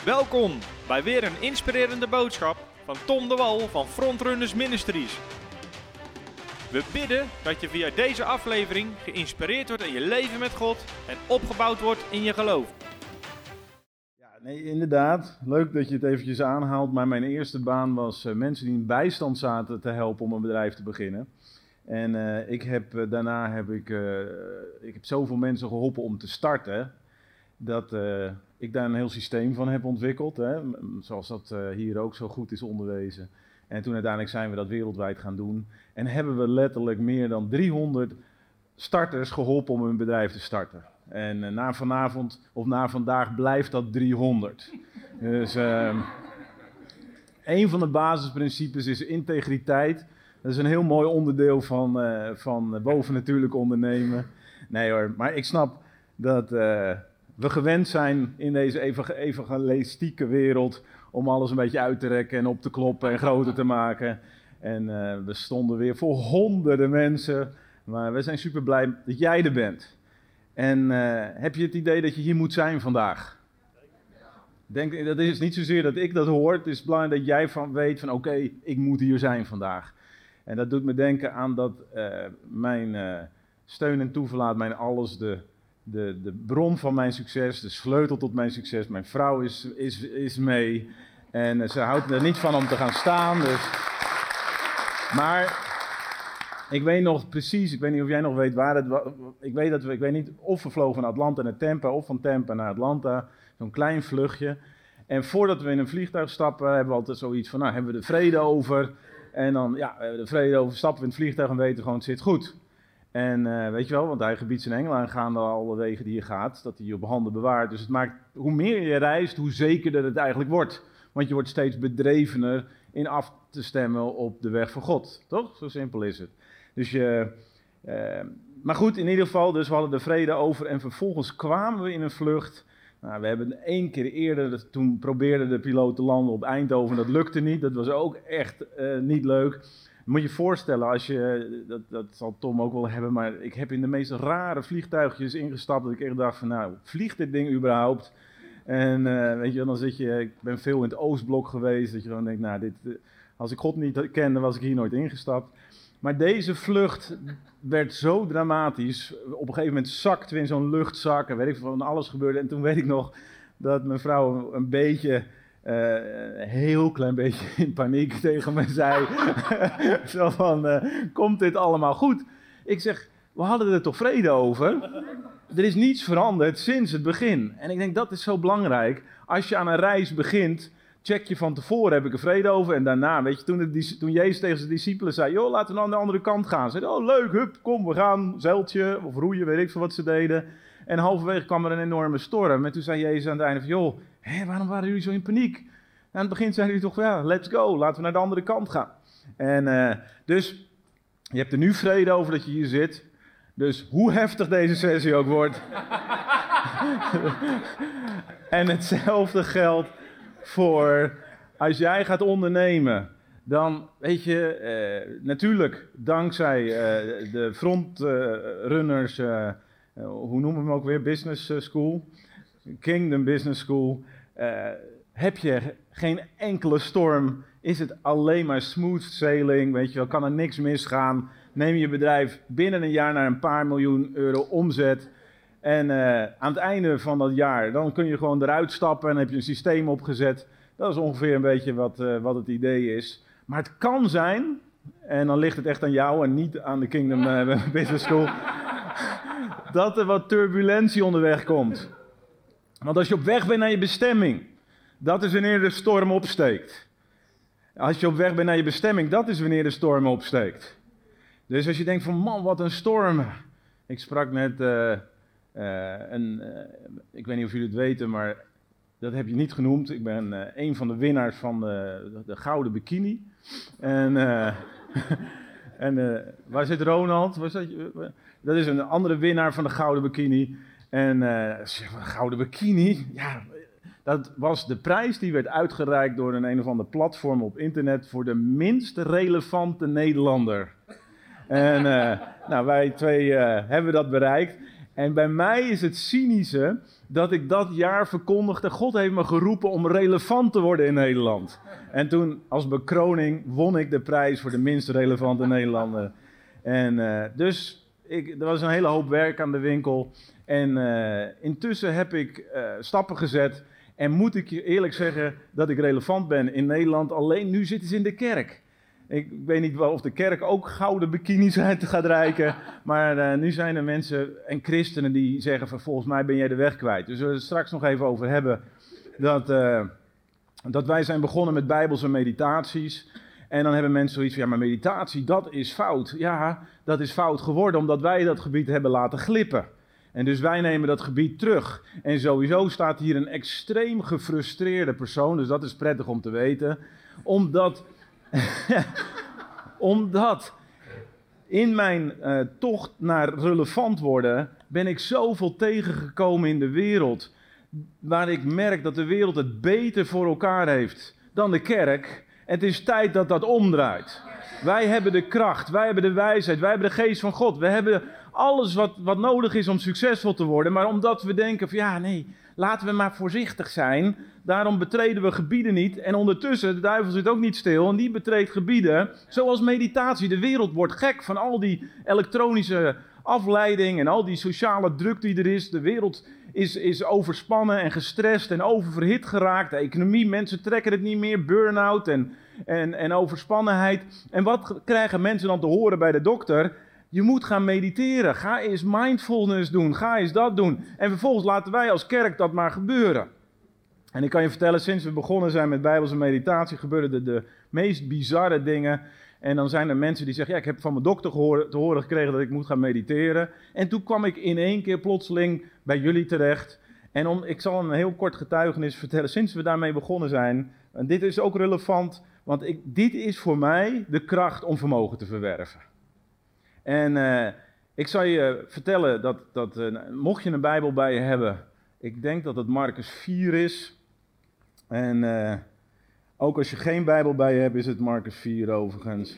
Welkom bij weer een inspirerende boodschap van Tom de Wal van Frontrunners Ministries. We bidden dat je via deze aflevering geïnspireerd wordt in je leven met God en opgebouwd wordt in je geloof. Ja, nee, inderdaad. Leuk dat je het eventjes aanhaalt. Maar mijn eerste baan was mensen die in bijstand zaten te helpen om een bedrijf te beginnen. En daarna heb ik zoveel mensen geholpen om te starten, dat ik daar een heel systeem van heb ontwikkeld, hè, zoals dat hier ook zo goed is onderwezen. En toen uiteindelijk zijn we dat wereldwijd gaan doen. En hebben we letterlijk meer dan 300 starters geholpen om hun bedrijf te starten. En na vandaag blijft dat 300. Dus een van de basisprincipes is integriteit. Dat is een heel mooi onderdeel van bovennatuurlijk ondernemen. Nee hoor, maar ik snap dat we gewend zijn in deze evangelistieke wereld om alles een beetje uit te rekken en op te kloppen en groter te maken. En we stonden weer voor honderden mensen, maar we zijn super blij dat jij er bent. En heb je het idee dat je hier moet zijn vandaag? Dat is niet zozeer dat ik dat hoor, het is belangrijk dat jij weet van oké, ik moet hier zijn vandaag. En dat doet me denken aan dat mijn steun en toeverlaat, mijn alles, de bron van mijn succes, de sleutel tot mijn succes. Mijn vrouw is mee en ze houdt er niet van om te gaan staan. Dus. Maar ik weet nog precies, ik weet niet of jij nog weet waar het was. Ik weet niet of we vlogen van Atlanta naar Tampa of van Tampa naar Atlanta. Zo'n klein vluchtje. En voordat we in een vliegtuig stappen, hebben we altijd zoiets van, nou, hebben we de vrede over. En dan, ja, de vrede over, stappen we in het vliegtuig en weten gewoon, het zit goed. En weet je wel, want hij gebiedt zijn engelen aangaande alle wegen die je gaat, dat hij je op handen bewaart. Dus het maakt, hoe meer je reist, hoe zekerder het eigenlijk wordt. Want je wordt steeds bedrevener in af te stemmen op de weg van God. Toch? Zo simpel is het. Dus maar goed, in ieder geval, dus we hadden de vrede over en vervolgens kwamen we in een vlucht. Nou, we hebben 1 keer eerder, toen probeerde de piloot te landen op Eindhoven, dat lukte niet. Dat was ook echt niet leuk. Moet je je voorstellen, dat zal Tom ook wel hebben, maar ik heb in de meest rare vliegtuigjes ingestapt, dat ik echt dacht van, nou, vliegt dit ding überhaupt? En weet je, dan ik ben veel in het Oostblok geweest, dat je gewoon denkt, nou, als ik God niet kende, was ik hier nooit ingestapt. Maar deze vlucht werd zo dramatisch. Op een gegeven moment zakten we in zo'n luchtzak en weet ik van alles gebeurde. En toen weet ik nog dat mijn vrouw een beetje, heel klein beetje in paniek tegen me zei. Zo van, komt dit allemaal goed? Ik zeg, we hadden er toch vrede over? Er is niets veranderd sinds het begin. En ik denk, dat is zo belangrijk. Als je aan een reis begint, check je van tevoren, heb ik er vrede over? En daarna, weet je, toen Jezus tegen zijn discipelen zei, joh, laten we aan de andere kant gaan. Ze zeiden, oh leuk, hup, kom, we gaan, zeiltje of roeien, weet ik veel wat ze deden. En halverwege kwam er een enorme storm. En toen zei Jezus aan het einde van, joh, waarom waren jullie zo in paniek? En aan het begin zeiden jullie toch, ja, let's go, laten we naar de andere kant gaan. En dus, je hebt er nu vrede over dat je hier zit. Dus hoe heftig deze sessie ook wordt. En hetzelfde geldt voor als jij gaat ondernemen. Dan weet je, natuurlijk dankzij de frontrunners, hoe noemen we hem ook weer, Business School, Kingdom Business School, heb je geen enkele storm, is het alleen maar smooth sailing, weet je wel, kan er niks misgaan. Neem je bedrijf binnen een jaar naar een paar miljoen euro omzet. En aan het einde van dat jaar, dan kun je gewoon eruit stappen en heb je een systeem opgezet. Dat is ongeveer een beetje wat het idee is. Maar het kan zijn, en dan ligt het echt aan jou en niet aan de Kingdom Business School, dat er wat turbulentie onderweg komt. Want als je op weg bent naar je bestemming, dat is wanneer de storm opsteekt. Als je op weg bent naar je bestemming, dat is wanneer de storm opsteekt. Dus als je denkt van, man, wat een storm. Ik sprak net, ik weet niet of jullie het weten, maar dat heb je niet genoemd. Ik ben een van de winnaars van de Gouden Bikini. En waar zit Ronald? Dat is een andere winnaar van de Gouden Bikini. En Gouden Bikini, ja, dat was de prijs die werd uitgereikt door een of ander platform op internet voor de minst relevante Nederlander. En nou, wij twee hebben dat bereikt. En bij mij is het cynische dat ik dat jaar verkondigde. God heeft me geroepen om relevant te worden in Nederland. En toen als bekroning won ik de prijs voor de minst relevante Nederlander. En dus er was een hele hoop werk aan de winkel. En intussen heb ik stappen gezet. En moet ik je eerlijk zeggen dat ik relevant ben in Nederland. Alleen nu zitten ze in de kerk. Ik weet niet of de kerk ook gouden bikinis uit gaat reiken. Maar nu zijn er mensen en christenen die zeggen van volgens mij ben jij de weg kwijt. Dus we zullen het straks nog even over hebben. Dat wij zijn begonnen met bijbelse meditaties. En dan hebben mensen zoiets van ja, maar meditatie dat is fout. Ja, dat is fout geworden omdat wij dat gebied hebben laten glippen. En dus wij nemen dat gebied terug. En sowieso staat hier een extreem gefrustreerde persoon. Dus dat is prettig om te weten. Omdat in mijn tocht naar relevant worden ben ik zoveel tegengekomen in de wereld. Waar ik merk dat de wereld het beter voor elkaar heeft dan de kerk. Het is tijd dat dat omdraait. Wij hebben de kracht, wij hebben de wijsheid, wij hebben de geest van God. We hebben alles wat nodig is om succesvol te worden. Maar omdat we denken van ja nee, laten we maar voorzichtig zijn. Daarom betreden we gebieden niet. En ondertussen, de duivel zit ook niet stil en die betreedt gebieden. Zoals meditatie. De wereld wordt gek van al die elektronische afleiding en al die sociale druk die er is. De wereld is overspannen en gestrest en oververhit geraakt. De economie, mensen trekken het niet meer. Burn-out en overspannenheid. En wat krijgen mensen dan te horen bij de dokter? Je moet gaan mediteren. Ga eens mindfulness doen. Ga eens dat doen. En vervolgens laten wij als kerk dat maar gebeuren. En ik kan je vertellen, sinds we begonnen zijn met bijbelse meditatie gebeuren er de meest bizarre dingen. En dan zijn er mensen die zeggen, ja, ik heb van mijn dokter te horen gekregen dat ik moet gaan mediteren. En toen kwam ik in één keer plotseling bij jullie terecht. En ik zal een heel kort getuigenis vertellen, sinds we daarmee begonnen zijn. En dit is ook relevant, want dit is voor mij de kracht om vermogen te verwerven. En ik zal je vertellen dat mocht je een Bijbel bij je hebben, ik denk dat het Marcus 4 is. En ook als je geen Bijbel bij je hebt, is het Marcus 4 overigens.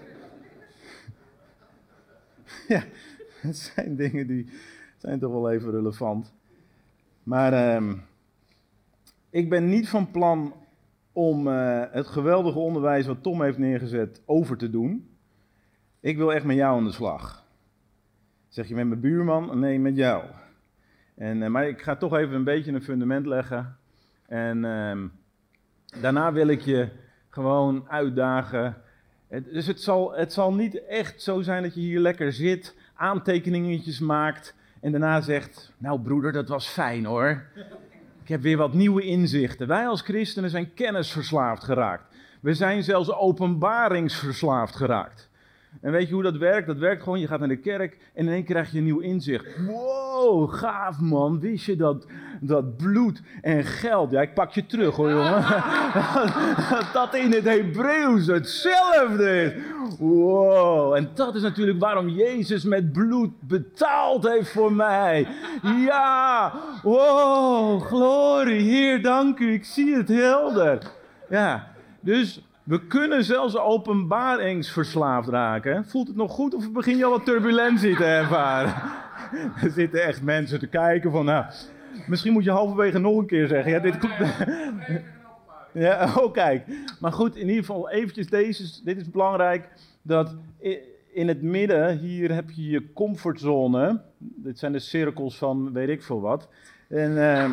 Ja, het zijn dingen die zijn toch wel even relevant. Maar ik ben niet van plan om het geweldige onderwijs wat Tom heeft neergezet over te doen. Ik wil echt met jou aan de slag. Zeg je met mijn buurman? Nee, met jou. Maar ik ga toch even een beetje een fundament leggen. En daarna wil ik je gewoon uitdagen. Dus het zal niet echt zo zijn dat je hier lekker zit, aantekeningetjes maakt en daarna zegt, nou broeder, dat was fijn hoor. Ik heb weer wat nieuwe inzichten. Wij als christenen zijn kennisverslaafd geraakt. We zijn zelfs openbaringsverslaafd geraakt. En weet je hoe dat werkt? Dat werkt gewoon, je gaat naar de kerk en in één keer krijg je een nieuw inzicht. Wow, gaaf man, wist je dat bloed en geld, ja ik pak je terug hoor jongen, dat in het Hebreeuws hetzelfde is. Wow, en dat is natuurlijk waarom Jezus met bloed betaald heeft voor mij. Ja, wow, glorie, Heer dank u, ik zie het helder. Ja, dus we kunnen zelfs openbaringsverslaafd raken. Voelt het nog goed of begin je al wat turbulentie te ervaren? Er zitten echt mensen te kijken van, nou, misschien moet je halverwege nog een keer zeggen. Ja, dit komt. Ja, oh kijk. Maar goed, in ieder geval eventjes dit is belangrijk, dat in het midden, hier heb je je comfortzone. Dit zijn de cirkels van weet ik veel wat. En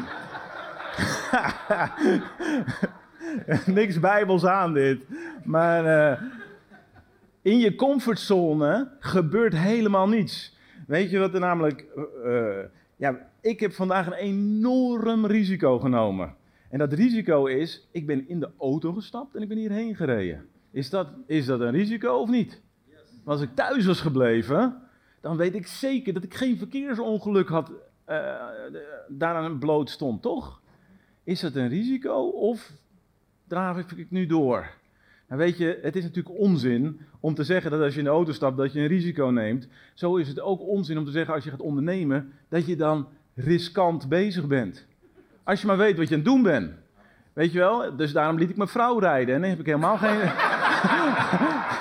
niks bijbels aan dit. Maar in je comfortzone gebeurt helemaal niets. Weet je wat er namelijk... ik heb vandaag een enorm risico genomen. En dat risico is, ik ben in de auto gestapt en ik ben hierheen gereden. Is dat een risico of niet? Maar als ik thuis was gebleven, dan weet ik zeker dat ik geen verkeersongeluk had, daaraan bloot stond, toch? Is dat een risico of draaf ik nu door? Nou weet je, het is natuurlijk onzin om te zeggen dat als je in de auto stapt dat je een risico neemt. Zo is het ook onzin om te zeggen als je gaat ondernemen dat je dan riskant bezig bent. Als je maar weet wat je aan het doen bent. Weet je wel? Dus daarom liet ik mijn vrouw rijden en dan heb ik helemaal geen...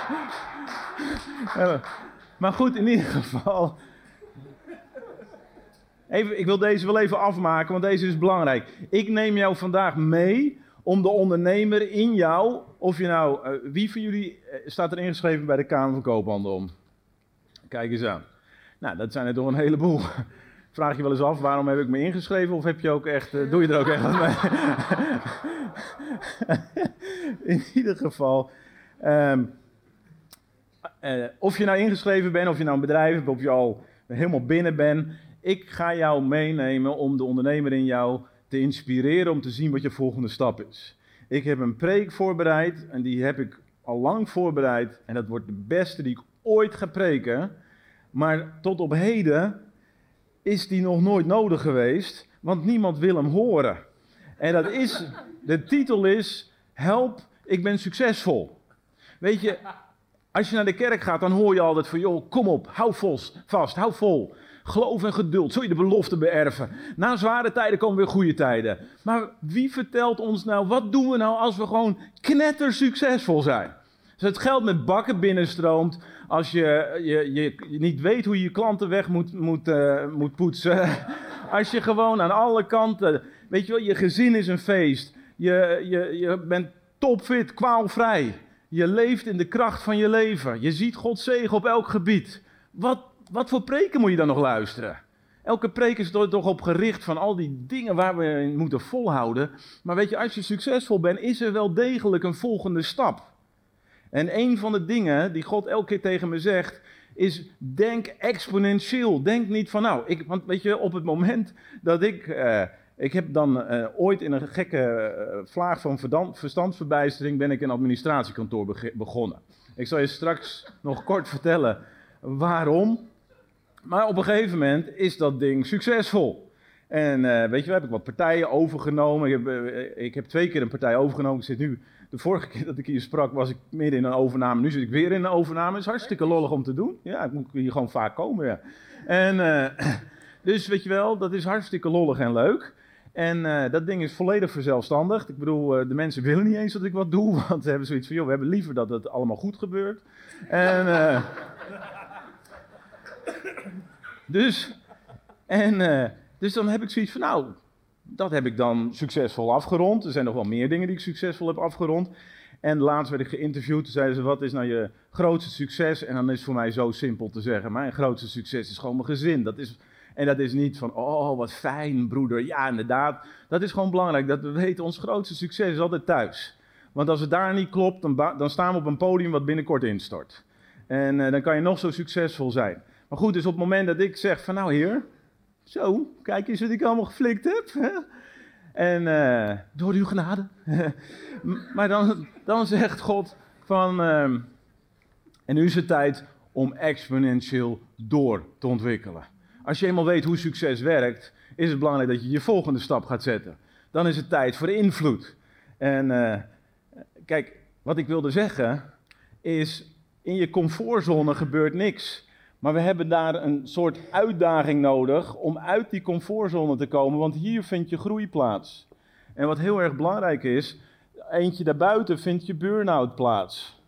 Maar goed, in ieder geval... Ik wil deze wel even afmaken, want deze is belangrijk. Ik neem jou vandaag mee om de ondernemer in jou, of je nou, wie van jullie staat er ingeschreven bij de Kamer van Koophandel om? Kijk eens aan. Nou, dat zijn er toch een heleboel. Vraag je wel eens af, waarom heb ik me ingeschreven? Of heb je ook echt, doe je er ook echt wat mee? In ieder geval, of je nou ingeschreven bent, of je nou een bedrijf hebt, of je al helemaal binnen bent. Ik ga jou meenemen om de ondernemer in jou te inspireren om te zien wat je volgende stap is. Ik heb een preek voorbereid en die heb ik al lang voorbereid. En dat wordt de beste die ik ooit ga preken. Maar tot op heden is die nog nooit nodig geweest, want niemand wil hem horen. En dat is, de titel is, Help, ik ben succesvol. Weet je, als je naar de kerk gaat, dan hoor je altijd van, joh, kom op, hou vast, hou vol. Geloof en geduld, zul je de belofte beërven. Na zware tijden komen weer goede tijden. Maar wie vertelt ons nou, wat doen we nou als we gewoon knetter succesvol zijn? Als het geld met bakken binnenstroomt, als je niet weet hoe je je klanten weg moet poetsen. Als je gewoon aan alle kanten, weet je wel, je gezin is een feest. Je bent topfit, kwaalvrij. Je leeft in de kracht van je leven. Je ziet Gods zegen op elk gebied. Wat voor preken moet je dan nog luisteren? Elke preek is er toch op gericht van al die dingen waar we in moeten volhouden. Maar weet je, als je succesvol bent, is er wel degelijk een volgende stap. En een van de dingen die God elke keer tegen me zegt, is denk exponentieel. Denk niet van want weet je, op het moment dat ik heb dan ooit in een gekke vlaag van verstandsverbijstering ben ik een administratiekantoor begonnen. Ik zal je straks nog kort vertellen waarom. Maar op een gegeven moment is dat ding succesvol. En weet je, heb ik wat partijen overgenomen. Ik heb 2 keer een partij overgenomen. Ik zit nu, de vorige keer dat ik hier sprak was ik midden in een overname. Nu zit ik weer in een overname. Het is hartstikke lollig om te doen. Ja, ik moet hier gewoon vaak komen. Ja. En dus weet je wel, dat is hartstikke lollig en leuk. En dat ding is volledig verzelfstandigd. Ik bedoel, de mensen willen niet eens dat ik wat doe. Want ze hebben zoiets van, joh, we hebben liever dat het allemaal goed gebeurt. En Dus dan heb ik zoiets van, dat heb ik dan succesvol afgerond. Er zijn nog wel meer dingen die ik succesvol heb afgerond. En laatst werd ik geïnterviewd, toen zeiden ze, wat is nou je grootste succes? En dan is het voor mij zo simpel te zeggen, mijn grootste succes is gewoon mijn gezin. Dat is niet van, oh wat fijn broeder, ja inderdaad. Dat is gewoon belangrijk, dat we weten, ons grootste succes is altijd thuis. Want als het daar niet klopt, dan staan we op een podium wat binnenkort instort. En dan kan je nog zo succesvol zijn. Maar goed, dus op het moment dat ik zeg van, heer, zo, kijk eens wat ik allemaal geflikt heb. Hè? En door uw genade. Maar dan zegt God van, en nu is het tijd om exponentieel door te ontwikkelen. Als je eenmaal weet hoe succes werkt, is het belangrijk dat je je volgende stap gaat zetten. Dan is het tijd voor invloed. En kijk, wat ik wilde zeggen is, in je comfortzone gebeurt niks. Maar we hebben daar een soort uitdaging nodig om uit die comfortzone te komen, want hier vindt je groei plaats. En wat heel erg belangrijk is, eentje daarbuiten vindt je burn-out plaats.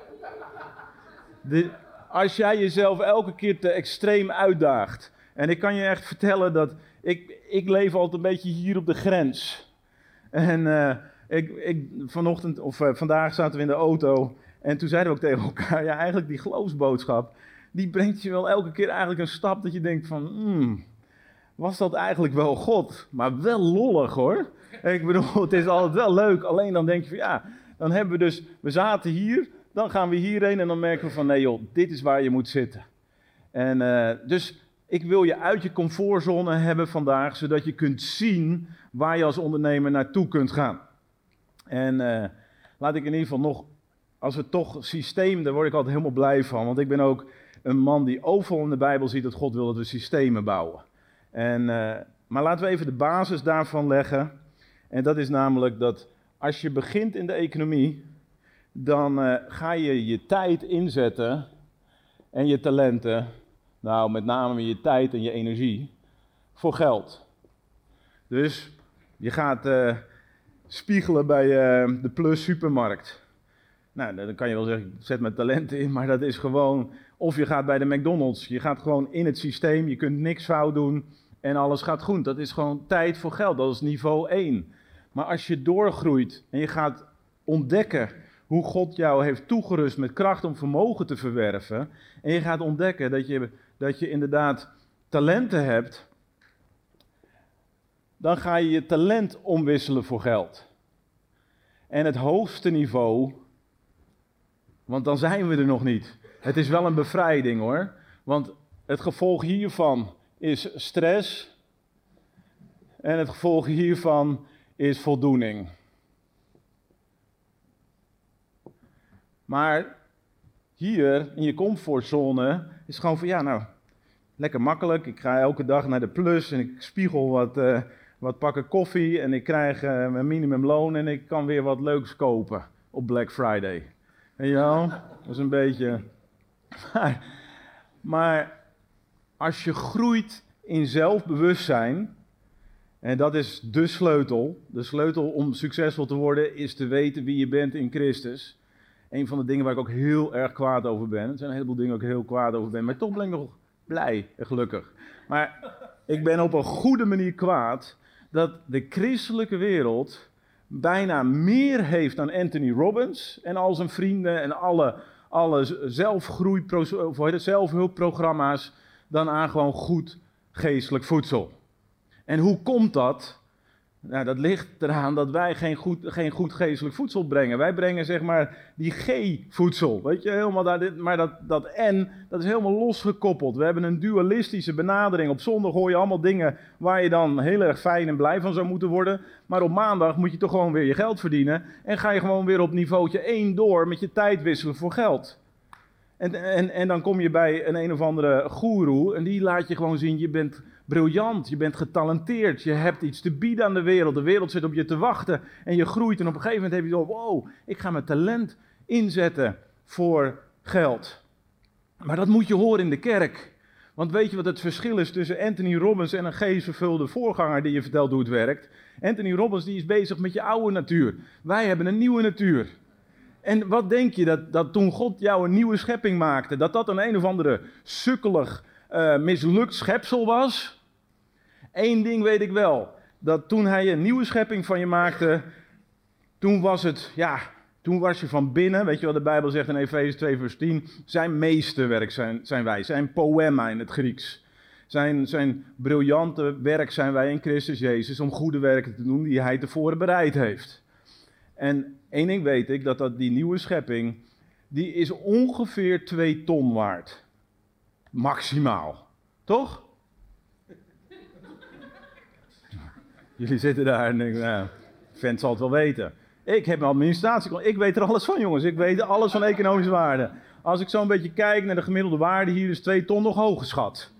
Als jij jezelf elke keer te extreem uitdaagt, en ik kan je echt vertellen dat ik leef altijd een beetje hier op de grens. En vandaag zaten we in de auto en toen zeiden we ook tegen elkaar, ja eigenlijk die geloofsboodschap, die brengt je wel elke keer eigenlijk een stap dat je denkt van, was dat eigenlijk wel God? Maar wel lollig hoor. Ik bedoel, het is altijd wel leuk, alleen dan denk je van dan hebben we zaten hier, dan gaan we hierheen en dan merken we van, nee joh, dit is waar je moet zitten. En dus ik wil je uit je comfortzone hebben vandaag, zodat je kunt zien waar je als ondernemer naartoe kunt gaan. En laat ik in ieder geval nog, als we toch systeem, daar word ik altijd helemaal blij van, want ik ben ook een man die overal in de Bijbel ziet dat God wil dat we systemen bouwen. Maar laten we even de basis daarvan leggen. En dat is namelijk dat als je begint in de economie, dan ga je je tijd inzetten en je talenten, nou met name je tijd en je energie, voor geld. Dus je gaat spiegelen bij de Plus supermarkt. Nou, dan kan je wel zeggen, ik zet mijn talenten in, maar dat is gewoon, of je gaat bij de McDonald's. Je gaat gewoon in het systeem, je kunt niks fout doen en alles gaat goed. Dat is gewoon tijd voor geld, dat is niveau 1. Maar als je doorgroeit en je gaat ontdekken hoe God jou heeft toegerust met kracht om vermogen te verwerven, en je gaat ontdekken dat je inderdaad talenten hebt, dan ga je je talent omwisselen voor geld. En het hoogste niveau, want dan zijn we er nog niet. Het is wel een bevrijding hoor, want het gevolg hiervan is stress en het gevolg hiervan is voldoening. Maar hier in je comfortzone is het gewoon van ja nou, lekker makkelijk. Ik ga elke dag naar de Plus en ik spiegel wat pakken koffie en ik krijg mijn minimumloon en ik kan weer wat leuks kopen op Black Friday. Weet je wel? Dat is een beetje... Maar als je groeit in zelfbewustzijn, en dat is de sleutel om succesvol te worden is te weten wie je bent in Christus. Een van de dingen waar ik ook heel erg kwaad over ben. Er zijn een heleboel dingen waar ik heel kwaad over ben, maar toch ben ik nog blij en gelukkig. Maar ik ben op een goede manier kwaad dat de christelijke wereld bijna meer heeft aan Anthony Robbins en al zijn vrienden en alle zelfhulpprogramma's dan aan gewoon goed geestelijk voedsel. En hoe komt dat? Nou, dat ligt eraan dat wij geen goed geestelijk voedsel brengen. Wij brengen zeg maar die G-voedsel. Weet je, helemaal daar, maar dat N, dat is helemaal losgekoppeld. We hebben een dualistische benadering. Op zondag hoor je allemaal dingen waar je dan heel erg fijn en blij van zou moeten worden. Maar op maandag moet je toch gewoon weer je geld verdienen. En ga je gewoon weer op niveautje 1 door met je tijd wisselen voor geld. En dan kom je bij een of andere goeroe en die laat je gewoon zien, je bent briljant, je bent getalenteerd, je hebt iets te bieden aan de wereld zit op je te wachten en je groeit en op een gegeven moment heb je zo, wow, ik ga mijn talent inzetten voor geld. Maar dat moet je horen in de kerk. Want weet je wat het verschil is tussen Anthony Robbins en een geestvervulde voorganger die je vertelt hoe het werkt? Anthony Robbins die is bezig met je oude natuur. Wij hebben een nieuwe natuur. En wat denk je, dat toen God jou een nieuwe schepping maakte, dat een of andere sukkelig, mislukt schepsel was? Eén ding weet ik wel, dat toen hij een nieuwe schepping van je maakte, toen was je van binnen, weet je wat de Bijbel zegt in Efeze 2 vers 10, zijn meesterwerk zijn wij, zijn poema in het Grieks. Zijn briljante werk zijn wij in Christus Jezus om goede werken te doen die hij tevoren bereid heeft. En één ding weet ik, dat die nieuwe schepping, die is ongeveer 2 ton waard. Maximaal. Toch? Jullie zitten daar en denken, nou, vent zal het wel weten. Ik heb een administratie, ik weet er alles van jongens, ik weet alles van economische waarde. Als ik zo een beetje kijk naar de gemiddelde waarde, hier is 2 ton nog hoog geschat.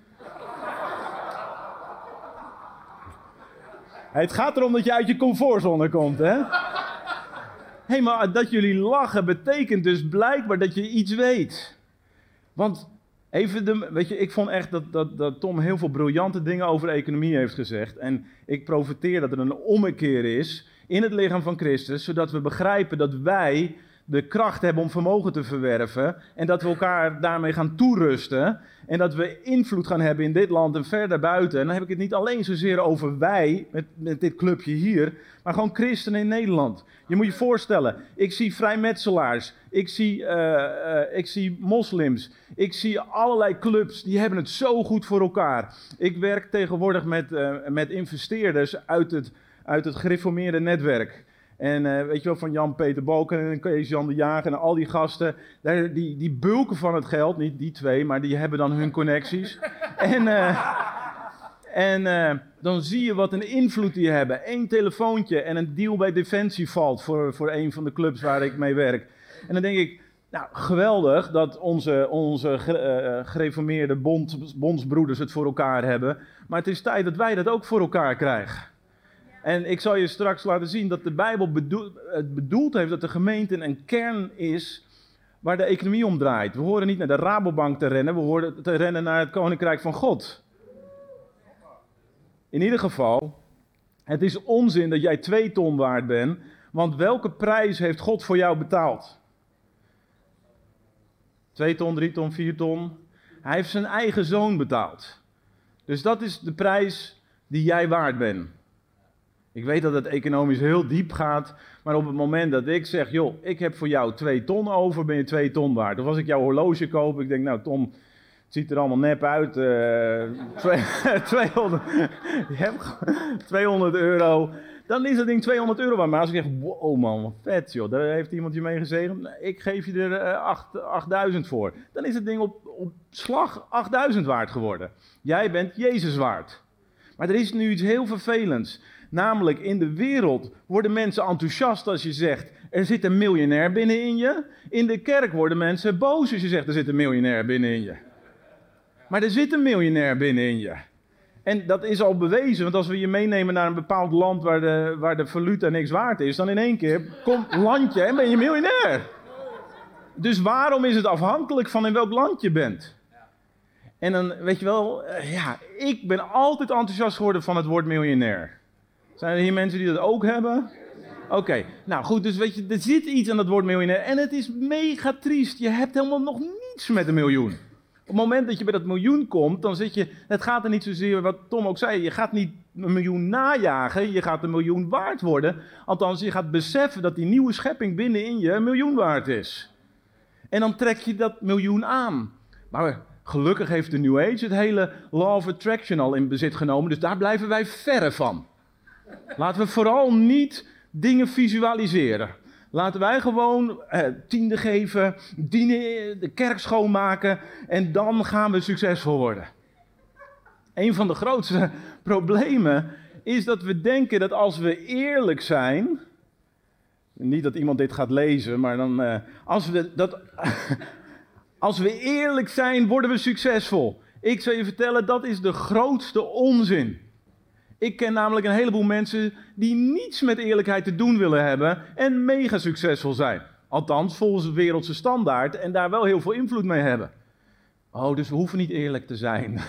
Het gaat erom dat je uit je comfortzone komt, hè? Hé, maar dat jullie lachen betekent dus blijkbaar dat je iets weet. Want weet je, ik vond echt dat Tom heel veel briljante dingen over economie heeft gezegd. En ik profiteer dat er een ommekeer is in het lichaam van Christus, zodat we begrijpen dat wij de kracht hebben om vermogen te verwerven en dat we elkaar daarmee gaan toerusten en dat we invloed gaan hebben in dit land en verder buiten. En dan heb ik het niet alleen zozeer over wij, met dit clubje hier, maar gewoon christenen in Nederland. Je moet je voorstellen, ik zie vrijmetselaars, ik zie moslims, ik zie allerlei clubs, die hebben het zo goed voor elkaar. Ik werk tegenwoordig met investeerders uit het gereformeerde netwerk. En weet je wel, van Jan-Peter Balken en Kees-Jan de Jager en al die gasten. Die bulken van het geld, niet die twee, maar die hebben dan hun connecties. En dan zie je wat een invloed die hebben. 1 telefoontje en een deal bij Defensie valt voor een van de clubs waar ik mee werk. En dan denk ik, nou geweldig dat onze gereformeerde bondsbroeders het voor elkaar hebben. Maar het is tijd dat wij dat ook voor elkaar krijgen. En ik zal je straks laten zien dat de Bijbel bedoeld heeft dat de gemeente een kern is waar de economie om draait. We horen niet naar de Rabobank te rennen, we horen te rennen naar het Koninkrijk van God. In ieder geval, het is onzin dat jij 2 ton waard bent, want welke prijs heeft God voor jou betaald? 2 ton, 3 ton, 4 ton? Hij heeft zijn eigen zoon betaald. Dus dat is de prijs die jij waard bent. Ik weet dat het economisch heel diep gaat, maar op het moment dat ik zeg, joh, ik heb voor jou 2 ton over, ben je 2 ton waard. Of als ik jouw horloge koop, ik denk, nou Tom, het ziet er allemaal nep uit, 200, je hebt 200 euro, dan is dat ding 200 euro waard. Maar als ik zeg, wow man, wat vet joh, daar heeft iemand je mee gezegend, ik geef je er 8000 voor. Dan is het ding op slag 8000 waard geworden. Jij bent Jezus waard. Maar er is nu iets heel vervelends. Namelijk, in de wereld worden mensen enthousiast als je zegt, er zit een miljonair binnenin je. In de kerk worden mensen boos als je zegt, er zit een miljonair binnenin je. Maar er zit een miljonair binnenin je. En dat is al bewezen, want als we je meenemen naar een bepaald land waar de valuta niks waard is, dan in één keer komt een landje en ben je miljonair. Dus waarom is het afhankelijk van in welk land je bent? En dan, weet je wel, ik ben altijd enthousiast geworden van het woord miljonair. Zijn er hier mensen die dat ook hebben? Oké, nou goed, dus weet je, er zit iets aan dat woord miljonair. En het is mega triest. Je hebt helemaal nog niets met een miljoen. Op het moment dat je bij dat miljoen komt, dan zit je... Het gaat er niet zozeer, wat Tom ook zei, je gaat niet een miljoen najagen. Je gaat een miljoen waard worden. Althans, je gaat beseffen dat die nieuwe schepping binnenin je een miljoen waard is. En dan trek je dat miljoen aan. Maar gelukkig heeft de New Age het hele Law of Attraction al in bezit genomen. Dus daar blijven wij verre van. Laten we vooral niet dingen visualiseren. Laten wij gewoon tiende geven, dienen, de kerk schoonmaken en dan gaan we succesvol worden. Een van de grootste problemen is dat we denken dat als we eerlijk zijn, niet dat iemand dit gaat lezen, maar dan als we eerlijk zijn worden we succesvol. Ik zal je vertellen, dat is de grootste onzin. Ik ken namelijk een heleboel mensen die niets met eerlijkheid te doen willen hebben en mega succesvol zijn. Althans, volgens de wereldse standaard en daar wel heel veel invloed mee hebben. Oh, dus we hoeven niet eerlijk te zijn.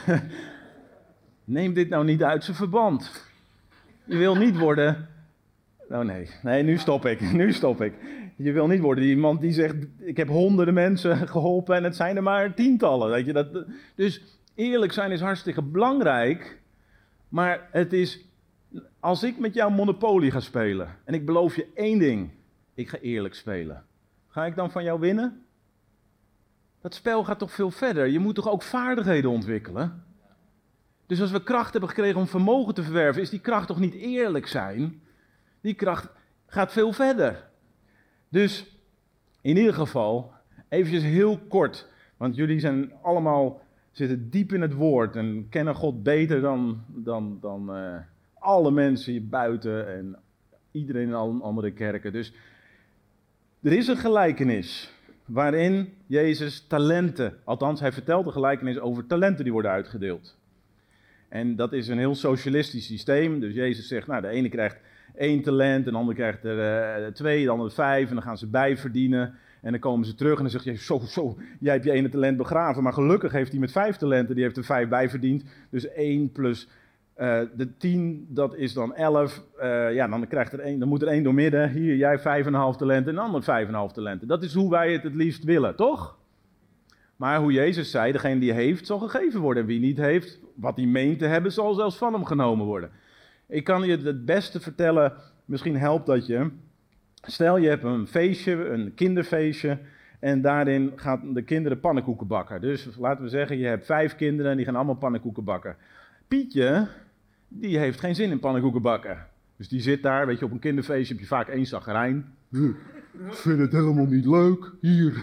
Neem dit nou niet uit zijn verband. Je wil niet worden... Oh nee, nu stop ik. Je wil niet worden iemand die zegt, ik heb honderden mensen geholpen en het zijn er maar tientallen. Weet je? Dus eerlijk zijn is hartstikke belangrijk... Maar het is, als ik met jou Monopoly ga spelen en ik beloof je één ding, ik ga eerlijk spelen. Ga ik dan van jou winnen? Dat spel gaat toch veel verder? Je moet toch ook vaardigheden ontwikkelen? Dus als we kracht hebben gekregen om vermogen te verwerven, is die kracht toch niet eerlijk zijn? Die kracht gaat veel verder. Dus in ieder geval, eventjes heel kort, want jullie zijn allemaal... zitten diep in het woord en kennen God beter dan alle mensen hier buiten en iedereen in alle andere kerken. Dus er is een gelijkenis waarin Jezus talenten, althans hij vertelt een gelijkenis over talenten die worden uitgedeeld. En dat is een heel socialistisch systeem, dus Jezus zegt, nou de ene krijgt 1 talent, de ander krijgt er 2, de ander 5 en dan gaan ze bijverdienen. En dan komen ze terug en dan zeg je, zo, jij hebt je ene talent begraven. Maar gelukkig heeft hij met 5 talenten, die heeft er 5 bij verdiend. Dus 1 plus de 10, dat is dan 11. Dan moet er 1 door midden. Hier, jij 5,5 talenten en de ander 5,5 talenten. Dat is hoe wij het liefst willen, toch? Maar hoe Jezus zei, degene die heeft, zal gegeven worden. En wie niet heeft, wat hij meent te hebben, zal zelfs van hem genomen worden. Ik kan je het beste vertellen, misschien helpt dat je... Stel je hebt een feestje, een kinderfeestje en daarin gaan de kinderen pannenkoeken bakken. Dus laten we zeggen, je hebt 5 kinderen en die gaan allemaal pannenkoeken bakken. Pietje, die heeft geen zin in pannenkoeken bakken. Dus die zit daar, weet je, op een kinderfeestje heb je vaak 1 zagrijn. Ik vind het helemaal niet leuk, hier.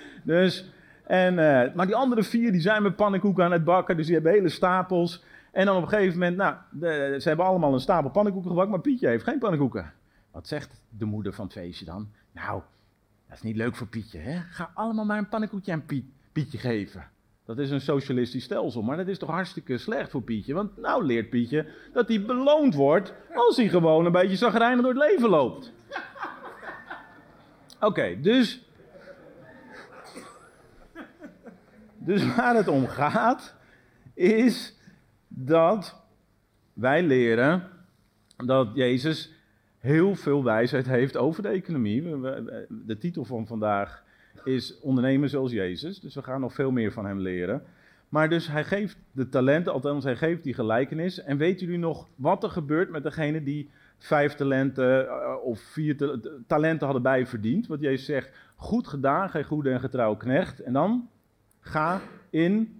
Maar die andere 4 die zijn met pannenkoeken aan het bakken, dus die hebben hele stapels. En dan op een gegeven moment, ze hebben allemaal een stapel pannenkoeken gebakken, maar Pietje heeft geen pannenkoeken. Wat zegt de moeder van het feestje dan? Nou, dat is niet leuk voor Pietje, hè? Ga allemaal maar een pannenkoekje aan Pietje geven. Dat is een socialistisch stelsel, maar dat is toch hartstikke slecht voor Pietje. Want nou leert Pietje dat hij beloond wordt als hij gewoon een beetje chagrijnig door het leven loopt. Oké, dus waar het om gaat, is dat wij leren dat Jezus heel veel wijsheid heeft over de economie. De titel van vandaag is Ondernemen zoals Jezus, dus we gaan nog veel meer van hem leren. Maar dus hij geeft de talenten, althans hij geeft die gelijkenis. En weten jullie nog wat er gebeurt met degene die 5 talenten of 4 talenten hadden bijverdiend? Wat Jezus zegt, goed gedaan, gij goede en getrouwe knecht. En dan, ga in...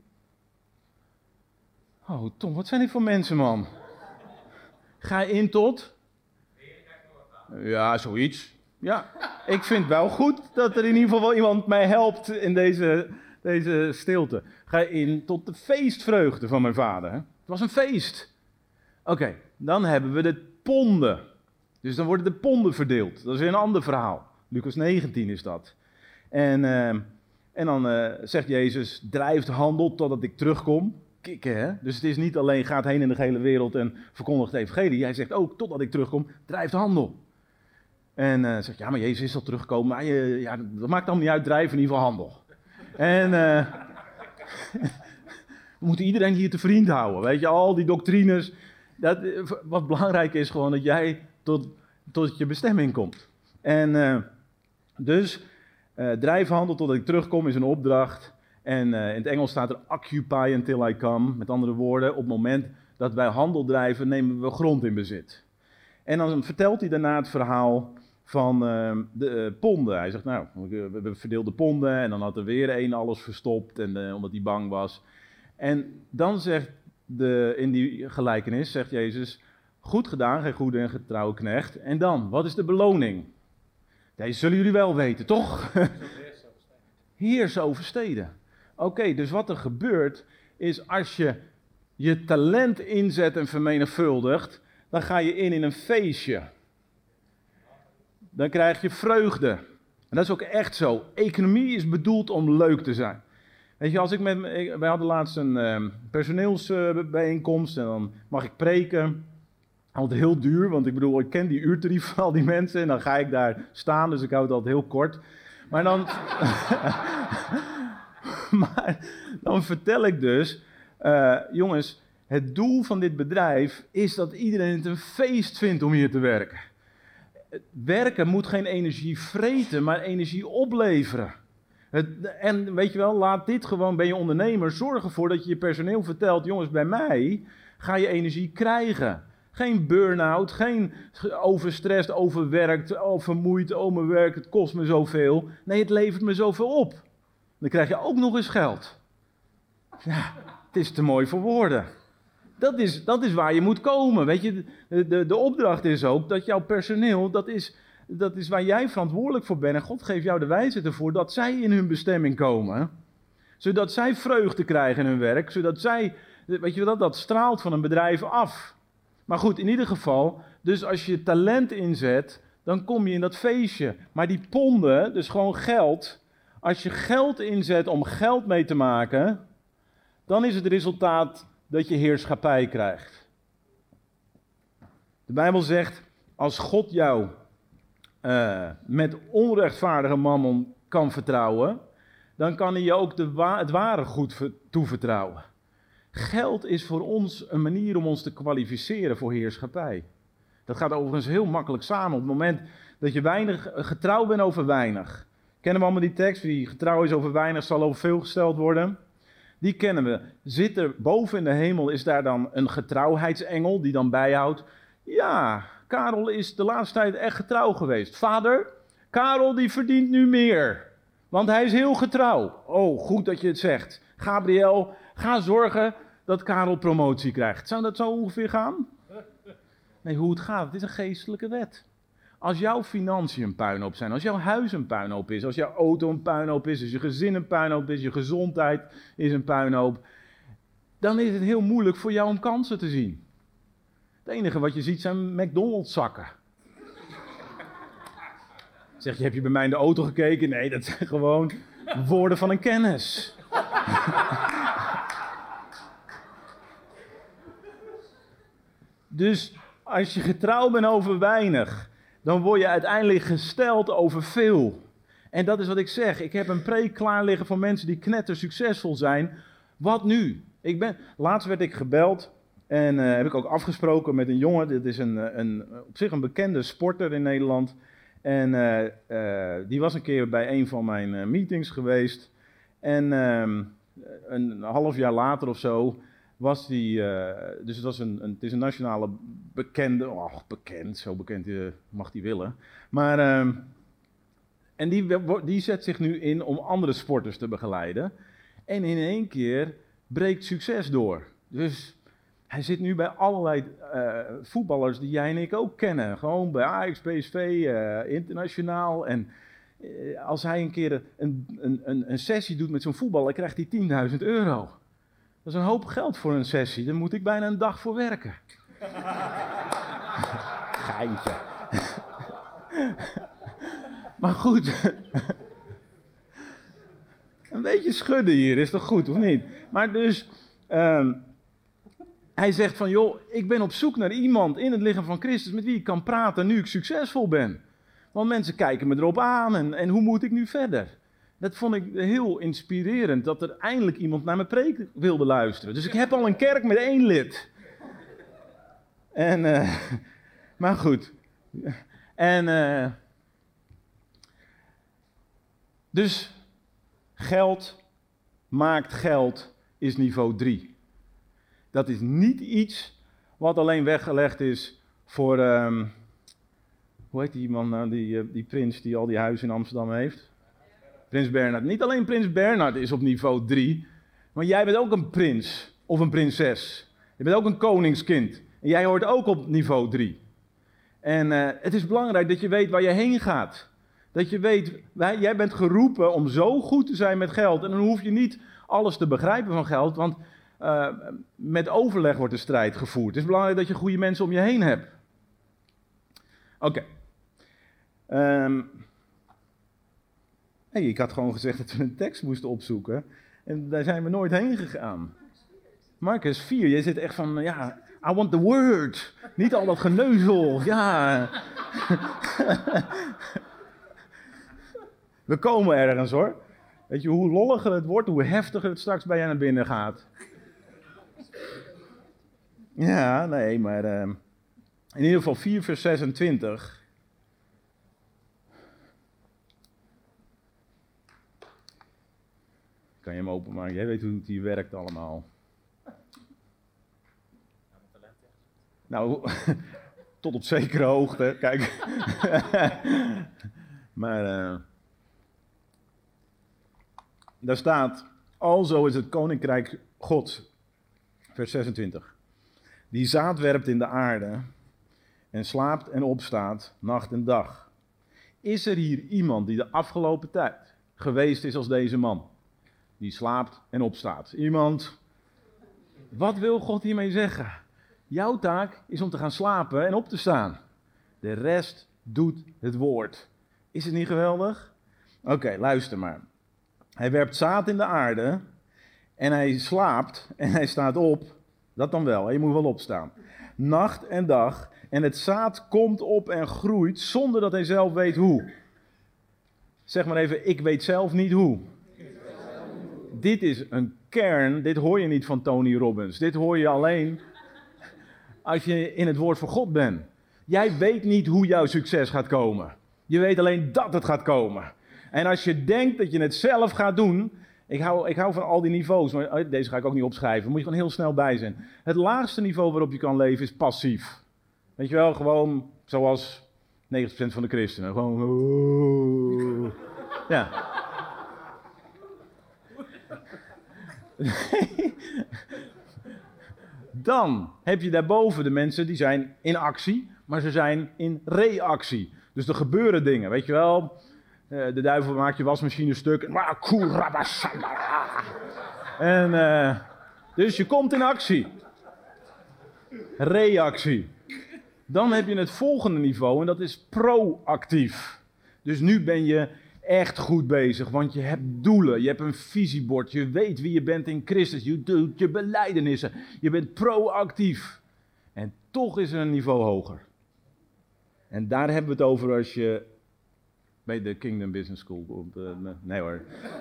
Oh Tom, wat zijn dit voor mensen, man? Ga in tot... Ja, zoiets. Ja, ik vind wel goed dat er in ieder geval wel iemand mij helpt in deze stilte. Ga in tot de feestvreugde van mijn vader. Hè? Het was een feest. Oké, dan hebben we de ponden. Dus dan worden de ponden verdeeld. Dat is weer een ander verhaal. Lucas 19 is dat. En dan zegt Jezus, drijft handel totdat ik terugkom. Kikken, hè? Dus het is niet alleen gaat heen in de hele wereld en verkondigt het evangelie. Hij zegt ook, totdat ik terugkom, drijft handel. En zegt, ja, maar Jezus is al teruggekomen. Maar dat maakt allemaal niet uit, drijf in ieder geval handel. En we moeten iedereen hier te vriend houden. Weet je, al die doctrines. Wat belangrijk is gewoon dat jij tot je bestemming komt. En dus drijf handel totdat ik terugkom is een opdracht. En in het Engels staat er occupy until I come. Met andere woorden, op het moment dat wij handel drijven, nemen we grond in bezit. En dan vertelt hij daarna het verhaal van de ponden. Hij zegt, nou, we verdeelden ponden en dan had er weer één alles verstopt en, omdat hij bang was. En dan zegt in die gelijkenis, zegt Jezus, goed gedaan, gij goede en getrouwe knecht. En dan, wat is de beloning? Deze zullen jullie wel weten, toch? Heers over steden. Oké, dus wat er gebeurt is als je je talent inzet en vermenigvuldigt, dan ga je in een feestje. Dan krijg je vreugde. En dat is ook echt zo. Economie is bedoeld om leuk te zijn. Weet je, wij hadden laatst een personeelsbijeenkomst en dan mag ik preken. Altijd heel duur, want ik bedoel, ik ken die uurtarief van al die mensen en dan ga ik daar staan, dus ik hou het altijd heel kort. Maar dan vertel ik dus, jongens, het doel van dit bedrijf is dat iedereen het een feest vindt om hier te werken. Werken moet geen energie vreten, maar energie opleveren. En weet je wel, laat dit gewoon, ben je ondernemer, zorg ervoor dat je je personeel vertelt, jongens, bij mij ga je energie krijgen. Geen burn-out, geen overstrest, overwerkt, vermoeid, oh mijn werk, het kost me zoveel. Nee, het levert me zoveel op. Dan krijg je ook nog eens geld. Ja, het is te mooi voor woorden. Dat is waar je moet komen. Weet je, de opdracht is ook dat jouw personeel, dat is waar jij verantwoordelijk voor bent. En God geeft jou de wijsheid ervoor dat zij in hun bestemming komen. Zodat zij vreugde krijgen in hun werk. Zodat zij, weet je dat straalt van een bedrijf af. Maar goed, in ieder geval, dus als je talent inzet, dan kom je in dat feestje. Maar die ponden, dus gewoon geld, als je geld inzet om geld mee te maken, dan is het resultaat dat je heerschappij krijgt. De Bijbel zegt, als God jou met onrechtvaardige mammon kan vertrouwen, dan kan hij je ook het ware goed toevertrouwen. Geld is voor ons een manier om ons te kwalificeren voor heerschappij. Dat gaat overigens heel makkelijk samen. Op het moment dat je getrouw bent over weinig. Kennen we allemaal die tekst? Wie getrouw is over weinig zal over veel gesteld worden. Die kennen we. Zit er boven in de hemel, is daar dan een getrouwheidsengel die dan bijhoudt. Ja, Karel is de laatste tijd echt getrouw geweest. Vader, Karel die verdient nu meer. Want hij is heel getrouw. Oh, goed dat je het zegt. Gabriel, ga zorgen dat Karel promotie krijgt. Zou dat zo ongeveer gaan? Nee, hoe het gaat, het is een geestelijke wet. Als jouw financiën een puinhoop zijn, als jouw huis een puinhoop is, als jouw auto een puinhoop is, als je gezin een puinhoop is, je gezondheid is een puinhoop, dan is het heel moeilijk voor jou om kansen te zien. Het enige wat je ziet zijn McDonald's zakken. Zeg je, heb je bij mij in de auto gekeken? Nee, dat zijn gewoon woorden van een kennis. Dus als je getrouw bent over weinig, dan word je uiteindelijk gesteld over veel. En dat is wat ik zeg. Ik heb een preek klaar liggen voor mensen die knetter succesvol zijn. Wat nu? Laatst werd ik gebeld en heb ik ook afgesproken met een jongen. Dit is op zich een bekende sporter in Nederland. En die was een keer bij een van mijn meetings geweest. En een half jaar later of zo was die, dus het was het is een nationale bekende, bekend, zo bekend mag die willen. Maar, en die zet zich nu in om andere sporters te begeleiden. En in één keer breekt succes door. Dus hij zit nu bij allerlei voetballers die jij en ik ook kennen. Gewoon bij Ajax, PSV, internationaal. En als hij een keer een sessie doet met zo'n voetballer, krijgt hij €10.000. Dat is een hoop geld voor een sessie. Daar moet ik bijna een dag voor werken. Geintje. Maar goed. Een beetje schudden hier, is toch goed, of niet? Maar dus, hij zegt van, joh, ik ben op zoek naar iemand in het lichaam van Christus met wie ik kan praten nu ik succesvol ben. Want mensen kijken me erop aan en hoe moet ik nu verder? Dat vond ik heel inspirerend, dat er eindelijk iemand naar mijn preek wilde luisteren. Dus ik heb al een kerk met 1 lid. En, maar goed. En, dus geld maakt geld is niveau 3. Dat is niet iets wat alleen weggelegd is voor, hoe heet die man nou, die prins die al die huizen in Amsterdam heeft? Prins Bernhard. Niet alleen Prins Bernhard is op niveau 3, maar jij bent ook een prins of een prinses. Je bent ook een koningskind. En jij hoort ook op niveau 3. En het is belangrijk dat je weet waar je heen gaat. Dat je weet, jij bent geroepen om zo goed te zijn met geld. En dan hoef je niet alles te begrijpen van geld, want met overleg wordt de strijd gevoerd. Het is belangrijk dat je goede mensen om je heen hebt. Oké. Ik had gewoon gezegd dat we een tekst moesten opzoeken. En daar zijn we nooit heen gegaan. Marcus 4, jij zit echt van, ja, I want the word. Niet al dat geneuzel, ja. We komen ergens hoor. Weet je, hoe lolliger het wordt, hoe heftiger het straks bij je naar binnen gaat. Ja, nee, maar in ieder geval 4 vers 26. Kan je hem openmaken? Jij weet hoe het hier werkt allemaal. Nou, tot op zekere hoogte, kijk. Maar daar staat, alzo is het koninkrijk Gods, vers 26. Die zaad werpt in de aarde en slaapt en opstaat, nacht en dag. Is er hier iemand die de afgelopen tijd geweest is als deze man? Die slaapt en opstaat. Iemand? Wat wil God hiermee zeggen? Jouw taak is om te gaan slapen en op te staan. De rest doet het woord. Is het niet geweldig? Oké, luister maar. Hij werpt zaad in de aarde en hij slaapt en hij staat op. Dat dan wel, je moet wel opstaan. Nacht en dag en het zaad komt op en groeit zonder dat hij zelf weet hoe. Zeg maar even, ik weet zelf niet hoe. Dit is een kern, dit hoor je niet van Tony Robbins. Dit hoor je alleen als je in het woord van God bent. Jij weet niet hoe jouw succes gaat komen. Je weet alleen dat het gaat komen. En als je denkt dat je het zelf gaat doen. Ik hou van al die niveaus, maar deze ga ik ook niet opschrijven. Moet je gewoon heel snel bij zijn. Het laagste niveau waarop je kan leven is passief. Weet je wel, gewoon zoals 90% van de christenen. Gewoon. Ja. Dan heb je daarboven de mensen die zijn in actie, maar ze zijn in reactie. Dus er gebeuren dingen, weet je wel. De duivel maakt je wasmachine stuk. En dus je komt in actie. Reactie. Dan heb je het volgende niveau en dat is proactief. Dus nu ben je echt goed bezig, want je hebt doelen, je hebt een visiebord, je weet wie je bent in Christus, je doet je belijdenissen, je bent proactief. En toch is er een niveau hoger. En daar hebben we het over als je bij de Kingdom Business School, nee hoor.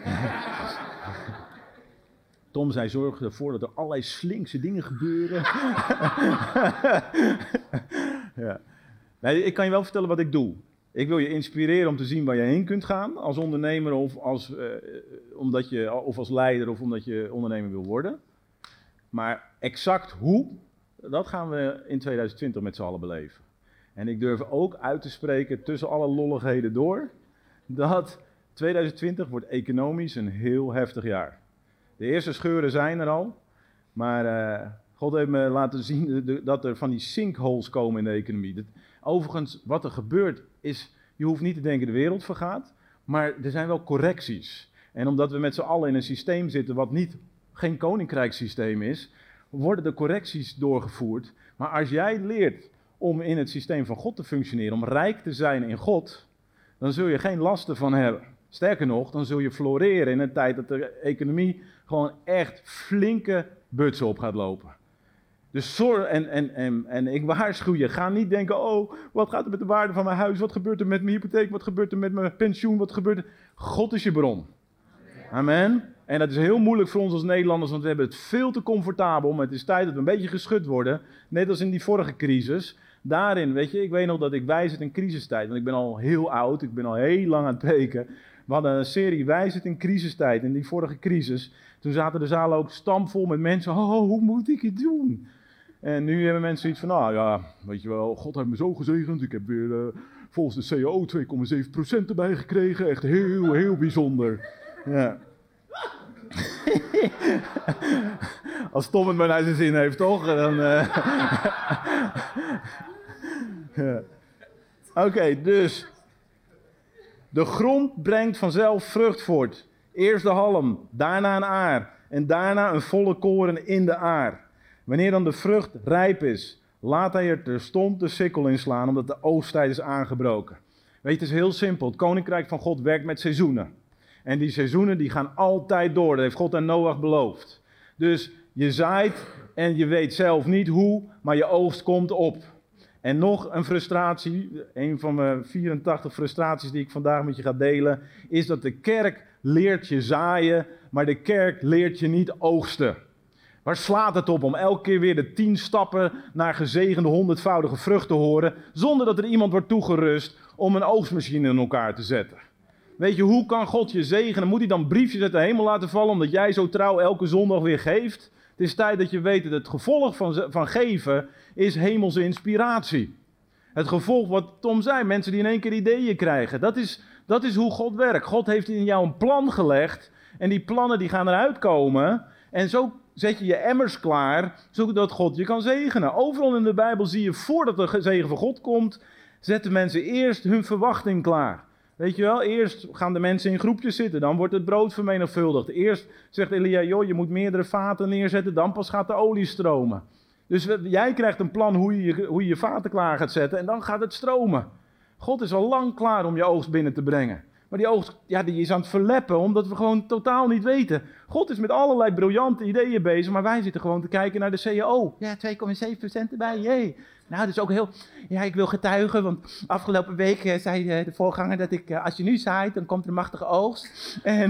Tom zei, zorg ervoor dat er allerlei slinkse dingen gebeuren. Ja. Nee, ik kan je wel vertellen wat ik doe. Ik wil je inspireren om te zien waar je heen kunt gaan als ondernemer of als leider of omdat je ondernemer wil worden. Maar exact hoe, dat gaan we in 2020 met z'n allen beleven. En ik durf ook uit te spreken tussen alle lolligheden door, dat 2020 wordt economisch een heel heftig jaar. De eerste scheuren zijn er al, maar God heeft me laten zien dat er van die sinkholes komen in de economie. Overigens, wat er gebeurt is, je hoeft niet te denken de wereld vergaat, maar er zijn wel correcties. En omdat we met z'n allen in een systeem zitten wat geen koninkrijkssysteem is, worden de correcties doorgevoerd. Maar als jij leert om in het systeem van God te functioneren, om rijk te zijn in God, dan zul je geen last ervan hebben. Sterker nog, dan zul je floreren in een tijd dat de economie gewoon echt flinke butsen op gaat lopen. Dus en ik waarschuw je, ga niet denken, oh, wat gaat er met de waarde van mijn huis? Wat gebeurt er met mijn hypotheek? Wat gebeurt er met mijn pensioen? Wat gebeurt er? God is je bron. Amen. En dat is heel moeilijk voor ons als Nederlanders, want we hebben het veel te comfortabel. Maar het is tijd dat we een beetje geschud worden, net als in die vorige crisis. Daarin, weet je, ik weet nog dat ik wijsheid in crisistijd, want ik ben al heel oud, ik ben al heel lang aan het preken. We hadden een serie wijsheid in crisistijd, in die vorige crisis. Toen zaten de zalen ook stampvol met mensen, oh, hoe moet ik het doen? En nu hebben mensen iets van, nou ja, weet je wel, God heeft me zo gezegend. Ik heb weer volgens de CAO 2,7% erbij gekregen. Echt heel, heel bijzonder. Ja. Als Tom het maar naar zijn zin heeft, toch? Dan, ja. Oké, dus de grond brengt vanzelf vrucht voort. Eerst de halm, daarna een aar en daarna een volle koren in de aar. Wanneer dan de vrucht rijp is, laat hij er terstond de sikkel in slaan, omdat de oogsttijd is aangebroken. Weet je, het is heel simpel. Het koninkrijk van God werkt met seizoenen. En die seizoenen die gaan altijd door. Dat heeft God aan Noach beloofd. Dus je zaait en je weet zelf niet hoe, maar je oogst komt op. En nog een frustratie, een van mijn 84 frustraties die ik vandaag met je ga delen, is dat de kerk leert je zaaien, maar de kerk leert je niet oogsten. Waar slaat het op om elke keer weer de 10 stappen naar gezegende 100voudige vrucht te horen, zonder dat er iemand wordt toegerust om een oogstmachine in elkaar te zetten? Weet je, hoe kan God je zegenen? Moet hij dan briefjes uit de hemel laten vallen omdat jij zo trouw elke zondag weer geeft? Het is tijd dat je weet dat het gevolg van geven is hemelse inspiratie. Het gevolg wat Tom zei, mensen die in één keer ideeën krijgen. Dat is hoe God werkt. God heeft in jou een plan gelegd en die plannen die gaan eruit komen. En zo zet je je emmers klaar, zodat God je kan zegenen. Overal in de Bijbel zie je, voordat de zegen van God komt, zetten mensen eerst hun verwachting klaar. Weet je wel, eerst gaan de mensen in groepjes zitten, dan wordt het brood vermenigvuldigd. Eerst zegt Elia, joh, je moet meerdere vaten neerzetten, dan pas gaat de olie stromen. Dus jij krijgt een plan hoe je je vaten klaar gaat zetten en dan gaat het stromen. God is al lang klaar om je oogst binnen te brengen. Maar die oogst, ja, die is aan het verleppen, omdat we gewoon totaal niet weten. God is met allerlei briljante ideeën bezig, maar wij zitten gewoon te kijken naar de CAO. Ja, 2,7% erbij, jee. Nou, dat is ook heel... Ja, ik wil getuigen, want afgelopen week zei de voorganger dat als je nu zaait, dan komt er een machtige oogst. En...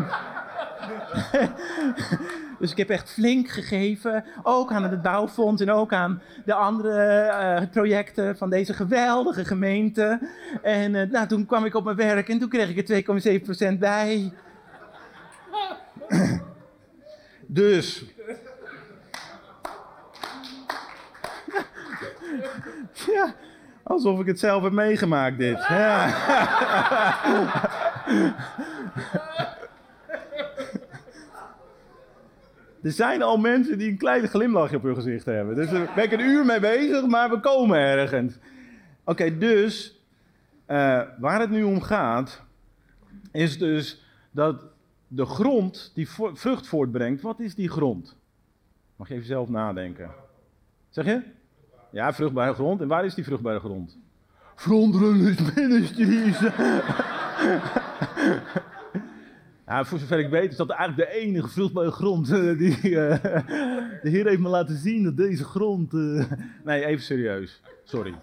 Dus ik heb echt flink gegeven, ook aan het bouwfonds en ook aan de andere projecten van deze geweldige gemeente. En toen kwam ik op mijn werk en toen kreeg ik er 2,7% bij. Dus... Ja, alsof ik het zelf heb meegemaakt dit. Ja. Er zijn al mensen die een klein glimlachje op hun gezicht hebben. Dus daar ben ik een uur mee bezig, maar we komen ergens. Oké, dus waar het nu om gaat, is dus dat de grond die vrucht voortbrengt, wat is die grond? Mag je even zelf nadenken. Zeg je? Ja, vruchtbare grond. En waar is die vruchtbare grond? Frontrunner's Ministries. Ja, voor zover ik weet is dat eigenlijk de enige vruchtbare grond die de Heer heeft me laten zien dat deze grond... Nee, even serieus. Sorry.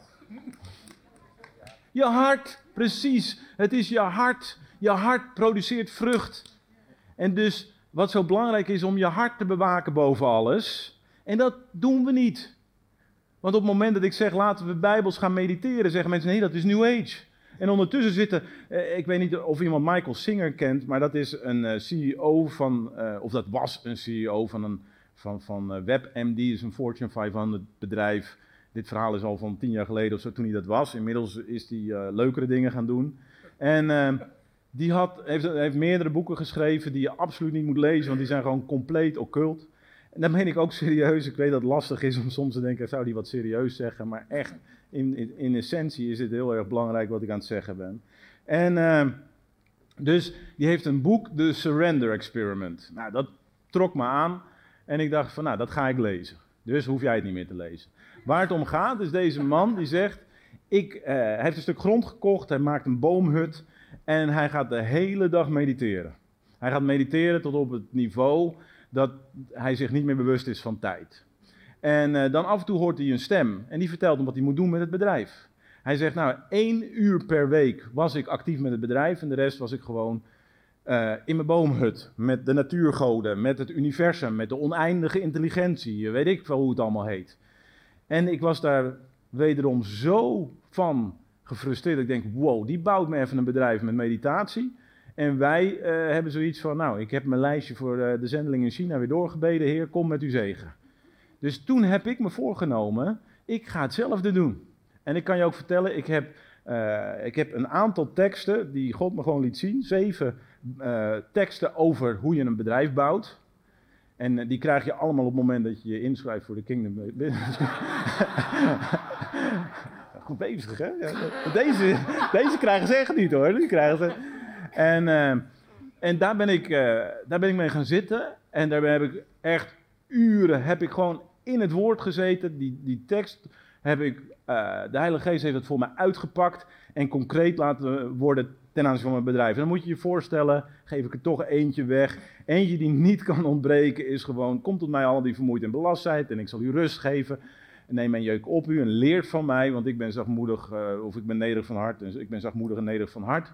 Je hart, precies. Het is je hart. Je hart produceert vrucht. En dus wat zo belangrijk is om je hart te bewaken boven alles. En dat doen we niet. Want op het moment dat ik zeg laten we bijbels gaan mediteren, zeggen mensen nee, dat is New Age. En ondertussen zitten, ik weet niet of iemand Michael Singer kent, maar dat is een CEO van, of dat was een CEO van WebMD, is een Fortune 500 bedrijf. Dit verhaal is al van 10 jaar geleden of zo, toen hij dat was. Inmiddels is hij leukere dingen gaan doen. En die heeft meerdere boeken geschreven die je absoluut niet moet lezen, want die zijn gewoon compleet occult. En dat meen ik ook serieus. Ik weet dat het lastig is om soms te denken, zou die wat serieus zeggen, maar echt, in essentie is het heel erg belangrijk wat ik aan het zeggen ben. En dus die heeft een boek, The Surrender Experiment. Nou, dat trok me aan en ik dacht van, nou, dat ga ik lezen. Dus hoef jij het niet meer te lezen. Waar het om gaat is deze man die zegt, hij heeft een stuk grond gekocht, hij maakt een boomhut en hij gaat de hele dag mediteren. Hij gaat mediteren tot op het niveau dat hij zich niet meer bewust is van tijd. En dan af en toe hoort hij een stem en die vertelt hem wat hij moet doen met het bedrijf. Hij zegt, nou, 1 uur per week was ik actief met het bedrijf en de rest was ik gewoon in mijn boomhut. Met de natuurgoden, met het universum, met de oneindige intelligentie, weet ik wel hoe het allemaal heet. En ik was daar wederom zo van gefrustreerd. Ik denk, wow, die bouwt me even een bedrijf met meditatie. En wij hebben zoiets van, nou, ik heb mijn lijstje voor de zendeling in China weer doorgebeden. Heer, kom met uw zegen. Dus toen heb ik me voorgenomen, ik ga hetzelfde doen. En ik kan je ook vertellen, ik heb een aantal teksten die God me gewoon liet zien. 7 teksten over hoe je een bedrijf bouwt. En die krijg je allemaal op het moment dat je je inschrijft voor de Kingdom Business. Goed bezig, hè? Ja, deze krijgen ze echt niet, hoor. Die krijgen ze. En daar ben ik mee gaan zitten. En daar heb ik echt uren gewoon in het woord gezeten. Die tekst heb ik, de Heilige Geest heeft het voor mij uitgepakt en concreet laten worden ten aanzien van mijn bedrijf. En dan moet je je voorstellen, geef ik er toch eentje weg. Eentje die niet kan ontbreken is gewoon, kom tot mij al die vermoeid en belast zijt en ik zal u rust geven. En neem mijn jeuk op u en leert van mij, want ik ben zachtmoedig, of ik ben nederig van hart. Dus ik ben zachtmoedig en nederig van hart.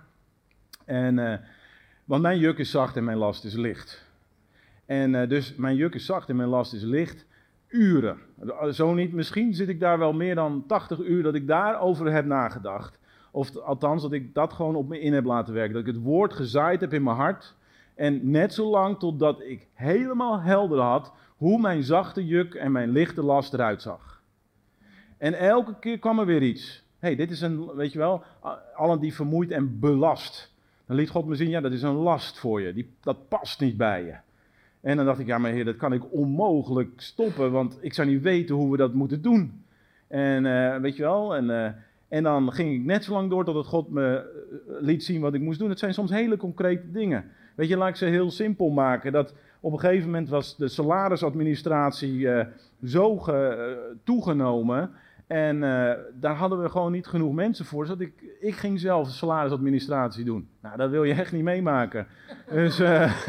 Want mijn juk is zacht en mijn last is licht. En dus mijn juk is zacht en mijn last is licht. Uren. Zo niet, misschien zit ik daar wel meer dan 80 uur dat ik daarover heb nagedacht. Of althans dat ik dat gewoon op me in heb laten werken. Dat ik het woord gezaaid heb in mijn hart. En net zo lang totdat ik helemaal helder had hoe mijn zachte juk en mijn lichte last eruit zag. En elke keer kwam er weer iets. Dit is een, weet je wel, allen die vermoeid en belast. Dan liet God me zien, ja, dat is een last voor je. Dat past niet bij je. En dan dacht ik, ja, maar Heer, dat kan ik onmogelijk stoppen, want ik zou niet weten hoe we dat moeten doen. En weet je wel, en dan ging ik net zo lang door totdat God me liet zien wat ik moest doen. Het zijn soms hele concrete dingen. Weet je, laat ik ze heel simpel maken. Dat op een gegeven moment was de salarisadministratie zo toegenomen. En daar hadden we gewoon niet genoeg mensen voor. Dus ik ging zelf salarisadministratie doen. Nou, dat wil je echt niet meemaken. Dus...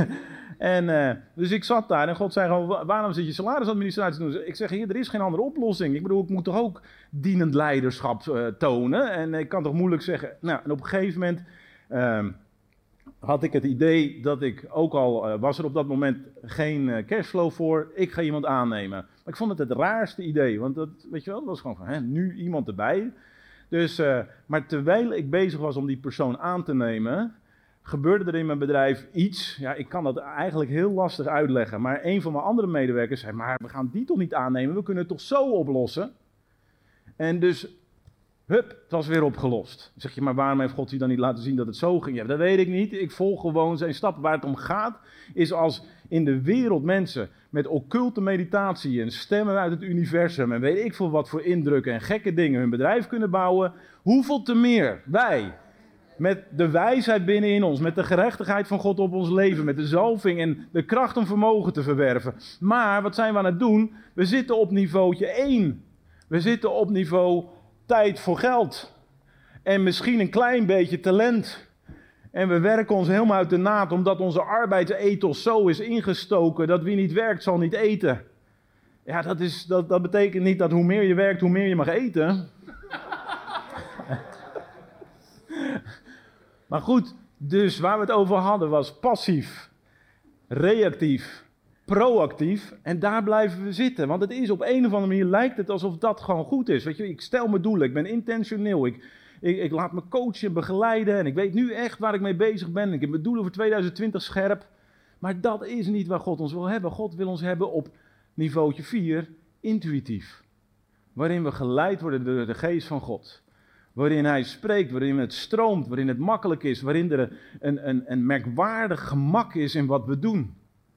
Dus ik zat daar en God zei gewoon, waarom zit je salarisadministratie te doen? Ik zeg, Heer, er is geen andere oplossing. Ik bedoel, ik moet toch ook dienend leiderschap tonen? En ik kan toch moeilijk zeggen... Nou, en op een gegeven moment had ik het idee dat ik, ook al was er op dat moment geen cashflow voor, ik ga iemand aannemen. Maar ik vond het raarste idee, want dat, weet je wel, dat was gewoon van, nu iemand erbij. Dus, maar terwijl ik bezig was om die persoon aan te nemen... gebeurde er in mijn bedrijf iets, ja, ik kan dat eigenlijk heel lastig uitleggen, maar een van mijn andere medewerkers zei, maar we gaan die toch niet aannemen, we kunnen het toch zo oplossen? En dus, hup, het was weer opgelost. Dan zeg je, maar waarom heeft God u dan niet laten zien dat het zo ging? Ja, dat weet ik niet, ik volg gewoon zijn stappen. Waar het om gaat, is als in de wereld mensen met occulte meditatie en stemmen uit het universum en weet ik veel wat voor indrukken en gekke dingen hun bedrijf kunnen bouwen, hoeveel te meer wij... Met de wijsheid binnenin ons, met de gerechtigheid van God op ons leven, met de zalving en de kracht om vermogen te verwerven. Maar wat zijn we aan het doen? We zitten op niveautje 1. We zitten op niveau tijd voor geld. En misschien een klein beetje talent. En we werken ons helemaal uit de naad, omdat onze arbeidsethos zo is ingestoken dat wie niet werkt zal niet eten. Ja, dat betekent niet dat hoe meer je werkt, hoe meer je mag eten. Maar goed, dus waar we het over hadden was passief, reactief, proactief. En daar blijven we zitten. Want het is op een of andere manier lijkt het alsof dat gewoon goed is. Weet je, ik stel me doelen, ik ben intentioneel. Ik laat me coachen, begeleiden en ik weet nu echt waar ik mee bezig ben. Ik heb mijn doelen voor 2020 scherp. Maar dat is niet waar God ons wil hebben. God wil ons hebben op niveautje 4, intuïtief. Waarin we geleid worden door de geest van God. Waarin hij spreekt, waarin het stroomt, waarin het makkelijk is. Waarin er een merkwaardig gemak is in wat we doen.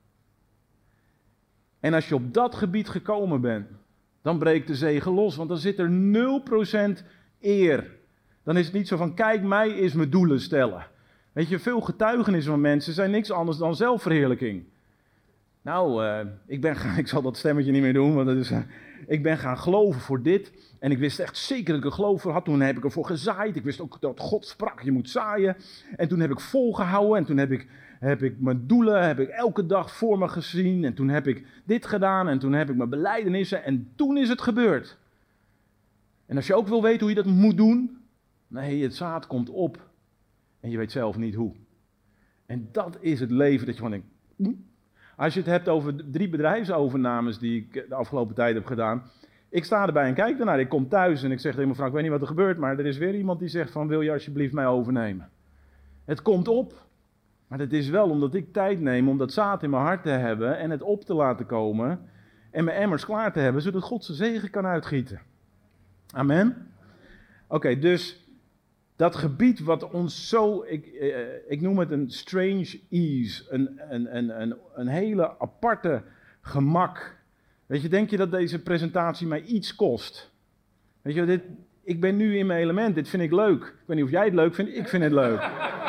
En als je op dat gebied gekomen bent, dan breekt de zegen los. Want dan zit er 0% eer. Dan is het niet zo van, kijk, mij is mijn doelen stellen. Weet je, veel getuigenissen van mensen zijn niks anders dan zelfverheerlijking. Nou, ik zal dat stemmetje niet meer doen, want ik ben gaan geloven voor dit. En ik wist echt zeker dat ik er geloof voor had. Toen heb ik ervoor gezaaid. Ik wist ook dat God sprak, je moet zaaien. En toen heb ik volgehouden. En toen heb ik mijn doelen elke dag voor me gezien. En toen heb ik dit gedaan. En toen heb ik mijn belijdenissen. En toen is het gebeurd. En als je ook wil weten hoe je dat moet doen. Nee, het zaad komt op. En je weet zelf niet hoe. En dat is het leven dat je gewoon denkt. Als je het hebt over 3 bedrijfsovernames die ik de afgelopen tijd heb gedaan. Ik sta erbij en kijk ernaar. Ik kom thuis en ik zeg tegen mijn vrouw, ik weet niet wat er gebeurt, maar er is weer iemand die zegt van, wil je alsjeblieft mij overnemen? Het komt op, maar het is wel omdat ik tijd neem om dat zaad in mijn hart te hebben en het op te laten komen en mijn emmers klaar te hebben, zodat God zijn zegen kan uitgieten. Amen? Oké, dus dat gebied wat ons zo, ik noem het een strange ease, een hele aparte gemak. Weet je, denk je dat deze presentatie mij iets kost? Weet je, ik ben nu in mijn element, dit vind ik leuk. Ik weet niet of jij het leuk vindt, ik vind het leuk.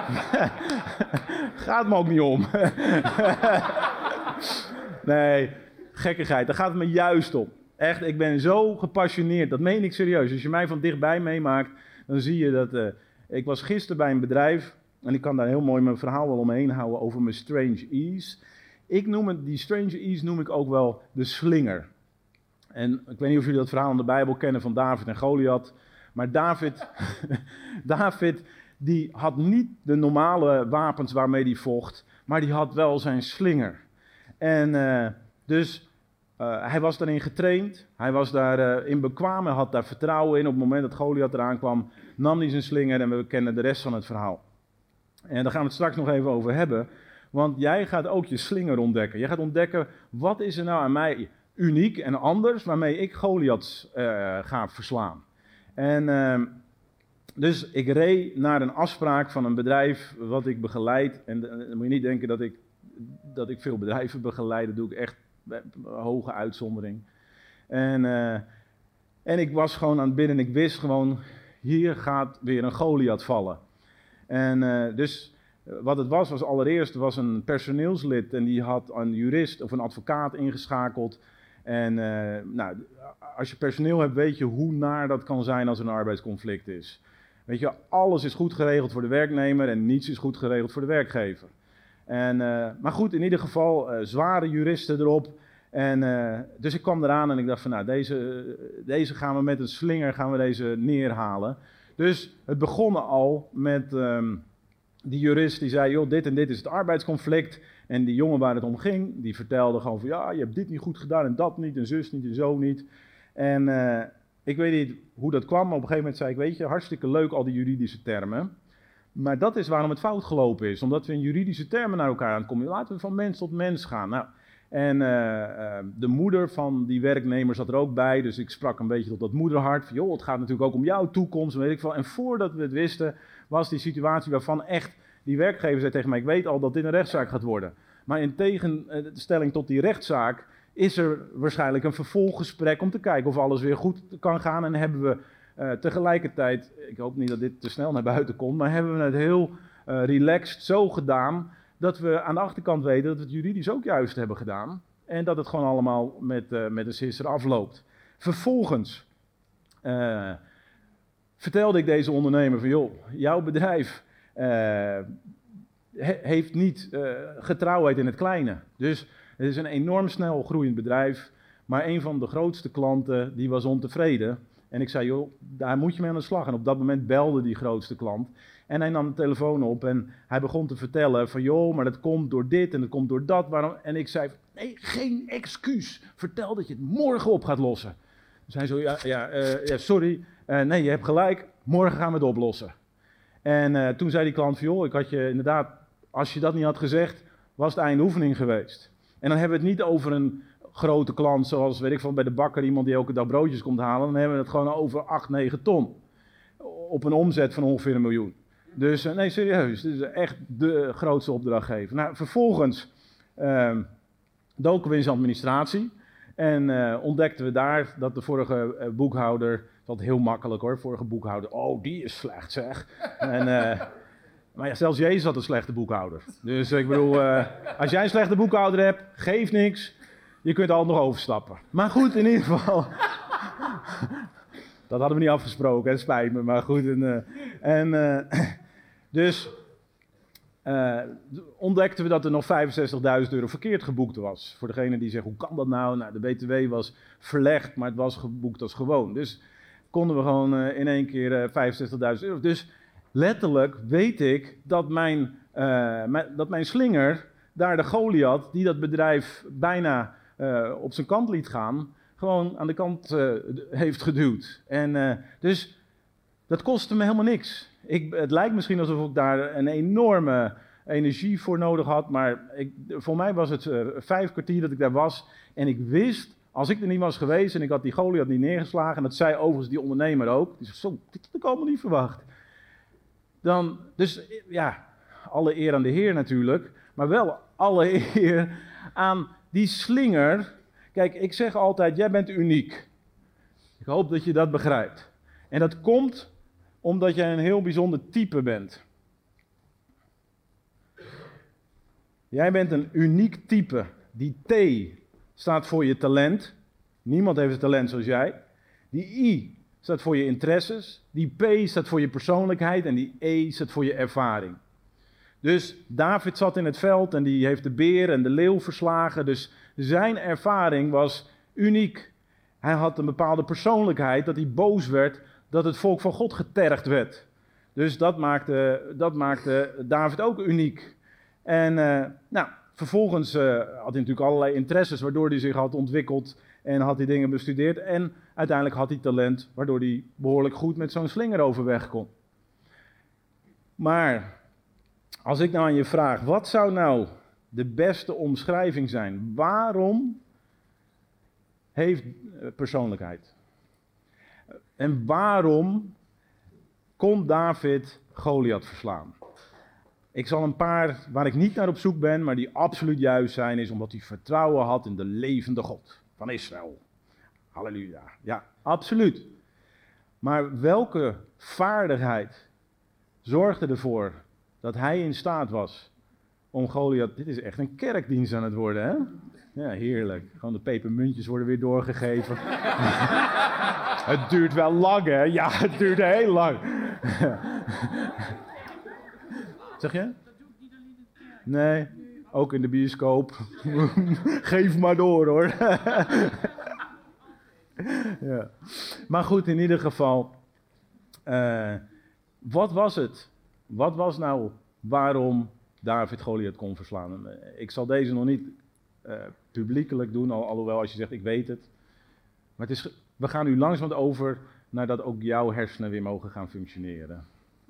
Gaat me ook niet om. Nee, gekkigheid, daar gaat het me juist om. Echt, ik ben zo gepassioneerd, dat meen ik serieus. Als je mij van dichtbij meemaakt, dan zie je dat... ik was gisteren bij een bedrijf, en ik kan daar heel mooi mijn verhaal wel omheen houden over mijn strange ease. Die strange ease noem ik ook wel de slinger. En ik weet niet of jullie dat verhaal in de Bijbel kennen van David en Goliath. Maar David die had niet de normale wapens waarmee hij vocht, maar die had wel zijn slinger. En hij was daarin getraind, hij was daarin bekwaam, hij had daar vertrouwen in. Op het moment dat Goliath eraan kwam, nam hij zijn slinger en we kennen de rest van het verhaal. En daar gaan we het straks nog even over hebben. Want jij gaat ook je slinger ontdekken. Je gaat ontdekken, wat is er nou aan mij uniek en anders, waarmee ik Goliath ga verslaan. En dus ik reed naar een afspraak van een bedrijf wat ik begeleid. En dan moet je niet denken dat ik veel bedrijven begeleid. Dat doe ik echt hoge uitzondering. En ik was gewoon aan het bidden en ik wist gewoon, hier gaat weer een Goliath vallen. En dus wat het was allereerst een personeelslid en die had een jurist of een advocaat ingeschakeld. En als je personeel hebt, weet je hoe naar dat kan zijn als er een arbeidsconflict is. Weet je, alles is goed geregeld voor de werknemer en niets is goed geregeld voor de werkgever. Maar goed, in ieder geval zware juristen erop. Dus ik kwam eraan en ik dacht van deze gaan we met een slinger deze neerhalen. Dus het begon al met die jurist die zei, joh, dit en dit is het arbeidsconflict. En die jongen waar het om ging, die vertelde gewoon van, ja, je hebt dit niet goed gedaan en dat niet en zus niet en zo niet. En ik weet niet hoe dat kwam, maar op een gegeven moment zei ik, weet je, hartstikke leuk al die juridische termen. Maar dat is waarom het fout gelopen is, omdat we in juridische termen naar elkaar aan het komen. Laten we van mens tot mens gaan. Nou, en de moeder van die werknemer zat er ook bij, dus ik sprak een beetje tot dat moederhart. Van, joh, het gaat natuurlijk ook om jouw toekomst, weet ik veel. En voordat we het wisten, was die situatie waarvan echt die werkgever zei tegen mij, ik weet al dat dit een rechtszaak gaat worden. Maar in tegenstelling tot die rechtszaak is er waarschijnlijk een vervolggesprek om te kijken of alles weer goed kan gaan. En hebben we tegelijkertijd, ik hoop niet dat dit te snel naar buiten komt, maar hebben we het heel relaxed zo gedaan dat we aan de achterkant weten dat we het juridisch ook juist hebben gedaan. En dat het gewoon allemaal met een sisser afloopt. Vervolgens vertelde ik deze ondernemer van, joh, jouw bedrijf heeft niet getrouwheid in het kleine. Dus het is een enorm snel groeiend bedrijf, maar een van de grootste klanten die was ontevreden. En ik zei, joh, daar moet je mee aan de slag. En op dat moment belde die grootste klant. En hij nam de telefoon op en hij begon te vertellen van, joh, maar dat komt door dit en dat komt door dat. Waarom? En ik zei, nee, geen excuus. Vertel dat je het morgen op gaat lossen. Dus hij zo, ja, sorry. Nee, je hebt gelijk. morgen gaan we het oplossen. En toen zei die klant van, joh, ik had je inderdaad, als je dat niet had gezegd, was het einde oefening geweest. En dan hebben we het niet over een grote klant, zoals weet ik van bij de bakker, iemand die elke dag broodjes komt halen. Dan hebben we het gewoon over 8, 9 ton. Op een omzet van ongeveer 1 miljoen. Dus nee, serieus, dit is echt de grootste opdrachtgever. Nou, vervolgens doken we in zijn administratie. En ontdekten we daar dat de vorige boekhouder, dat is altijd heel makkelijk hoor, vorige boekhouder, oh die is slecht zeg. En, maar ja, zelfs Jezus had een slechte boekhouder. Dus ik bedoel, als jij een slechte boekhouder hebt, geeft niks, je kunt altijd nog overstappen. Maar goed, in ieder geval, dat hadden we niet afgesproken, het spijt me, maar goed. Dus ontdekten we dat er nog €65.000 verkeerd geboekt was. Voor degene die zegt, hoe kan dat nou? Nou, de BTW was verlegd, maar het was geboekt als gewoon. Dus konden we gewoon in één keer €65.000. Dus letterlijk weet ik dat mijn slinger, daar de Goliath, die dat bedrijf bijna op zijn kant liet gaan, gewoon aan de kant heeft geduwd. En dus dat kostte me helemaal niks. Het lijkt misschien alsof ik daar een enorme energie voor nodig had, maar voor mij was het 5 kwartier dat ik daar was. En ik wist, als ik er niet was geweest en ik had die Goliath niet neergeslagen, en dat zei overigens die ondernemer ook, die zei, zo, dit had ik allemaal niet verwacht. Dan, dus ja, alle eer aan de Heer natuurlijk, maar wel alle eer aan die slinger. Kijk, ik zeg altijd, jij bent uniek. Ik hoop dat je dat begrijpt. En dat komt omdat jij een heel bijzonder type bent. Jij bent een uniek type. Die T staat voor je talent. Niemand heeft een talent zoals jij. Die I staat voor je interesses. Die P staat voor je persoonlijkheid. En die E staat voor je ervaring. Dus David zat in het veld en die heeft de beer en de leeuw verslagen. Dus zijn ervaring was uniek. Hij had een bepaalde persoonlijkheid, dat hij boos werd, dat het volk van God getergd werd. Dus dat maakte David ook uniek. En vervolgens had hij natuurlijk allerlei interesses, waardoor hij zich had ontwikkeld en had hij dingen bestudeerd. En uiteindelijk had hij talent, waardoor hij behoorlijk goed met zo'n slinger overweg kon. Maar als ik nou aan je vraag, wat zou nou de beste omschrijving zijn? Waarom heeft persoonlijkheid? En waarom kon David Goliath verslaan? Ik zal een paar waar ik niet naar op zoek ben, maar die absoluut juist zijn, is omdat hij vertrouwen had in de levende God van Israël. Halleluja. Ja, absoluut. Maar welke vaardigheid zorgde ervoor dat hij in staat was om Goliath... Dit is echt een kerkdienst aan het worden, hè? Ja, heerlijk. Gewoon de pepermuntjes worden weer doorgegeven. Het duurt wel lang, hè? Ja, het duurt heel lang. Zeg je? Nee, ook in de bioscoop. Geef maar door, hoor. Ja. Maar goed, in ieder geval. Wat was het? Wat was nou waarom David Goliath kon verslaan? Ik zal deze nog niet publiekelijk doen, alhoewel als je zegt ik weet het. Maar we gaan nu langzaam over naar dat ook jouw hersenen weer mogen gaan functioneren.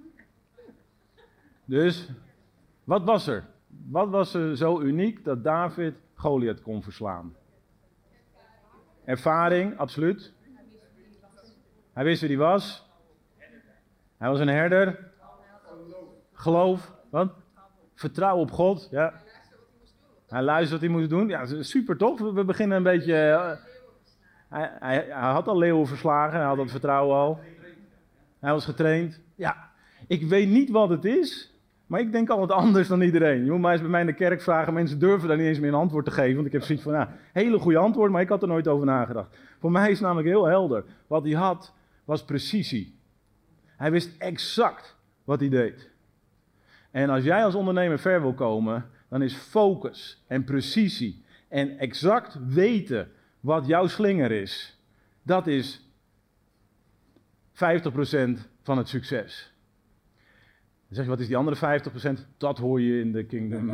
Dus, wat was er? Wat was er zo uniek dat David Goliath kon verslaan? Ervaring, absoluut. Hij wist wie hij was. Hij was een herder. Geloof, wat? Vertrouwen op God, ja. Hij luisterde wat hij moest doen. Ja, super toch? We beginnen een beetje... Hij had al leeuwen verslagen, hij had dat vertrouwen al. Hij was getraind. Ja, ik weet niet wat het is, maar ik denk altijd anders dan iedereen. Je moet maar eens bij mij in de kerk vragen, mensen durven daar niet eens meer een antwoord te geven. Want ik heb zoiets van, hele goede antwoord, maar ik had er nooit over nagedacht. Voor mij is het namelijk heel helder. Wat hij had, was precisie. Hij wist exact wat hij deed. En als jij als ondernemer ver wil komen, dan is focus en precisie en exact weten wat jouw slinger is, dat is 50% van het succes. Dan zeg je, wat is die andere 50%? Dat hoor je in de kingdom.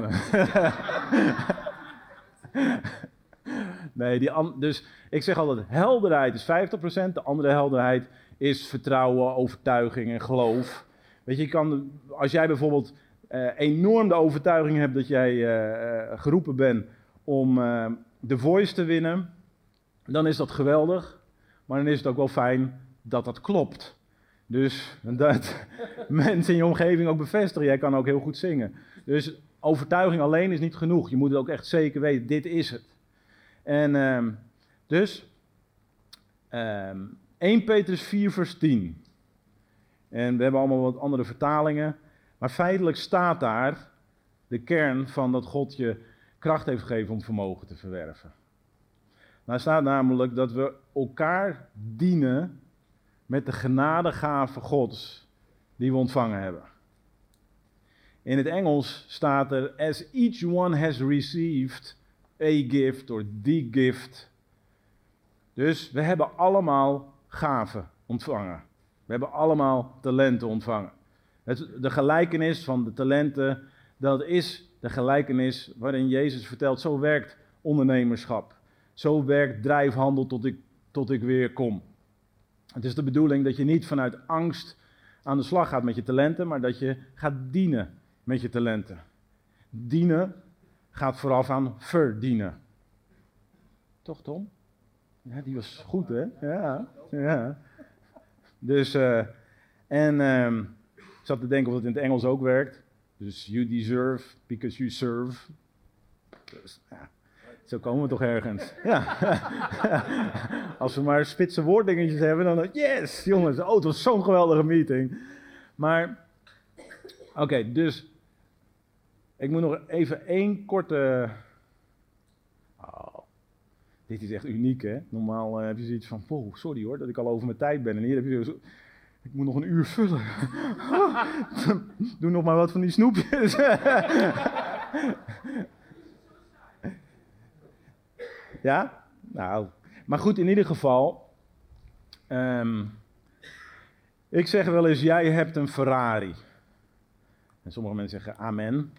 Nee, dus ik zeg altijd, helderheid is 50%, de andere helderheid is vertrouwen, overtuiging en geloof. Weet je, als jij bijvoorbeeld enorm de overtuiging hebt dat jij geroepen bent om The Voice te winnen, dan is dat geweldig. Maar dan is het ook wel fijn dat dat klopt. Dus dat mensen in je omgeving ook bevestigen, jij kan ook heel goed zingen. Dus overtuiging alleen is niet genoeg. Je moet het ook echt zeker weten, dit is het. En dus 1 Petrus 4 vers 10. En we hebben allemaal wat andere vertalingen. Maar feitelijk staat daar de kern van dat God je kracht heeft gegeven om vermogen te verwerven. Daar staat namelijk dat we elkaar dienen met de genadegave Gods die we ontvangen hebben. In het Engels staat er, as each one has received a gift or the gift. Dus we hebben allemaal gaven ontvangen. We hebben allemaal talenten ontvangen. De gelijkenis van de talenten, dat is de gelijkenis waarin Jezus vertelt, zo werkt ondernemerschap. Zo werkt drijfhandel tot ik weer kom. Het is de bedoeling dat je niet vanuit angst aan de slag gaat met je talenten, maar dat je gaat dienen met je talenten. Dienen gaat vooraf aan verdienen. Toch, Tom? Ja, die was goed, hè? Ja. Dus, ik zat te denken of het in het Engels ook werkt. Dus you deserve because you serve. Dus, ja, zo komen we toch ergens. Ja. Als we maar spitse woorddingetjes hebben, dan yes, jongens. Oh, het was zo'n geweldige meeting. Maar, oké, dus ik moet nog even één korte... Oh, dit is echt uniek, hè? Normaal heb je zoiets van, wow, sorry hoor, dat ik al over mijn tijd ben. En hier heb je zo... Ik moet nog een uur vullen. Doe nog maar wat van die snoepjes. Ja? Nou. Maar goed, in ieder geval. Ik zeg wel eens, jij hebt een Ferrari. En sommige mensen zeggen, amen.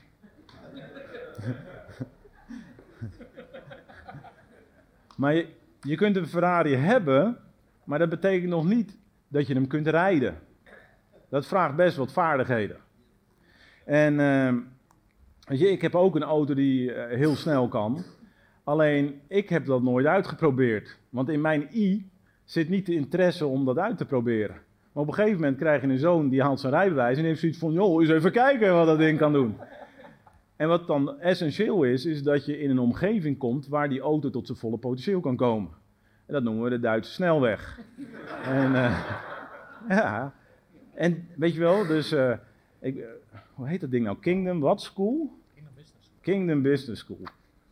Maar je kunt een Ferrari hebben, maar dat betekent nog niet dat je hem kunt rijden. Dat vraagt best wat vaardigheden. En weet je, ik heb ook een auto die heel snel kan. Alleen, ik heb dat nooit uitgeprobeerd. Want in mijn zit niet de interesse om dat uit te proberen. Maar op een gegeven moment krijg je een zoon die haalt zijn rijbewijs en heeft zoiets van, joh, eens even kijken wat dat ding kan doen. En wat dan essentieel is dat je in een omgeving komt waar die auto tot zijn volle potentieel kan komen. En dat noemen we de Duitse snelweg. En ja, en weet je wel, dus, hoe heet dat ding nou? Kingdom what School? Kingdom Business School.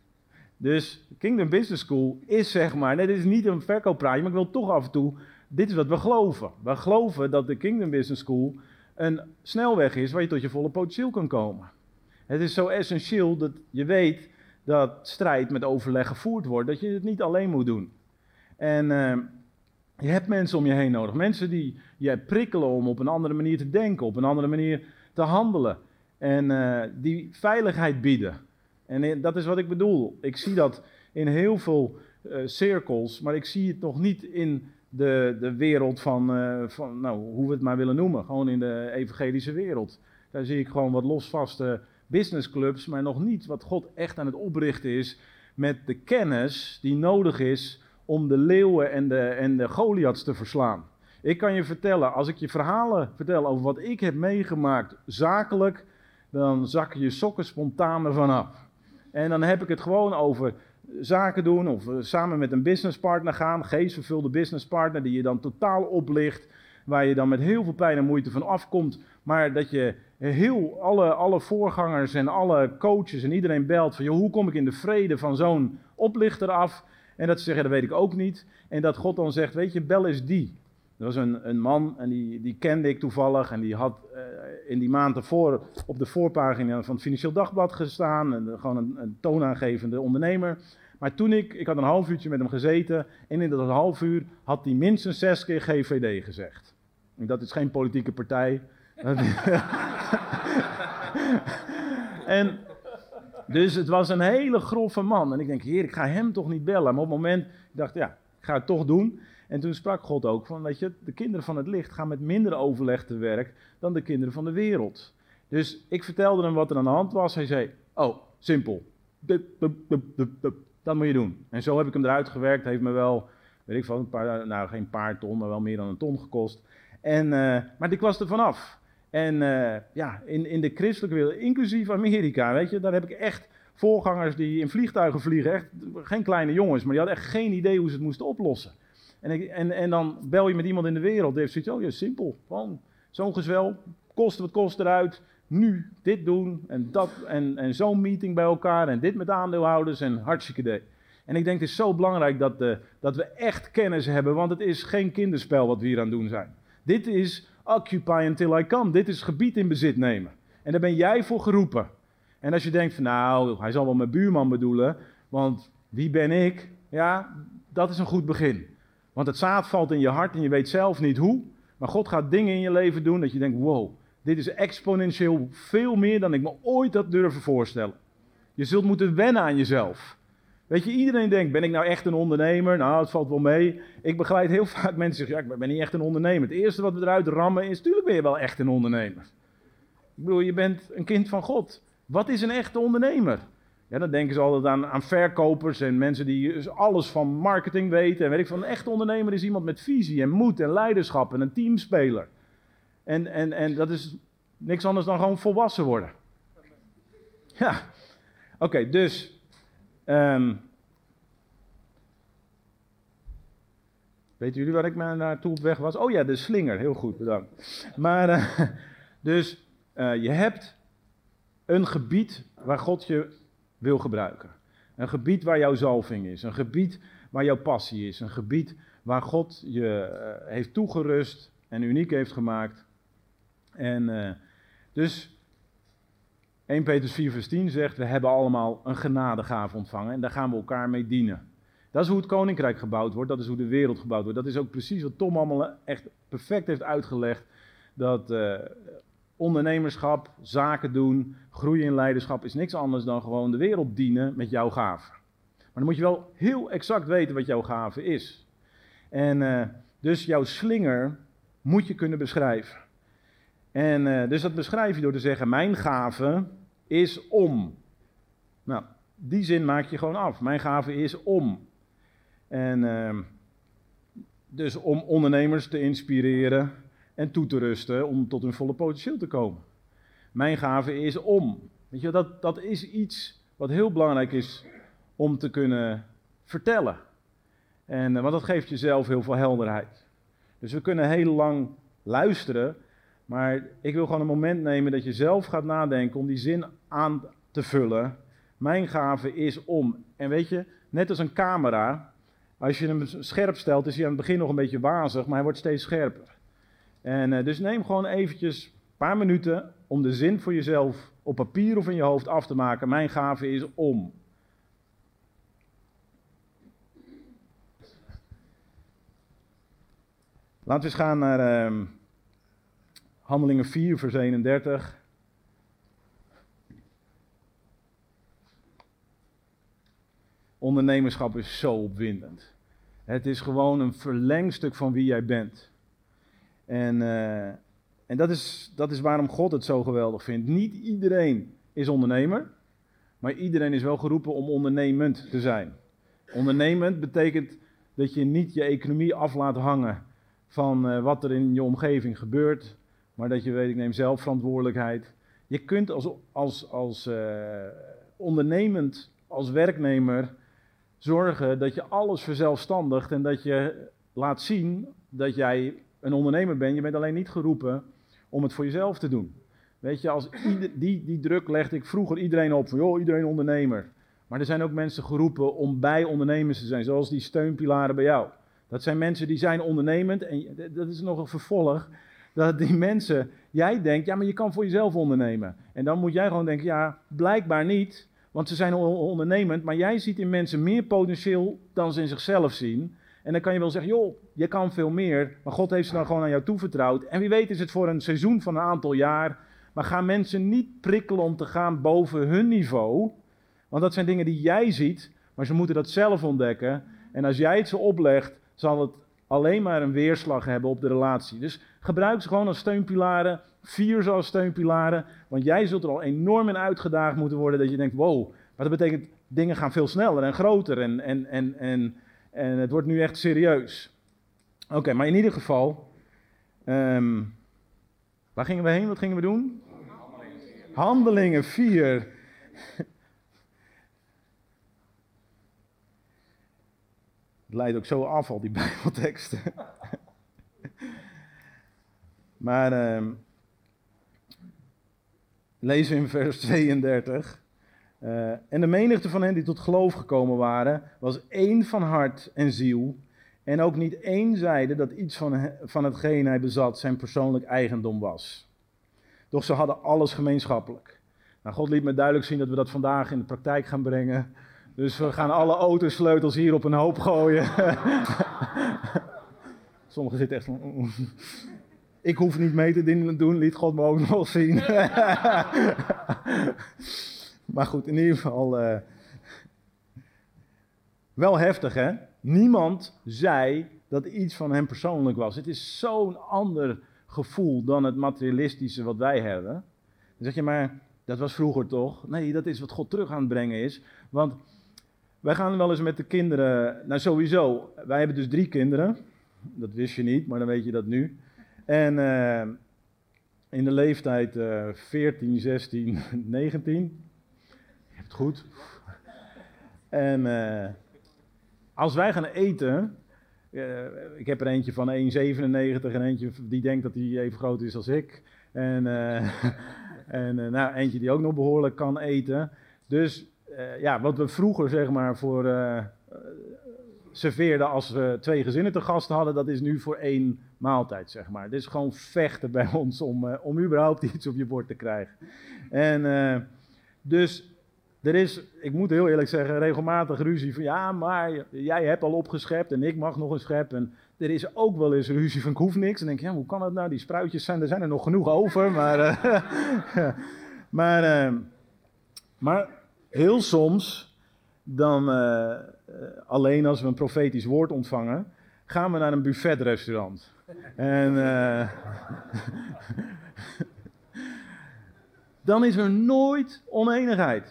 Dus Kingdom Business School is zeg maar, nee, dit is niet een verkooppraatje, maar ik wil toch af en toe, dit is wat we geloven. We geloven dat de Kingdom Business School een snelweg is waar je tot je volle potentieel kan komen. Het is zo essentieel dat je weet dat strijd met overleg gevoerd wordt, dat je het niet alleen moet doen. En je hebt mensen om je heen nodig. Mensen die je prikkelen om op een andere manier te denken, op een andere manier te handelen. En die veiligheid bieden. En dat is wat ik bedoel. Ik zie dat in heel veel cirkels, maar ik zie het nog niet in de wereld van nou, hoe we het maar willen noemen. Gewoon in de evangelische wereld. Daar zie ik gewoon wat losvaste businessclubs, maar nog niet wat God echt aan het oprichten is met de kennis die nodig is om de leeuwen en de Goliaths te verslaan. Ik kan je vertellen, als ik je verhalen vertel over wat ik heb meegemaakt zakelijk, dan zakken je sokken spontaan ervan af. En dan heb ik het gewoon over zaken doen of samen met een businesspartner gaan, geestvervulde businesspartner die je dan totaal oplicht, waar je dan met heel veel pijn en moeite van afkomt, maar dat je alle voorgangers en alle coaches en iedereen belt van, joh, hoe kom ik in de vrede van zo'n oplichter af? En dat ze zeggen, dat weet ik ook niet. En dat God dan zegt, weet je, bel eens die. Er was een man en die kende ik toevallig en die had in die maand ervoor op de voorpagina van het Financieel Dagblad gestaan. En gewoon een toonaangevende ondernemer. Maar toen ik had een half uurtje met hem gezeten en in dat half uur had hij minstens 6 keer GVD gezegd. En dat is geen politieke partij. En dus het was een hele grove man. En ik denk, heer, ik ga hem toch niet bellen. Maar op het moment, ik dacht, ja, ik ga het toch doen. En toen sprak God ook van, weet je, de kinderen van het licht gaan met minder overleg te werk dan de kinderen van de wereld. Dus ik vertelde hem wat er aan de hand was. Hij zei, oh, simpel. Dat moet je doen. En zo heb ik hem eruit gewerkt. Heeft me wel, weet ik veel, geen paar ton, maar wel meer dan een ton gekost. Maar ik was er vanaf. En in de christelijke wereld, inclusief Amerika, weet je, daar heb ik echt voorgangers die in vliegtuigen vliegen. Echt geen kleine jongens, maar die hadden echt geen idee hoe ze het moesten oplossen. En dan bel je met iemand in de wereld, die heeft zoiets, oh ja, simpel. Gewoon zo'n gezwel, kost wat kost eruit. Nu dit doen en dat en zo'n meeting bij elkaar en dit met aandeelhouders en hartstikke idee. En ik denk het is zo belangrijk dat we echt kennis hebben, want het is geen kinderspel wat we hier aan het doen zijn. Dit is occupy until I come, dit is gebied in bezit nemen. En daar ben jij voor geroepen. En als je denkt van nou, hij zal wel mijn buurman bedoelen, want wie ben ik? Ja, dat is een goed begin. Want het zaad valt in je hart en je weet zelf niet hoe, maar God gaat dingen in je leven doen dat je denkt wow. Dit is exponentieel veel meer dan ik me ooit had durven voorstellen. Je zult moeten wennen aan jezelf. Weet je, iedereen denkt, ben ik nou echt een ondernemer? Nou, het valt wel mee. Ik begeleid heel vaak mensen die zeggen, ja, ik ben niet echt een ondernemer. Het eerste wat we eruit rammen is, tuurlijk ben je wel echt een ondernemer. Ik bedoel, je bent een kind van God. Wat is een echte ondernemer? Ja, dan denken ze altijd aan verkopers en mensen die alles van marketing weten. En weet ik van, een echte ondernemer is iemand met visie en moed en leiderschap en een teamspeler. En dat is niks anders dan gewoon volwassen worden. Ja, oké, dus. Weten jullie waar ik naartoe op weg was? Oh ja, de slinger, heel goed, bedankt. Maar, je hebt een gebied waar God je wil gebruiken. Een gebied waar jouw zalving is. Een gebied waar jouw passie is. Een gebied waar God je heeft toegerust en uniek heeft gemaakt. En dus 1 Petrus 4 vers 10 zegt, we hebben allemaal een genadegave ontvangen en daar gaan we elkaar mee dienen. Dat is hoe het koninkrijk gebouwd wordt, dat is hoe de wereld gebouwd wordt. Dat is ook precies wat Tom allemaal echt perfect heeft uitgelegd. Dat ondernemerschap, zaken doen, groeien in leiderschap is niks anders dan gewoon de wereld dienen met jouw gave. Maar dan moet je wel heel exact weten wat jouw gave is. En dus jouw slinger moet je kunnen beschrijven. En dus dat beschrijf je door te zeggen, mijn gave is om. Nou, die zin maak je gewoon af. Mijn gave is om. En dus om ondernemers te inspireren en toe te rusten om tot hun volle potentieel te komen. Mijn gave is om. Weet je, dat is iets wat heel belangrijk is om te kunnen vertellen. Want dat geeft jezelf heel veel helderheid. Dus we kunnen heel lang luisteren. Maar ik wil gewoon een moment nemen dat je zelf gaat nadenken om die zin aan te vullen. Mijn gave is om. En weet je, net als een camera, als je hem scherp stelt, is hij aan het begin nog een beetje wazig, maar hij wordt steeds scherper. En dus neem gewoon eventjes een paar minuten om de zin voor jezelf op papier of in je hoofd af te maken. Mijn gave is om. Laten we eens gaan naar Handelingen 4, vers 31. Ondernemerschap is zo opwindend. Het is gewoon een verlengstuk van wie jij bent. En dat is waarom God het zo geweldig vindt. Niet iedereen is ondernemer, maar iedereen is wel geroepen om ondernemend te zijn. Ondernemend betekent dat je niet je economie af laat hangen van wat er in je omgeving gebeurt, maar dat je weet, ik neem zelf verantwoordelijkheid. Je kunt als ondernemend, als werknemer, zorgen dat je alles verzelfstandigt en dat je laat zien dat jij een ondernemer bent. Je bent alleen niet geroepen om het voor jezelf te doen. Weet je, die druk legde ik vroeger iedereen op van, joh, iedereen ondernemer. Maar er zijn ook mensen geroepen om bij ondernemers te zijn, zoals die steunpilaren bij jou. Dat zijn mensen die zijn ondernemend en dat is nog een vervolg. Dat die mensen, jij denkt, ja, maar je kan voor jezelf ondernemen. En dan moet jij gewoon denken, ja, blijkbaar niet, want ze zijn ondernemend, maar jij ziet in mensen meer potentieel dan ze in zichzelf zien. En dan kan je wel zeggen, joh, je kan veel meer, maar God heeft ze dan gewoon aan jou toevertrouwd. En wie weet is het voor een seizoen van een aantal jaar, maar gaan mensen niet prikkelen om te gaan boven hun niveau, want dat zijn dingen die jij ziet, maar ze moeten dat zelf ontdekken. En als jij het ze oplegt, zal het alleen maar een weerslag hebben op de relatie. Dus gebruik ze gewoon als steunpilaren. Vier ze als steunpilaren. Want jij zult er al enorm in uitgedaagd moeten worden dat je denkt, wow, maar dat betekent dingen gaan veel sneller en groter en het wordt nu echt serieus. Oké, maar in ieder geval, waar gingen we heen? Wat gingen we doen? Handelingen 4. Het leidt ook zo af, al die Bijbelteksten. Maar lezen we in vers 32. En de menigte van hen die tot geloof gekomen waren, was één van hart en ziel. En ook niet één zeide dat iets van hetgeen hij bezat zijn persoonlijk eigendom was. Doch ze hadden alles gemeenschappelijk. Nou, God liet me duidelijk zien dat we dat vandaag in de praktijk gaan brengen. Dus we gaan alle autosleutels hier op een hoop gooien. Sommigen zitten echt van... Ik hoef niet mee te doen, liet God me ook nog zien. Maar goed, in ieder geval... Wel heftig, hè? Niemand zei dat iets van hem persoonlijk was. Het is zo'n ander gevoel dan het materialistische wat wij hebben. Dan zeg je maar, dat was vroeger toch? Nee, dat is wat God terug aan het brengen is. Want wij gaan wel eens met de kinderen... Nou, sowieso, wij hebben dus 3 kinderen. Dat wist je niet, maar dan weet je dat nu. En in de leeftijd 14, 16, 19. Je hebt het goed. En als wij gaan eten... ik heb er eentje van 1,97 en eentje die denkt dat hij even groot is als ik. En nou, eentje die ook nog behoorlijk kan eten. Dus ja, wat we vroeger zeg maar voor serveerden als we 2 gezinnen te gast hadden, dat is nu voor 1 maaltijd zeg maar. Het is gewoon vechten bij ons om überhaupt iets op je bord te krijgen. En dus... Er is, ik moet heel eerlijk zeggen, regelmatig ruzie van ja, maar jij hebt al opgeschept en ik mag nog een schep. En er is ook wel eens ruzie van ik hoef niks. En dan denk je, ja, hoe kan dat nou? Die spruitjes zijn er nog genoeg over. Maar heel soms, dan alleen als we een profetisch woord ontvangen, gaan we naar een buffetrestaurant. En dan is er nooit oneenigheid.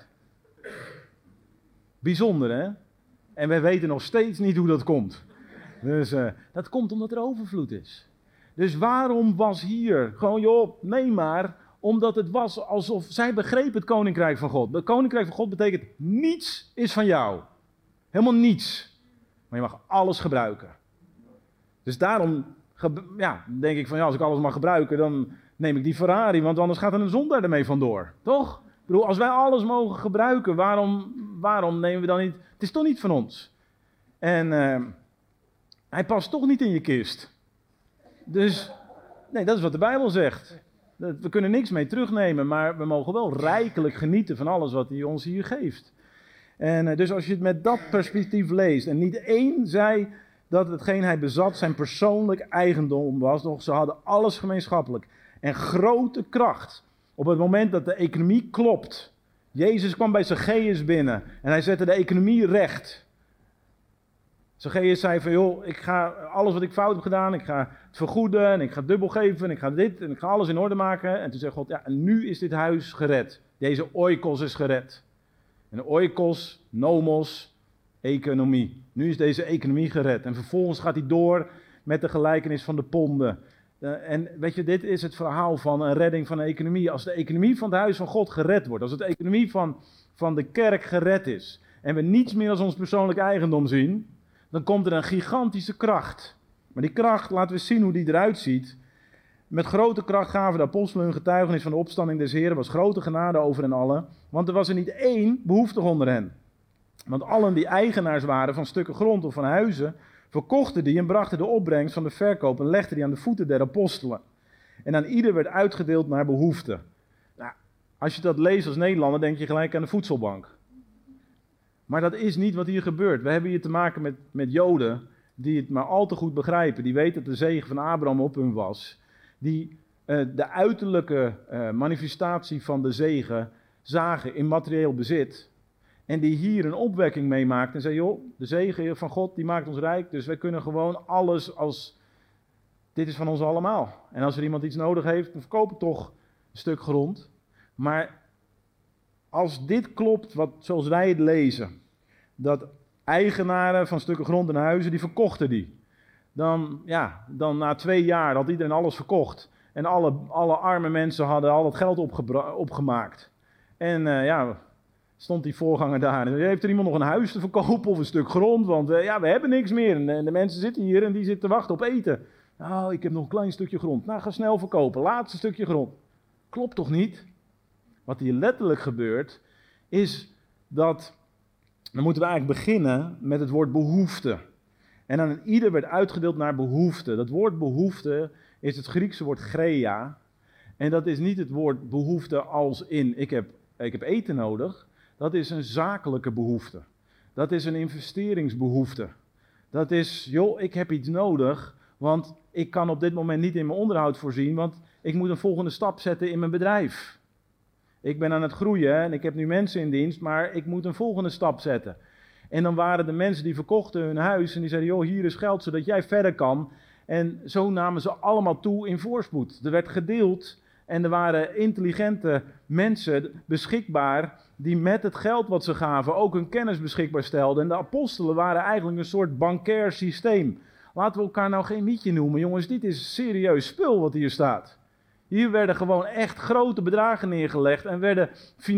Bijzonder, hè? En wij weten nog steeds niet hoe dat komt. Dus dat komt omdat er overvloed is. Dus waarom was hier gewoon, joh, nee maar, omdat het was alsof zij begreep het koninkrijk van God. Het koninkrijk van God betekent niets is van jou. Helemaal niets. Maar je mag alles gebruiken. Dus daarom denk ik van ja, als ik alles mag gebruiken, dan neem ik die Ferrari, want anders gaat er een zondaar ermee vandoor. Toch? Ik bedoel, als wij alles mogen gebruiken, waarom nemen we dan niet... Het is toch niet van ons. En hij past toch niet in je kist. Dus, nee, dat is wat de Bijbel zegt. We kunnen niks mee terugnemen, maar we mogen wel rijkelijk genieten van alles wat hij ons hier geeft. En dus als je het met dat perspectief leest, en niet één zei dat hetgeen hij bezat zijn persoonlijk eigendom was, doch ze hadden alles gemeenschappelijk. En grote kracht. Op het moment dat de economie klopt. Jezus kwam bij Zacchaeus binnen en hij zette de economie recht. Zacchaeus zei van joh, ik ga alles wat ik fout heb gedaan, ik ga het vergoeden en ik ga dubbel geven en ik ga dit en ik ga alles in orde maken. En toen zei God, ja, en nu is dit huis gered. Deze oikos is gered. En oikos, nomos, economie. Nu is deze economie gered. En vervolgens gaat hij door met de gelijkenis van de ponden. En weet je, dit is het verhaal van een redding van de economie. Als de economie van het huis van God gered wordt, als de economie van de kerk gered is, en we niets meer als ons persoonlijk eigendom zien, dan komt er een gigantische kracht. Maar die kracht, laten we zien hoe die eruit ziet. Met grote kracht gaven de apostelen hun getuigenis van de opstanding des Heren, was grote genade over hen allen, want er was er niet één behoeftig onder hen. Want allen die eigenaars waren van stukken grond of van huizen, verkochten die en brachten de opbrengst van de verkoop en legden die aan de voeten der apostelen. En aan ieder werd uitgedeeld naar behoefte. Nou, als je dat leest als Nederlander, denk je gelijk aan de voedselbank. Maar dat is niet wat hier gebeurt. We hebben hier te maken met Joden die het maar al te goed begrijpen. Die weten dat de zegen van Abraham op hun was. Die de uiterlijke manifestatie van de zegen zagen in materieel bezit. En die hier een opwekking meemaakt en zei, joh, de zegen van God die maakt ons rijk. Dus wij kunnen gewoon alles dit is van ons allemaal. En als er iemand iets nodig heeft, dan verkoop ik toch een stuk grond. Maar als dit klopt, zoals wij het lezen, dat eigenaren van stukken grond en huizen, die verkochten die. Dan na 2 jaar had iedereen alles verkocht. En alle arme mensen hadden al dat geld opgemaakt. En stond die voorganger daar. En heeft er iemand nog een huis te verkopen of een stuk grond? Want we hebben niks meer. En de mensen zitten hier en die zitten te wachten op eten. Nou, ik heb nog een klein stukje grond. Nou, ga snel verkopen. Laatste stukje grond. Klopt toch niet? Wat hier letterlijk gebeurt, is dat... Dan moeten we eigenlijk beginnen met het woord behoefte. En aan ieder werd uitgedeeld naar behoefte. Dat woord behoefte is het Griekse woord greia. En dat is niet het woord behoefte als in ik heb eten nodig. Dat is een zakelijke behoefte. Dat is een investeringsbehoefte. Dat is, joh, ik heb iets nodig, want ik kan op dit moment niet in mijn onderhoud voorzien, want ik moet een volgende stap zetten in mijn bedrijf. Ik ben aan het groeien en ik heb nu mensen in dienst, maar ik moet een volgende stap zetten. En dan waren de mensen die verkochten hun huis en die zeiden, joh, hier is geld zodat jij verder kan. En zo namen ze allemaal toe in voorspoed. Er werd gedeeld en er waren intelligente mensen beschikbaar die met het geld wat ze gaven ook hun kennis beschikbaar stelden. En de apostelen waren eigenlijk een soort bankair systeem. Laten we elkaar nou geen mietje noemen, jongens, dit is serieus spul wat hier staat. Hier werden gewoon echt grote bedragen neergelegd en werden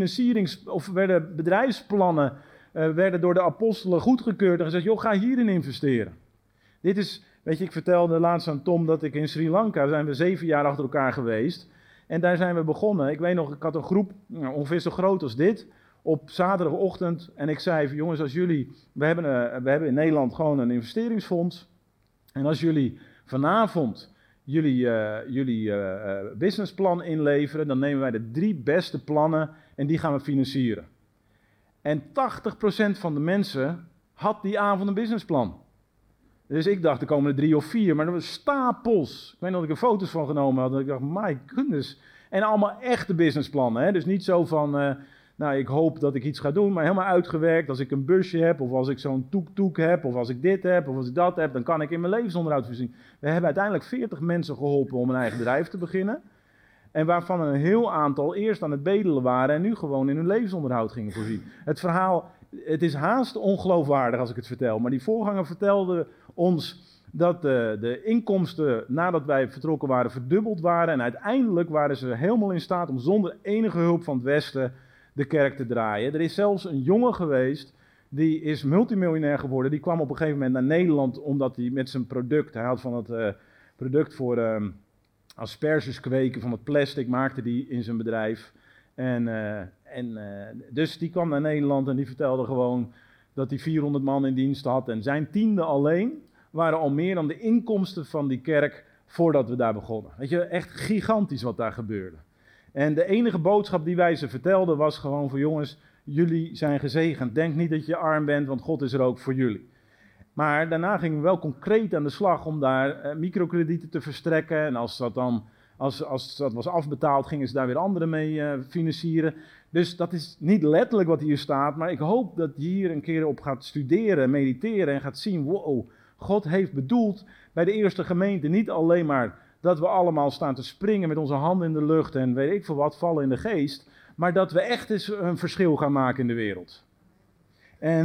werden bedrijfsplannen werden door de apostelen goedgekeurd en gezegd, joh, ga hierin investeren. Dit is, weet je, ik vertelde laatst aan Tom dat ik in Sri Lanka, zijn we 7 jaar achter elkaar geweest. En daar zijn we begonnen. Ik weet nog, ik had een groep, ongeveer zo groot als dit, op zaterdagochtend. En ik zei, jongens, als jullie, we hebben in Nederland gewoon een investeringsfonds. En als jullie vanavond jullie businessplan inleveren, dan nemen wij de 3 beste plannen en die gaan we financieren. En 80% van de mensen had die avond een businessplan. Dus ik dacht, er komen er 3 of 4, maar er waren stapels. Ik weet nog dat ik er foto's van genomen had. En ik dacht, my goodness. En allemaal echte businessplannen. Hè? Dus niet zo van, ik hoop dat ik iets ga doen, maar helemaal uitgewerkt. Als ik een busje heb, of als ik zo'n toek-toek heb, of als ik dit heb, of als ik dat heb, dan kan ik in mijn levensonderhoud voorzien. We hebben uiteindelijk 40 mensen geholpen om een eigen bedrijf te beginnen. En waarvan een heel aantal eerst aan het bedelen waren en nu gewoon in hun levensonderhoud gingen voorzien. Het verhaal, het is haast ongeloofwaardig als ik het vertel, maar die voorganger vertelde ons dat de inkomsten nadat wij vertrokken waren verdubbeld waren. En uiteindelijk waren ze helemaal in staat om zonder enige hulp van het Westen de kerk te draaien. Er is zelfs een jongen geweest, die is multimiljonair geworden. Die kwam op een gegeven moment naar Nederland omdat hij met zijn product, hij had van het product voor asperges kweken van het plastic, maakte die in zijn bedrijf. Dus die kwam naar Nederland en die vertelde gewoon dat hij 400 man in dienst had. En zijn tiende alleen waren al meer dan de inkomsten van die kerk voordat we daar begonnen. Weet je, echt gigantisch wat daar gebeurde. En de enige boodschap die wij ze vertelden was gewoon voor jongens, jullie zijn gezegend. Denk niet dat je arm bent, want God is er ook voor jullie. Maar daarna gingen we wel concreet aan de slag om daar microkredieten te verstrekken. En als dat was afbetaald, gingen ze daar weer anderen mee financieren. Dus dat is niet letterlijk wat hier staat, maar ik hoop dat je hier een keer op gaat studeren, mediteren en gaat zien, wow, God heeft bedoeld bij de eerste gemeente niet alleen maar dat we allemaal staan te springen met onze handen in de lucht en weet ik veel wat, vallen in de geest, maar dat we echt eens een verschil gaan maken in de wereld. En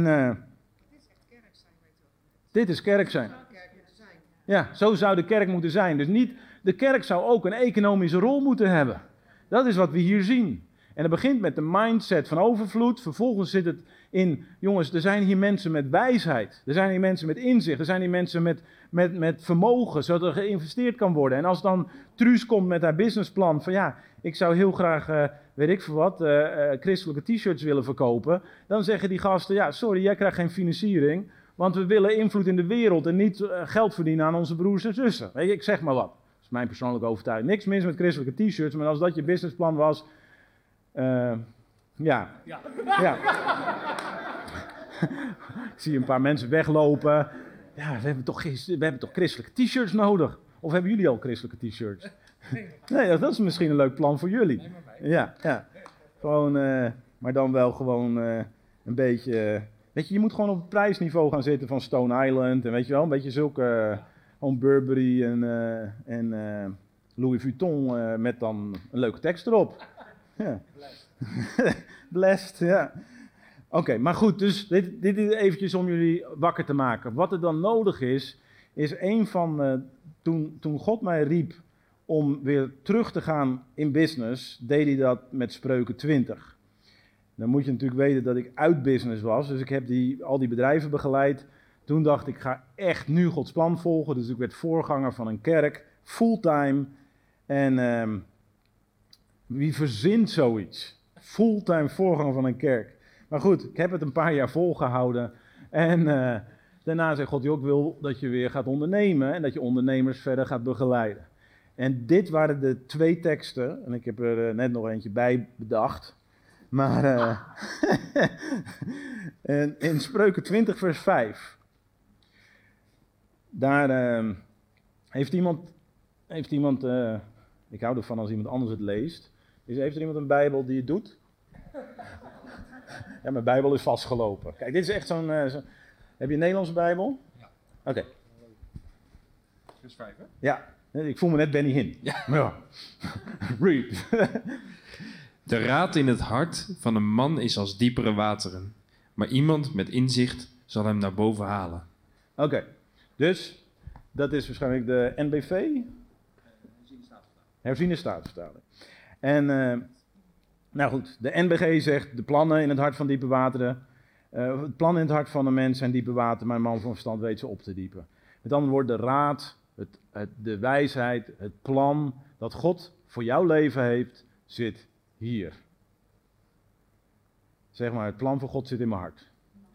dit is kerk zijn. Ja, zo zou de kerk moeten zijn. Dus niet, de kerk zou ook een economische rol moeten hebben. Dat is wat we hier zien. En het begint met de mindset van overvloed. Vervolgens zit het in, jongens, er zijn hier mensen met wijsheid. Er zijn hier mensen met inzicht. Er zijn hier mensen met vermogen, zodat er geïnvesteerd kan worden. En als dan Truus komt met haar businessplan van ja, ik zou heel graag, weet ik veel wat, christelijke t-shirts willen verkopen. Dan zeggen die gasten, ja, sorry, jij krijgt geen financiering. Want we willen invloed in de wereld en niet geld verdienen aan onze broers en zussen. Weet je, ik zeg maar wat. Dat is mijn persoonlijke overtuiging. Niks mis met christelijke t-shirts, maar als dat je businessplan was... Ja. Ik zie een paar mensen weglopen. Ja, we hebben toch christelijke t-shirts nodig? Of hebben jullie al christelijke t-shirts? Nee, dat is misschien een leuk plan voor jullie. Ja. Gewoon, maar dan wel gewoon een beetje... weet je, je moet gewoon op het prijsniveau gaan zitten van Stone Island. En weet je wel, een beetje zulke... gewoon Burberry en Louis Vuitton met dan een leuke tekst erop. Ja. Blessed, ja. Oké, maar goed, dus dit is eventjes om jullie wakker te maken. Wat er dan nodig is een van... toen God mij riep om weer terug te gaan in business, deed hij dat met Spreuken 20. Dan moet je natuurlijk weten dat ik uit business was, dus ik heb al die bedrijven begeleid. Toen dacht ik, ga echt nu Gods plan volgen. Dus ik werd voorganger van een kerk, fulltime. En wie verzint zoiets? Fulltime voorganger van een kerk. Maar goed, ik heb het een paar jaar volgehouden. En daarna zei God, joh, ik wil dat je weer gaat ondernemen en dat je ondernemers verder gaat begeleiden. En dit waren de 2 teksten, en ik heb er net nog eentje bij bedacht. Maar en in Spreuken 20 vers 5, daar heeft iemand ik hou ervan als iemand anders het leest. Heeft er iemand een Bijbel die het doet? Ja, mijn Bijbel is vastgelopen. Kijk, dit is echt zo'n... heb je een Nederlandse Bijbel? Ja. Oké. Vers 5, hè? Ja, ik voel me net Benny Hinn. Ja. Read. De raad in het hart van een man is als diepere wateren. Maar iemand met inzicht zal hem naar boven halen. Oké, dus dat is waarschijnlijk de NBV? Herziene Statenvertaling. En, nou goed, de NBG zegt de plannen in het hart van diepe wateren. Het plan in het hart van een mens zijn diepe wateren, maar een man van verstand weet ze op te diepen. Met andere woorden, de raad, de wijsheid, het plan dat God voor jouw leven heeft, zit hier. Zeg maar, het plan van God zit in mijn hart.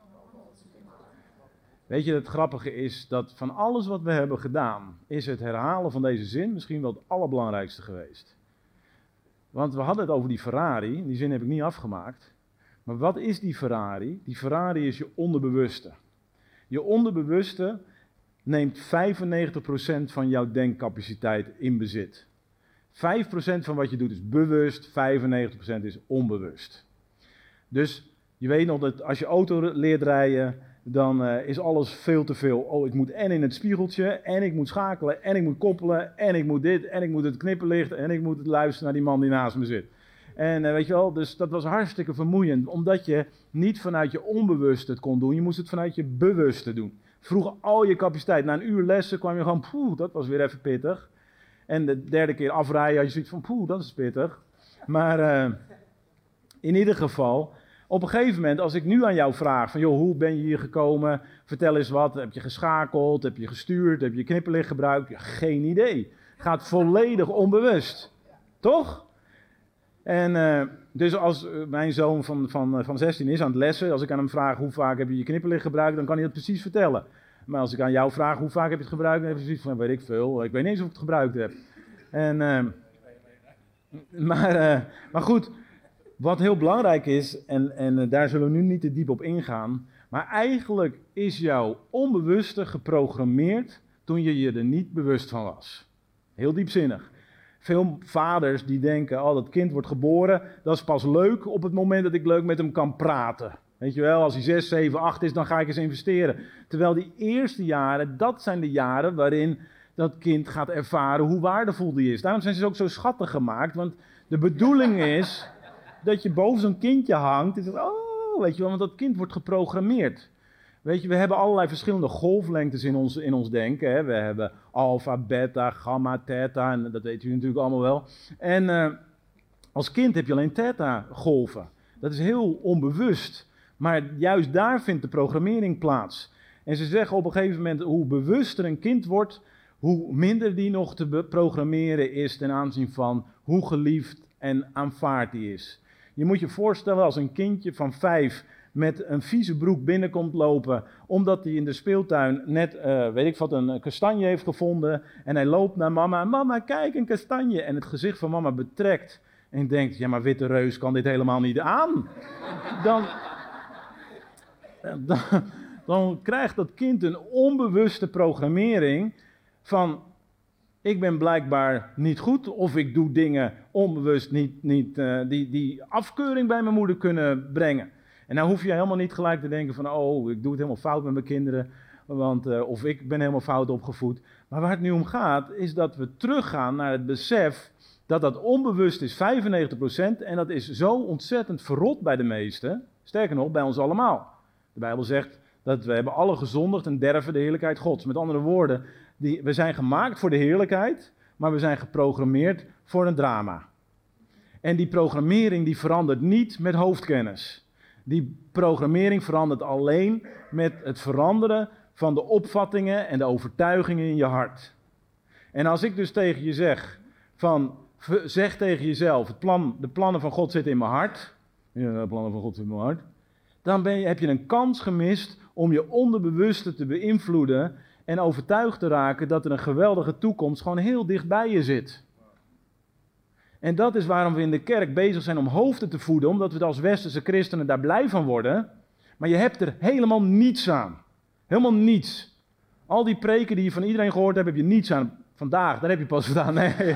Weet je, het grappige is dat van alles wat we hebben gedaan, is het herhalen van deze zin misschien wel het allerbelangrijkste geweest. Want we hadden het over die Ferrari, die zin heb ik niet afgemaakt. Maar wat is die Ferrari? Die Ferrari is je onderbewuste. Je onderbewuste neemt 95% van jouw denkcapaciteit in bezit. 5% van wat je doet is bewust, 95% is onbewust. Dus je weet nog dat als je auto leert rijden, dan is alles veel te veel. Oh, ik moet en in het spiegeltje, en ik moet schakelen, en ik moet koppelen, en ik moet dit, en ik moet het knipperlicht, en ik moet luisteren naar die man die naast me zit. En weet je wel, dus dat was hartstikke vermoeiend, omdat je niet vanuit je onbewuste het kon doen, je moest het vanuit je bewuste doen. Vroeg al je capaciteit, na een uur lessen kwam je gewoon, dat was weer even pittig. En de derde keer afrijden had je zoiets van, dat is pittig. Maar in ieder geval, op een gegeven moment, als ik nu aan jou vraag van, joh, hoe ben je hier gekomen? Vertel eens wat, heb je geschakeld, heb je gestuurd, heb je knipperlicht gebruikt? Ja, geen idee. Gaat volledig onbewust. Toch? En dus als mijn zoon van 16 is aan het lessen, als ik aan hem vraag hoe vaak heb je je knipperlicht gebruikt, dan kan hij dat precies vertellen. Maar als ik aan jou vraag hoe vaak heb je het gebruikt, dan heb je zoiets van, weet ik veel, ik weet niet eens of ik het gebruikt heb. En, maar goed, wat heel belangrijk is, en daar zullen we nu niet te diep op ingaan, maar eigenlijk is jouw onbewuste geprogrammeerd toen je er niet bewust van was. Heel diepzinnig. Veel vaders die denken, dat kind wordt geboren, dat is pas leuk op het moment dat ik leuk met hem kan praten. Weet je wel, als hij 6, 7, 8 is, dan ga ik eens investeren. Terwijl die eerste jaren, dat zijn de jaren waarin dat kind gaat ervaren hoe waardevol die is. Daarom zijn ze ook zo schattig gemaakt, want de bedoeling is dat je boven zo'n kindje hangt en zegt, weet je wel, want dat kind wordt geprogrammeerd. Weet je, we hebben allerlei verschillende golflengtes in ons denken. Hè. We hebben alfa, beta, gamma, theta, en dat weten jullie natuurlijk allemaal wel. En als kind heb je alleen theta golven. Dat is heel onbewust. Maar juist daar vindt de programmering plaats. En ze zeggen op een gegeven moment, hoe bewuster een kind wordt, hoe minder die nog te programmeren is ten aanzien van hoe geliefd en aanvaard die is. Je moet je voorstellen als een kindje van 5 met een vieze broek binnenkomt lopen, omdat hij in de speeltuin net, een kastanje heeft gevonden. En hij loopt naar mama, mama kijk een kastanje. En het gezicht van mama betrekt en denkt, ja maar witte reus kan dit helemaal niet aan. Dan krijgt dat kind een onbewuste programmering van, ik ben blijkbaar niet goed, of ik doe dingen onbewust niet die afkeuring bij mijn moeder kunnen brengen. En nou hoef je helemaal niet gelijk te denken van, oh, ik doe het helemaal fout met mijn kinderen, of ik ben helemaal fout opgevoed. Maar waar het nu om gaat, is dat we teruggaan naar het besef dat dat onbewust is 95% en dat is zo ontzettend verrot bij de meesten. Sterker nog, bij ons allemaal. De Bijbel zegt dat we hebben alle gezondigd en derven de heerlijkheid Gods. Met andere woorden, we zijn gemaakt voor de heerlijkheid, maar we zijn geprogrammeerd voor een drama. En die programmering die verandert niet met hoofdkennis. Die programmering verandert alleen met het veranderen van de opvattingen en de overtuigingen in je hart. En als ik dus tegen je zeg tegen jezelf, de plannen van God zitten in mijn hart. Ja, de plannen van God zitten in mijn hart. Dan heb je een kans gemist om je onderbewuste te beïnvloeden en overtuigd te raken dat er een geweldige toekomst gewoon heel dicht bij je zit. En dat is waarom we in de kerk bezig zijn om hoofden te voeden, omdat we als westerse christenen daar blij van worden. Maar je hebt er helemaal niets aan. Helemaal niets. Al die preken die je van iedereen gehoord hebt, heb je niets aan. Vandaag, daar heb je pas gedaan. Nee.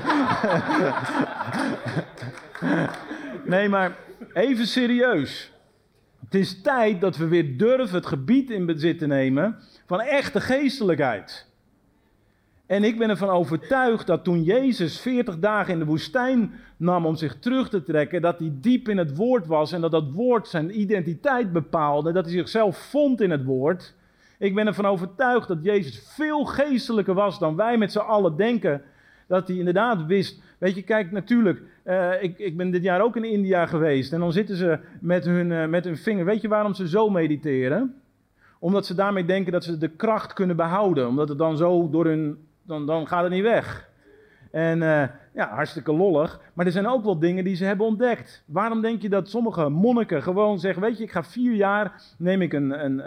Nee, maar even serieus. Het is tijd dat we weer durven het gebied in bezit te nemen van echte geestelijkheid. En ik ben ervan overtuigd dat toen Jezus 40 dagen in de woestijn nam om zich terug te trekken, dat hij diep in het woord was en dat dat woord zijn identiteit bepaalde, dat hij zichzelf vond in het woord. Ik ben ervan overtuigd dat Jezus veel geestelijker was dan wij met z'n allen denken. Dat hij inderdaad wist. Weet je, kijk, natuurlijk, ik ben dit jaar ook in India geweest. En dan zitten ze met hun vinger. Weet je waarom ze zo mediteren? Omdat ze daarmee denken dat ze de kracht kunnen behouden. Omdat het dan zo door hun... Dan gaat het niet weg. En ja, hartstikke lollig. Maar er zijn ook wel dingen die ze hebben ontdekt. Waarom denk je dat sommige monniken gewoon zeggen... Weet je, ik ga 4 jaar, neem ik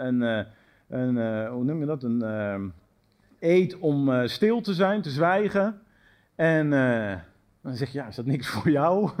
hoe noem je dat? Een eed om stil te zijn, te zwijgen. En dan zeg je, ja, is dat niks voor jou?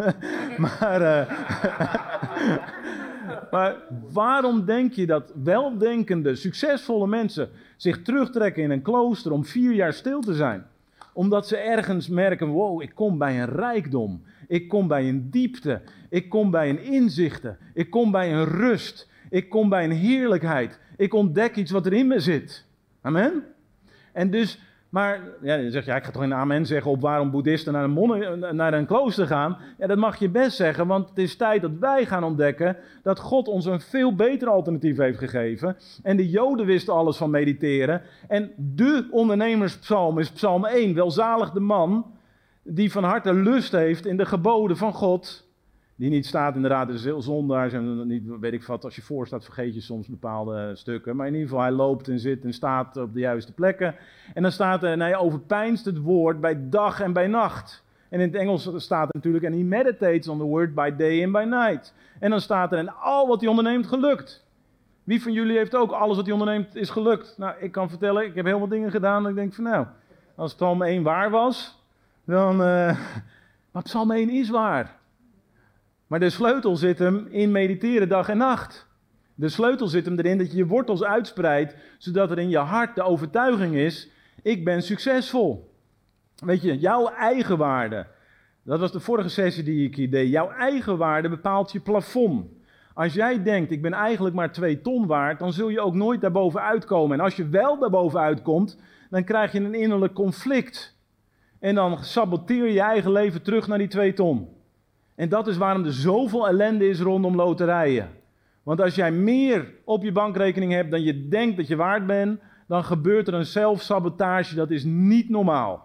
Maar waarom denk je dat weldenkende, succesvolle mensen zich terugtrekken in een klooster om 4 jaar stil te zijn? Omdat ze ergens merken, wow, ik kom bij een rijkdom. Ik kom bij een diepte. Ik kom bij een inzichten. Ik kom bij een rust. Ik kom bij een heerlijkheid. Ik ontdek iets wat er in me zit. Amen? En dus... Maar ja, dan zeg je, ja, ik ga toch geen amen zeggen op waarom boeddhisten naar een klooster gaan. Ja, dat mag je best zeggen, want het is tijd dat wij gaan ontdekken dat God ons een veel beter alternatief heeft gegeven. En de Joden wisten alles van mediteren. En de ondernemerspsalm is psalm 1. Welzalig de man die van harte lust heeft in de geboden van God. Die niet staat inderdaad, het is heel zondaars en niet, weet ik wat, als je voor staat vergeet je soms bepaalde stukken. Maar in ieder geval, hij loopt en zit en staat op de juiste plekken. En dan staat er, hij overpeinst het woord bij dag en bij nacht. En in het Engels staat er natuurlijk, en he meditates on the word by day and by night. En dan staat er, en al wat hij onderneemt gelukt. Wie van jullie heeft ook alles wat hij onderneemt is gelukt? Nou, ik kan vertellen, ik heb heel wat dingen gedaan en ik denk van nou, als psalm 1 waar was, dan... maar psalm 1 is waar. Maar de sleutel zit hem in mediteren dag en nacht. De sleutel zit hem erin dat je je wortels uitspreidt, zodat er in je hart de overtuiging is, ik ben succesvol. Weet je, jouw eigenwaarde, dat was de vorige sessie die ik hier deed, jouw eigenwaarde bepaalt je plafond. Als jij denkt, ik ben eigenlijk maar 2 ton waard, dan zul je ook nooit daarboven uitkomen. En als je wel daarboven uitkomt, dan krijg je een innerlijk conflict. En dan saboteer je je eigen leven terug naar die 2 ton. En dat is waarom er zoveel ellende is rondom loterijen. Want als jij meer op je bankrekening hebt dan je denkt dat je waard bent, dan gebeurt er een zelfsabotage, dat is niet normaal.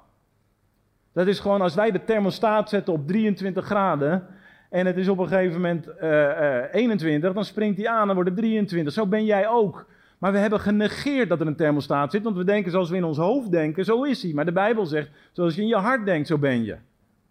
Dat is gewoon als wij de thermostaat zetten op 23 graden en het is op een gegeven moment 21, dan springt die aan en wordt het 23. Zo ben jij ook. Maar we hebben genegeerd dat er een thermostaat zit, want we denken zoals we in ons hoofd denken, zo is hij. Maar de Bijbel zegt, zoals je in je hart denkt, zo ben je.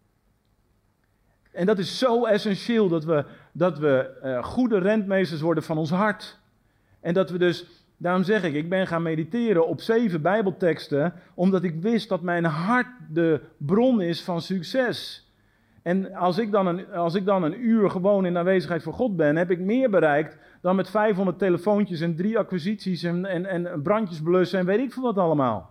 En dat is zo essentieel dat we goede rentmeesters worden van ons hart. En dat we dus, daarom zeg ik ben gaan mediteren op 7 Bijbelteksten, omdat ik wist dat mijn hart de bron is van succes. En als ik dan een uur gewoon in de aanwezigheid van God ben, heb ik meer bereikt dan met 500 telefoontjes en 3 acquisities en brandjes blussen en weet ik veel wat allemaal.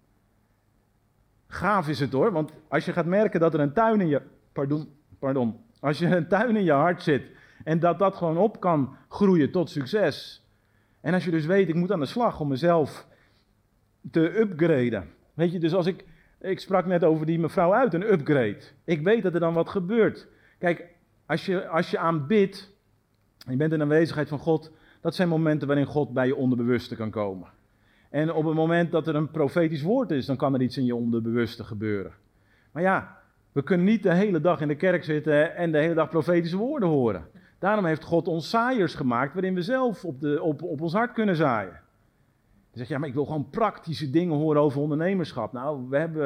Gaaf is het hoor, want als je gaat merken dat er een tuin in je... Als je een tuin in je hart zit En dat gewoon op kan groeien tot succes. En als je dus weet, ik moet aan de slag om mezelf te upgraden. Weet je, dus als ik sprak net over die mevrouw uit, een upgrade. Ik weet dat er dan wat gebeurt. Kijk, als je aanbidt, en je bent in de aanwezigheid van God, dat zijn momenten waarin God bij je onderbewuste kan komen. En op het moment dat er een profetisch woord is, dan kan er iets in je onderbewuste gebeuren. Maar ja, we kunnen niet de hele dag in de kerk zitten en de hele dag profetische woorden horen. Daarom heeft God ons zaaiers gemaakt, waarin we zelf op ons hart kunnen zaaien. Je zegt, ja, maar ik wil gewoon praktische dingen horen over ondernemerschap. Nou,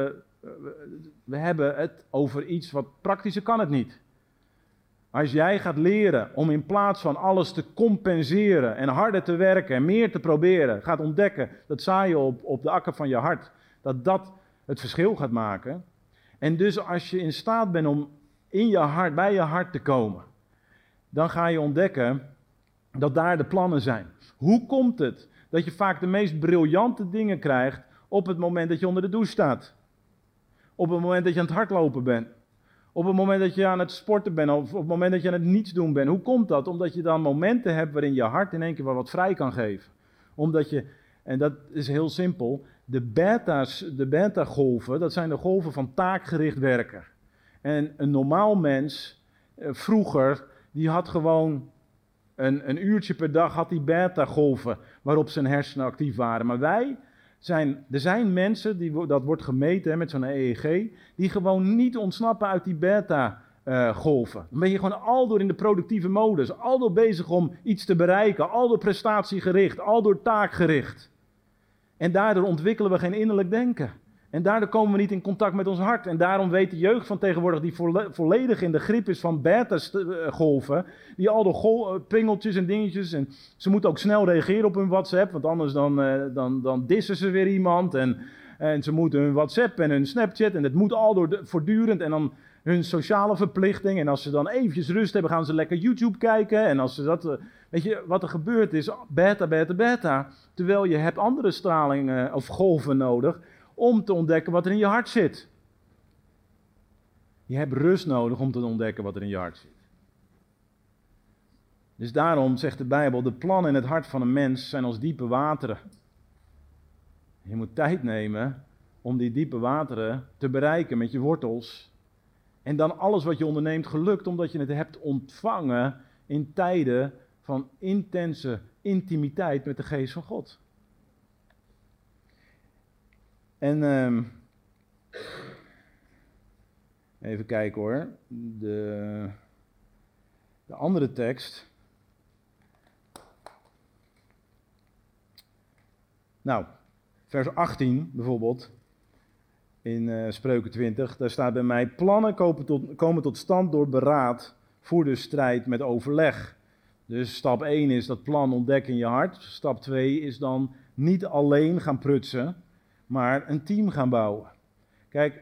we hebben het over iets wat praktischer kan het niet. Als jij gaat leren om in plaats van alles te compenseren en harder te werken en meer te proberen, gaat ontdekken dat zaaien op de akker van je hart, dat het verschil gaat maken. En dus als je in staat bent om bij je hart te komen, dan ga je ontdekken dat daar de plannen zijn. Hoe komt het dat je vaak de meest briljante dingen krijgt op het moment dat je onder de douche staat? Op het moment dat je aan het hardlopen bent? Op het moment dat je aan het sporten bent of op het moment dat je aan het niets doen bent. Hoe komt dat? Omdat je dan momenten hebt waarin je hart in één keer wat vrij kan geven. Omdat je, en dat is heel simpel, de beta-golven, dat zijn de golven van taakgericht werken. En een normaal mens, vroeger, die had gewoon een uurtje per dag had die beta-golven waarop zijn hersenen actief waren. Maar er zijn mensen, dat wordt gemeten met zo'n EEG, die gewoon niet ontsnappen uit die beta-golven. Dan ben je gewoon aldoor in de productieve modus, aldoor bezig om iets te bereiken, aldoor prestatiegericht, aldoor taakgericht. En daardoor ontwikkelen we geen innerlijk denken. En daardoor komen we niet in contact met ons hart. En daarom weet de jeugd van tegenwoordig, die volledig in de grip is van beta-golven, die al door pingeltjes en dingetjes, en ze moeten ook snel reageren op hun WhatsApp, want anders dan dissen ze weer iemand. En ze moeten hun WhatsApp en hun Snapchat, en dat moet al door voortdurend, en dan hun sociale verplichting. En als ze dan eventjes rust hebben, gaan ze lekker YouTube kijken. En als ze dat, weet je, wat er gebeurt is beta. Terwijl je hebt andere stralingen of golven nodig om te ontdekken wat er in je hart zit. Je hebt rust nodig om te ontdekken wat er in je hart zit. Dus daarom zegt de Bijbel, de plannen in het hart van een mens zijn als diepe wateren. Je moet tijd nemen om die diepe wateren te bereiken met je wortels. En dan alles wat je onderneemt gelukt omdat je het hebt ontvangen in tijden van intense intimiteit met de geest van God. En even kijken hoor, de andere tekst. Nou, vers 18 bijvoorbeeld, in Spreuken 20, daar staat bij mij, plannen komen tot stand door beraad, voer dus strijd met overleg. Dus stap 1 is dat plan ontdekken in je hart. Stap 2 is dan niet alleen gaan prutsen, maar een team gaan bouwen. Kijk,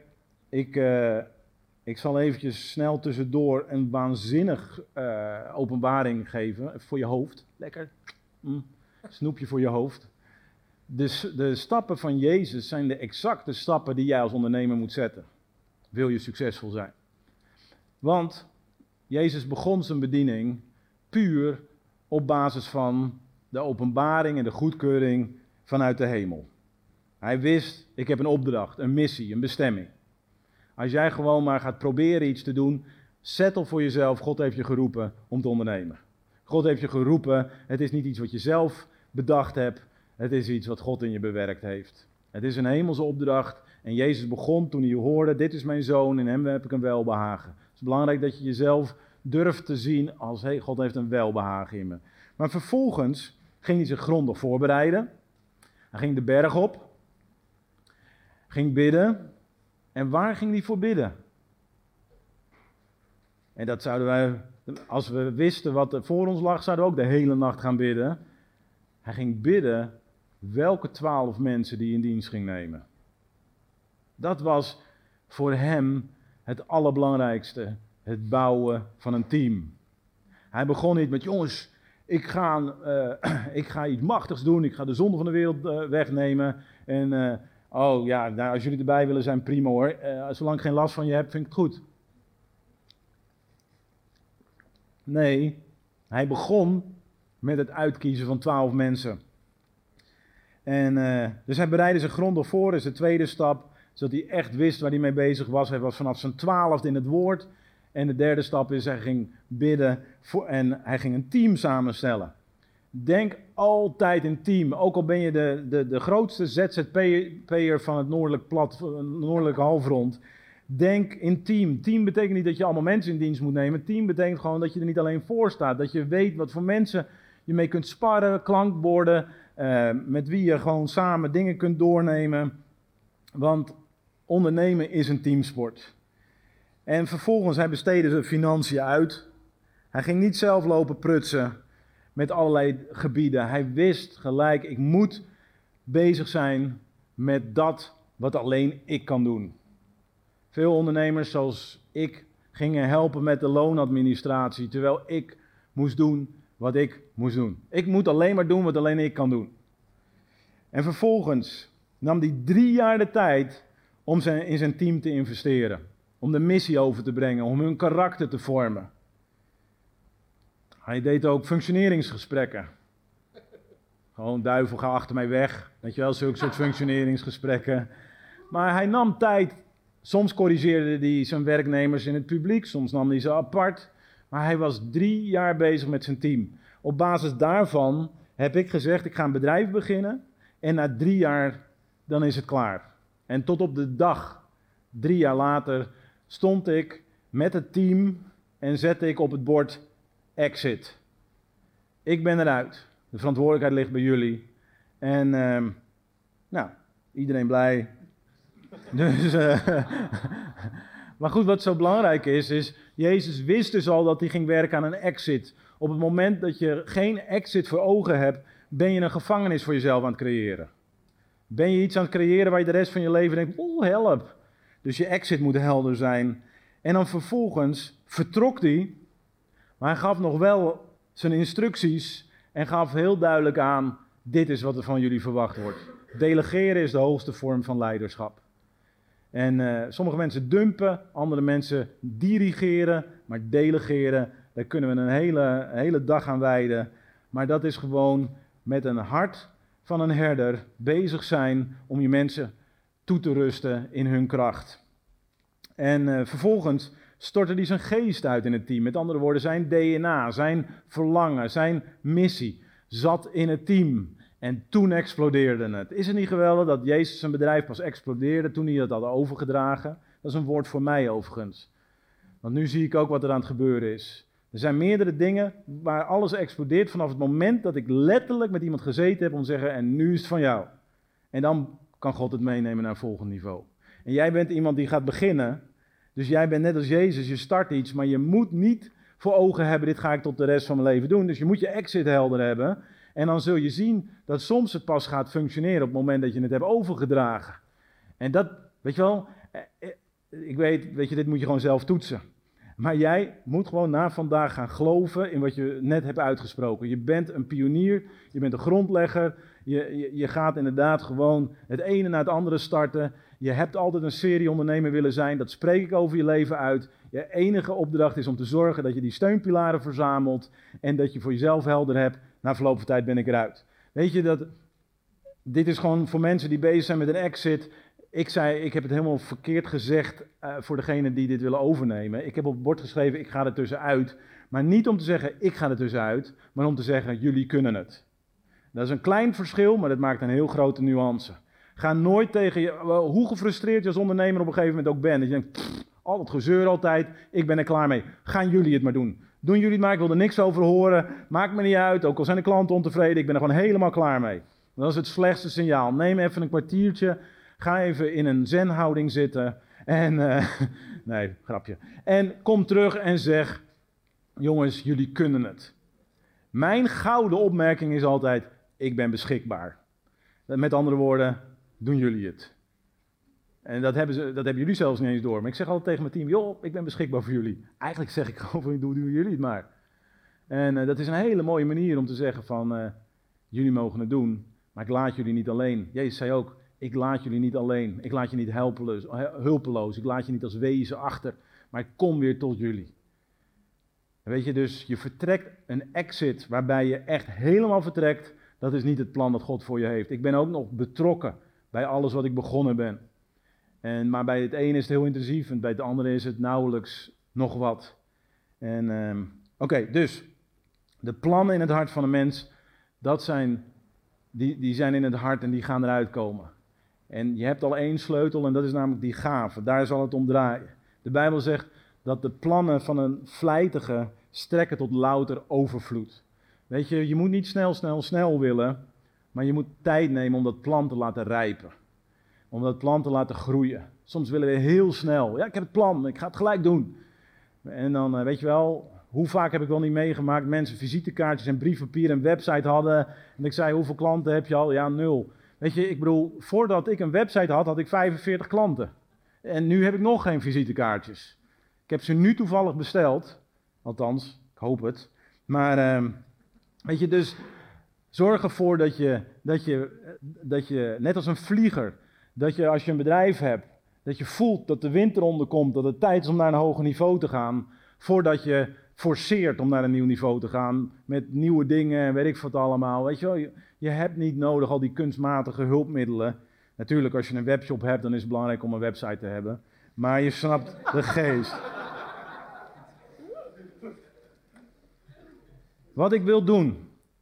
ik zal eventjes snel tussendoor een waanzinnig openbaring geven voor je hoofd. Lekker, snoepje voor je hoofd. De stappen van Jezus zijn de exacte stappen die jij als ondernemer moet zetten. Wil je succesvol zijn. Want Jezus begon zijn bediening puur op basis van de openbaring en de goedkeuring vanuit de hemel. Hij wist, ik heb een opdracht, een missie, een bestemming. Als jij gewoon maar gaat proberen iets te doen, settle voor jezelf, God heeft je geroepen om te ondernemen. God heeft je geroepen, het is niet iets wat je zelf bedacht hebt, het is iets wat God in je bewerkt heeft. Het is een hemelse opdracht en Jezus begon toen hij hoorde, dit is mijn zoon, in hem heb ik een welbehagen. Het is belangrijk dat je jezelf durft te zien als, hey, God heeft een welbehagen in me. Maar vervolgens ging hij zich grondig voorbereiden. Hij ging de berg op, ging bidden. En waar ging hij voor bidden? En dat zouden wij, als we wisten wat er voor ons lag, zouden we ook de hele nacht gaan bidden. Hij ging bidden welke 12 mensen die in dienst ging nemen. Dat was voor hem het allerbelangrijkste, het bouwen van een team. Hij begon niet met, jongens, ik ga iets machtigs doen, ik ga de zonde van de wereld wegnemen. En oh ja, nou, als jullie erbij willen zijn, prima hoor. Zolang ik geen last van je heb, vind ik het goed. Nee, Hij begon met het uitkiezen van 12 mensen. En dus hij bereidde zich grondig voor, dat is de tweede stap, zodat hij echt wist waar hij mee bezig was. Hij was vanaf zijn 12e in het woord. En de derde stap is, hij ging bidden en hij ging een team samenstellen. Denk altijd in team, ook al ben je de grootste ZZP'er van het noordelijke halfrond. Denk in team. Team betekent niet dat je allemaal mensen in dienst moet nemen. Team betekent gewoon dat je er niet alleen voor staat. Dat je weet wat voor mensen je mee kunt sparren, klankborden, met wie je gewoon samen dingen kunt doornemen. Want ondernemen is een teamsport. En vervolgens, hij besteedde zijn financiën uit. Hij ging niet zelf lopen prutsen met allerlei gebieden. Hij wist gelijk, ik moet bezig zijn met dat wat alleen ik kan doen. Veel ondernemers zoals ik gingen helpen met de loonadministratie, terwijl ik moest doen wat ik moest doen. Ik moet alleen maar doen wat alleen ik kan doen. En vervolgens nam hij 3 jaar de tijd om in zijn team te investeren. Om de missie over te brengen, om hun karakter te vormen. Hij deed ook functioneringsgesprekken. Gewoon duivel, ga achter mij weg. Weet je wel, zulke soort functioneringsgesprekken. Maar hij nam tijd. Soms corrigeerde hij zijn werknemers in het publiek, soms nam hij ze apart. Maar hij was 3 jaar bezig met zijn team. Op basis daarvan heb ik gezegd, ik ga een bedrijf beginnen. En na 3 jaar, dan is het klaar. En tot op de dag, 3 jaar later, stond ik met het team en zette ik op het bord exit. Ik ben eruit. De verantwoordelijkheid ligt bij jullie. En nou, iedereen blij. Dus, maar goed, wat zo belangrijk is, Jezus wist dus al dat hij ging werken aan een exit. Op het moment dat je geen exit voor ogen hebt, ben je een gevangenis voor jezelf aan het creëren. Ben je iets aan het creëren waar je de rest van je leven denkt, help. Dus je exit moet helder zijn. En dan vervolgens vertrok hij, maar hij gaf nog wel zijn instructies en gaf heel duidelijk aan, dit is wat er van jullie verwacht wordt. Delegeren is de hoogste vorm van leiderschap. En sommige mensen dumpen, andere mensen dirigeren, maar delegeren, daar kunnen we een hele dag aan wijden. Maar dat is gewoon met een hart van een herder bezig zijn om je mensen toe te rusten in hun kracht. En vervolgens stortte hij zijn geest uit in het team. Met andere woorden, zijn DNA, zijn verlangen, zijn missie zat in het team. En toen explodeerde het. Is het niet geweldig dat Jezus zijn bedrijf pas explodeerde toen hij dat had overgedragen? Dat is een woord voor mij overigens. Want nu zie ik ook wat er aan het gebeuren is. Er zijn meerdere dingen waar alles explodeert vanaf het moment dat ik letterlijk met iemand gezeten heb om te zeggen, en nu is het van jou. En dan kan God het meenemen naar een volgend niveau. En jij bent iemand die gaat beginnen, dus jij bent net als Jezus, je start iets, maar je moet niet voor ogen hebben, dit ga ik tot de rest van mijn leven doen. Dus je moet je exit helder hebben. En dan zul je zien dat soms het pas gaat functioneren op het moment dat je het hebt overgedragen. En dat, weet je wel, ik weet je, dit moet je gewoon zelf toetsen. Maar jij moet gewoon na vandaag gaan geloven in wat je net hebt uitgesproken. Je bent een pionier, je bent een grondlegger, je gaat inderdaad gewoon het ene na het andere starten. Je hebt altijd een serie ondernemer willen zijn, dat spreek ik over je leven uit. Je enige opdracht is om te zorgen dat je die steunpilaren verzamelt en dat je voor jezelf helder hebt. Na verloop van tijd ben ik eruit. Weet je dat, dit is gewoon voor mensen die bezig zijn met een exit. Ik heb het helemaal verkeerd gezegd voor degenen die dit willen overnemen. Ik heb op het bord geschreven, ik ga er tussenuit. Maar niet om te zeggen, ik ga er tussenuit, maar om te zeggen, jullie kunnen het. Dat is een klein verschil, maar dat maakt een heel grote nuance. Ga nooit tegen je, hoe gefrustreerd je als ondernemer op een gegeven moment ook bent. Dat je denkt, al het gezeur altijd, ik ben er klaar mee. Gaan jullie het maar doen. Doen jullie het maar, ik wil er niks over horen. Maakt me niet uit, ook al zijn de klanten ontevreden, ik ben er gewoon helemaal klaar mee. Dat is het slechtste signaal. Neem even een kwartiertje, ga even in een zenhouding zitten en, nee, grapje. En kom terug en zeg, jongens, jullie kunnen het. Mijn gouden opmerking is altijd, ik ben beschikbaar. Met andere woorden, doen jullie het. En dat hebben jullie zelfs niet eens door. Maar ik zeg altijd tegen mijn team, joh, ik ben beschikbaar voor jullie. Eigenlijk zeg ik gewoon, doen jullie het maar. En dat is een hele mooie manier om te zeggen van, jullie mogen het doen, maar ik laat jullie niet alleen. Jezus zei ook, ik laat jullie niet alleen. Ik laat je niet hulpeloos. Ik laat je niet als wezen achter, maar ik kom weer tot jullie. Weet je, dus je vertrekt een exit waarbij je echt helemaal vertrekt. Dat is niet het plan dat God voor je heeft. Ik ben ook nog betrokken bij alles wat ik begonnen ben. Maar bij het ene is het heel intensief en bij het andere is het nauwelijks nog wat. Oké, dus de plannen in het hart van een mens, die zijn in het hart en die gaan eruit komen. En je hebt al één sleutel en dat is namelijk die gave. Daar zal het om draaien. De Bijbel zegt dat de plannen van een vlijtige strekken tot louter overvloed. Weet je, je moet niet snel willen, maar je moet tijd nemen om dat plan te laten rijpen. Om dat plan te laten groeien. Soms willen we heel snel. Ja, ik heb het plan, ik ga het gelijk doen. En dan, weet je wel, hoe vaak heb ik wel niet meegemaakt, mensen visitekaartjes en briefpapier en website hadden. En ik zei, hoeveel klanten heb je al? Ja, 0. Weet je, ik bedoel, voordat ik een website had ik 45 klanten. En nu heb ik nog geen visitekaartjes. Ik heb ze nu toevallig besteld. Althans, ik hoop het. Maar, weet je, dus zorg ervoor dat je, net als een vlieger, dat je als je een bedrijf hebt, dat je voelt dat de wind eronder komt, dat het tijd is om naar een hoger niveau te gaan, voordat je forceert om naar een nieuw niveau te gaan, met nieuwe dingen en weet ik wat allemaal. Weet je wel, je hebt niet nodig al die kunstmatige hulpmiddelen. Natuurlijk, als je een webshop hebt, dan is het belangrijk om een website te hebben. Maar je snapt de geest. Wat ik wil doen,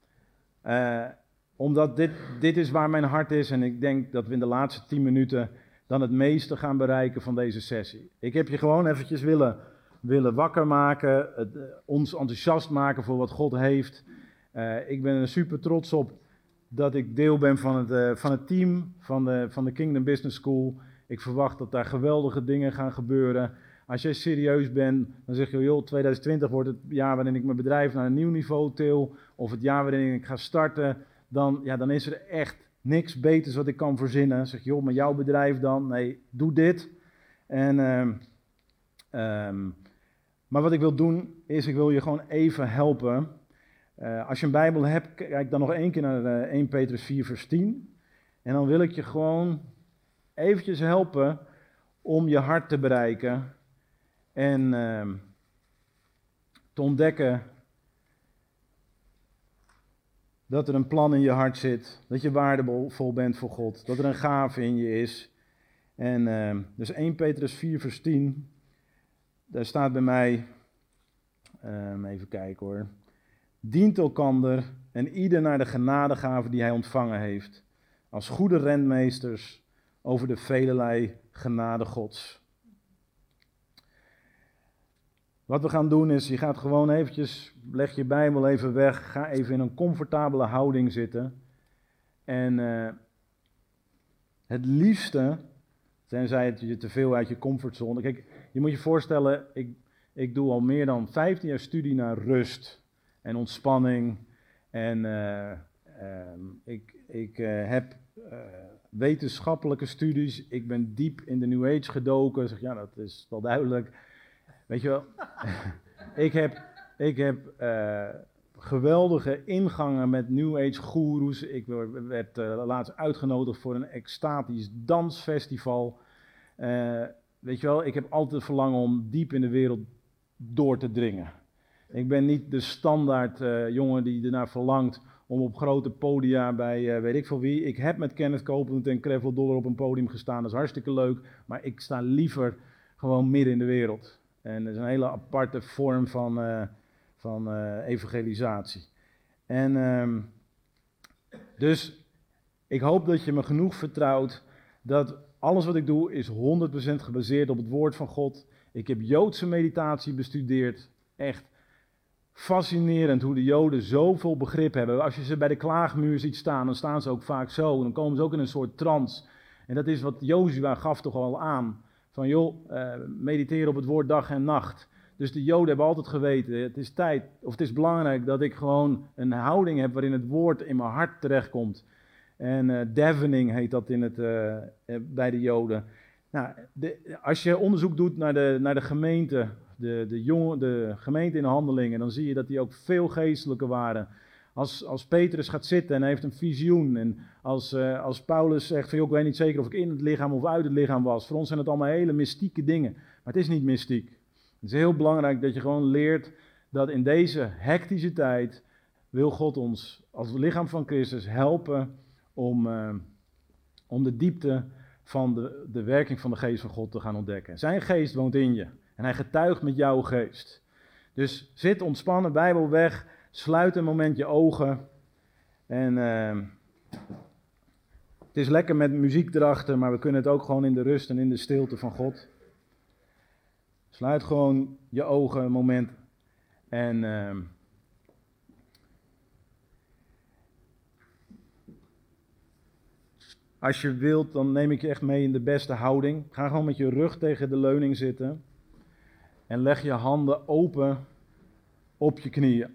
omdat dit is waar mijn hart is en ik denk dat we in de laatste 10 minuten dan het meeste gaan bereiken van deze sessie. Ik heb je gewoon eventjes willen wakker maken, ons enthousiast maken voor wat God heeft. Ik ben er super trots op dat ik deel ben van het team van de Kingdom Business School. Ik verwacht dat daar geweldige dingen gaan gebeuren. Als jij serieus bent, dan zeg je, joh, 2020 wordt het jaar waarin ik mijn bedrijf naar een nieuw niveau til, of het jaar waarin ik ga starten, dan is er echt niks beters wat ik kan verzinnen. Dan zeg je, joh, maar jouw bedrijf dan? Nee, doe dit. Maar wat ik wil doen, is ik wil je gewoon even helpen. Als je een Bijbel hebt, kijk dan nog 1 keer naar 1 Petrus 4 vers 10. En dan wil ik je gewoon eventjes helpen om je hart te bereiken. En te ontdekken dat er een plan in je hart zit. Dat je waardevol bent voor God. Dat er een gave in je is. En dus 1 Petrus 4 vers 10. Daar staat bij mij, even kijken hoor. Dient elkander en ieder naar de genadegave die hij ontvangen heeft. Als goede rentmeesters over de velelei genade Gods. Wat we gaan doen is, je gaat gewoon eventjes, leg je Bijbel even weg, ga even in een comfortabele houding zitten. En het liefste, tenzij het je te veel uit je comfortzone. Kijk, je moet je voorstellen, ik doe al meer dan 15 jaar studie naar rust en ontspanning. En ik heb wetenschappelijke studies, ik ben diep in de New Age gedoken. Zeg, ja, dat is wel duidelijk. Weet je wel, ik heb geweldige ingangen met New Age goeroes. Ik werd laatst uitgenodigd voor een extatisch dansfestival. Weet je wel, ik heb altijd het verlangen om diep in de wereld door te dringen. Ik ben niet de standaard jongen die ernaar verlangt om op grote podia bij weet ik veel wie. Ik heb met Kenneth Copeland en Creflo Dollar op een podium gestaan, dat is hartstikke leuk. Maar ik sta liever gewoon midden in de wereld. En dat is een hele aparte vorm van evangelisatie. En dus ik hoop dat je me genoeg vertrouwt dat alles wat ik doe is 100% gebaseerd op het woord van God. Ik heb Joodse meditatie bestudeerd. Echt fascinerend hoe de Joden zoveel begrip hebben. Als je ze bij de klaagmuur ziet staan, dan staan ze ook vaak zo. En dan komen ze ook in een soort trance. En dat is wat Jozua gaf toch al aan. Van joh, mediteer op het woord dag en nacht. Dus de Joden hebben altijd geweten, het is tijd, of het is belangrijk dat ik gewoon een houding heb waarin het woord in mijn hart terechtkomt. En davening heet dat bij de Joden. Nou, als je onderzoek doet naar de gemeente, de gemeente in de Handelingen, dan zie je dat die ook veel geestelijker waren. Als Petrus gaat zitten en hij heeft een visioen. En als Paulus zegt van, joh, ik weet niet zeker of ik in het lichaam of uit het lichaam was. Voor ons zijn het allemaal hele mystieke dingen. Maar het is niet mystiek. Het is heel belangrijk dat je gewoon leert dat in deze hectische tijd wil God ons als lichaam van Christus helpen om de diepte van de werking van de geest van God te gaan ontdekken. Zijn geest woont in je en hij getuigt met jouw geest. Dus zit ontspannen, Bijbel weg, sluit een moment je ogen en het is lekker met muziek erachter, maar we kunnen het ook gewoon in de rust en in de stilte van God. Sluit gewoon je ogen een moment en als je wilt, dan neem ik je echt mee in de beste houding. Ga gewoon met je rug tegen de leuning zitten en leg je handen open op je knieën.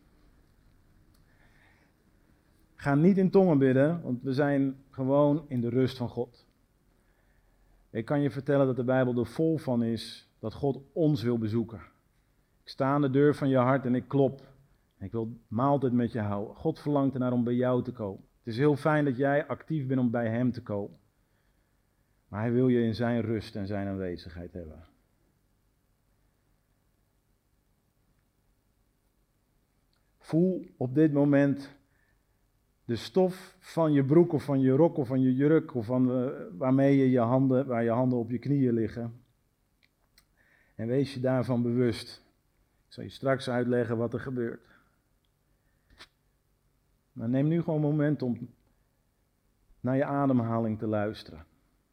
Ga niet in tongen bidden, want we zijn gewoon in de rust van God. Ik kan je vertellen dat de Bijbel er vol van is dat God ons wil bezoeken. Ik sta aan de deur van je hart en ik klop. Ik wil maaltijd met je houden. God verlangt ernaar om bij jou te komen. Het is heel fijn dat jij actief bent om bij hem te komen. Maar hij wil je in zijn rust en zijn aanwezigheid hebben. Voel op dit moment de stof van je broek of van je rok of van je jurk of van waar je handen op je knieën liggen. En wees je daarvan bewust. Ik zal je straks uitleggen wat er gebeurt. Maar neem nu gewoon een moment om naar je ademhaling te luisteren.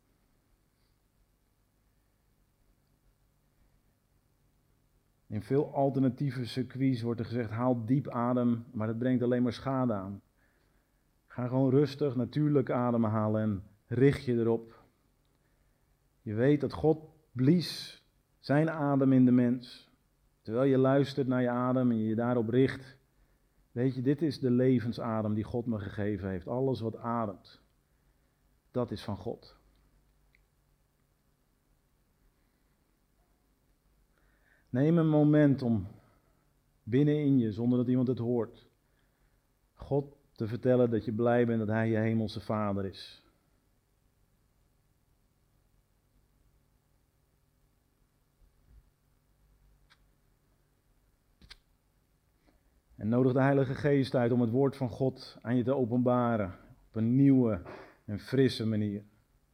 In veel alternatieve circuits wordt er gezegd, haal diep adem, maar dat brengt alleen maar schade aan. Ga gewoon rustig, natuurlijk ademhalen en richt je erop. Je weet dat God blies zijn adem in de mens. Terwijl je luistert naar je adem en je daarop richt. Weet je, dit is de levensadem die God me gegeven heeft. Alles wat ademt, dat is van God. Neem een moment om binnenin je, zonder dat iemand het hoort, God te vertellen dat je blij bent dat hij je hemelse Vader is. En nodig de Heilige Geest uit om het woord van God aan je te openbaren op een nieuwe en frisse manier.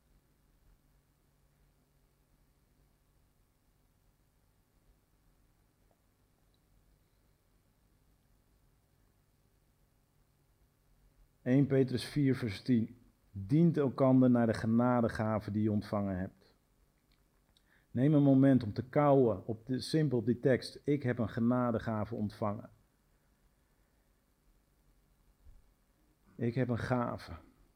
(1 Petrus 4 vers 10). Dient elkander naar de genadegave die je ontvangen hebt. Neem een moment om te kauwen simpel op die tekst. Ik heb een genadegave ontvangen. Ik heb een gave.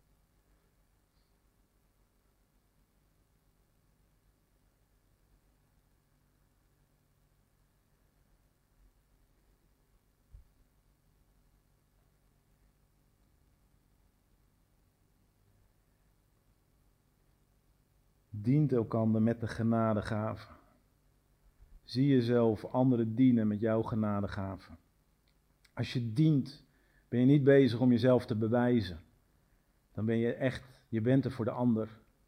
Dient elkander met de genadegave. Zie jezelf anderen dienen met jouw genadegave. Als je dient, ben je niet bezig om jezelf te bewijzen. Dan ben je bent er voor de ander.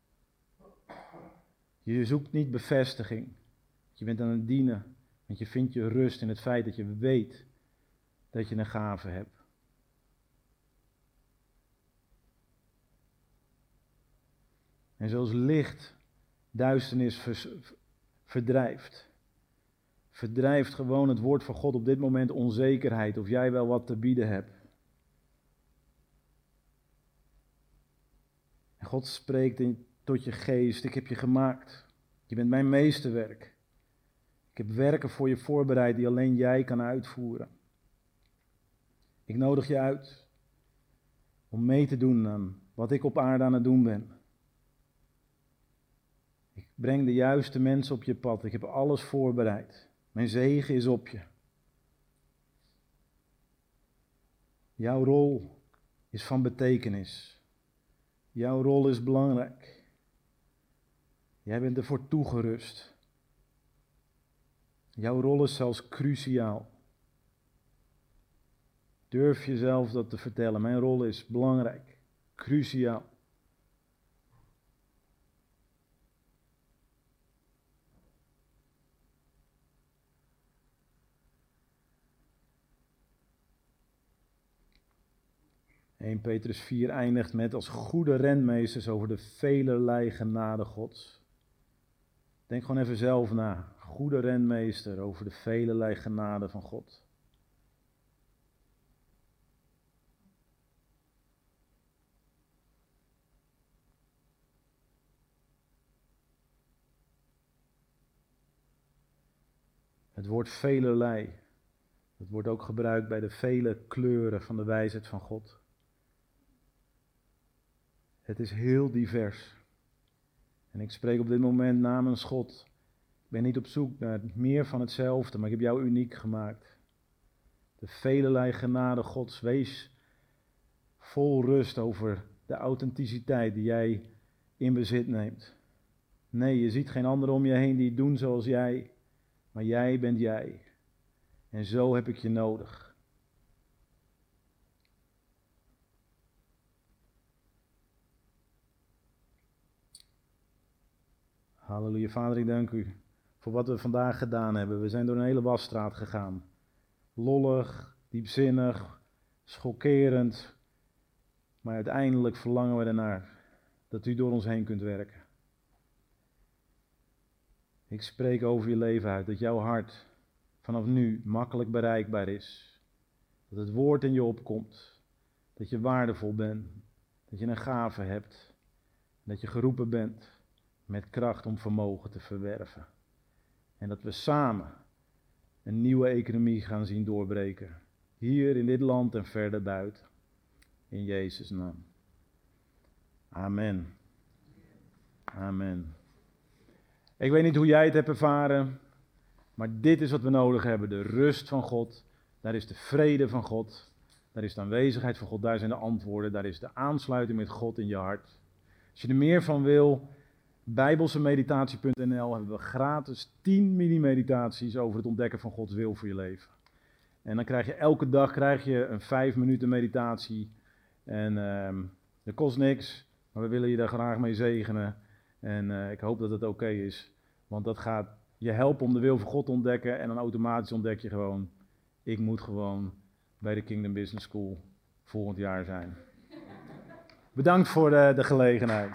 Je zoekt niet bevestiging. Je bent aan het dienen, want je vindt je rust in het feit dat je weet dat je een gave hebt. En zoals licht duisternis verdrijft gewoon het woord van God op dit moment onzekerheid of jij wel wat te bieden hebt. En God spreekt tot je geest, ik heb je gemaakt. Je bent mijn meesterwerk. Ik heb werken voor je voorbereid die alleen jij kan uitvoeren. Ik nodig je uit om mee te doen aan wat ik op aarde aan het doen ben. Ik breng de juiste mensen op je pad. Ik heb alles voorbereid. Mijn zegen is op je. Jouw rol is van betekenis. Jouw rol is belangrijk. Jij bent ervoor toegerust. Jouw rol is zelfs cruciaal. Durf jezelf dat te vertellen. Mijn rol is belangrijk, cruciaal. 1 Petrus 4 eindigt met als goede rentmeesters over de velerlei genade Gods. Denk gewoon even zelf na. Goede rentmeester over de velerlei genade van God. Het woord velerlei, dat wordt ook gebruikt bij de vele kleuren van de wijsheid van God. Het is heel divers. En ik spreek op dit moment namens God. Ik ben niet op zoek naar meer van hetzelfde, maar ik heb jou uniek gemaakt. De velerlei genade Gods, wees vol rust over de authenticiteit die jij in bezit neemt. Nee, je ziet geen anderen om je heen die het doen zoals jij. Maar jij bent jij. En zo heb ik je nodig. Halleluja. Vader, ik dank u voor wat we vandaag gedaan hebben. We zijn door een hele wasstraat gegaan. Lollig, diepzinnig, schokkerend. Maar uiteindelijk verlangen we ernaar dat u door ons heen kunt werken. Ik spreek over je leven uit, dat jouw hart vanaf nu makkelijk bereikbaar is. Dat het woord in je opkomt. Dat je waardevol bent. Dat je een gave hebt. Dat je geroepen bent met kracht om vermogen te verwerven. En dat we samen een nieuwe economie gaan zien doorbreken. Hier in dit land en verder buiten. In Jezus' naam. Amen. Amen. Ik weet niet hoe jij het hebt ervaren, maar dit is wat we nodig hebben. De rust van God, daar is de vrede van God, daar is de aanwezigheid van God, daar zijn de antwoorden, daar is de aansluiting met God in je hart. Als je er meer van wil, bijbelsemeditatie.nl hebben we gratis 10 mini-meditaties over het ontdekken van Gods wil voor je leven. En dan krijg je elke dag een 5 minuten meditatie en dat kost niks, maar we willen je daar graag mee zegenen. En ik hoop dat het oké is, want dat gaat je helpen om de wil van God te ontdekken en dan automatisch ontdek je gewoon, ik moet gewoon bij de Kingdom Business School volgend jaar zijn. Bedankt voor de gelegenheid.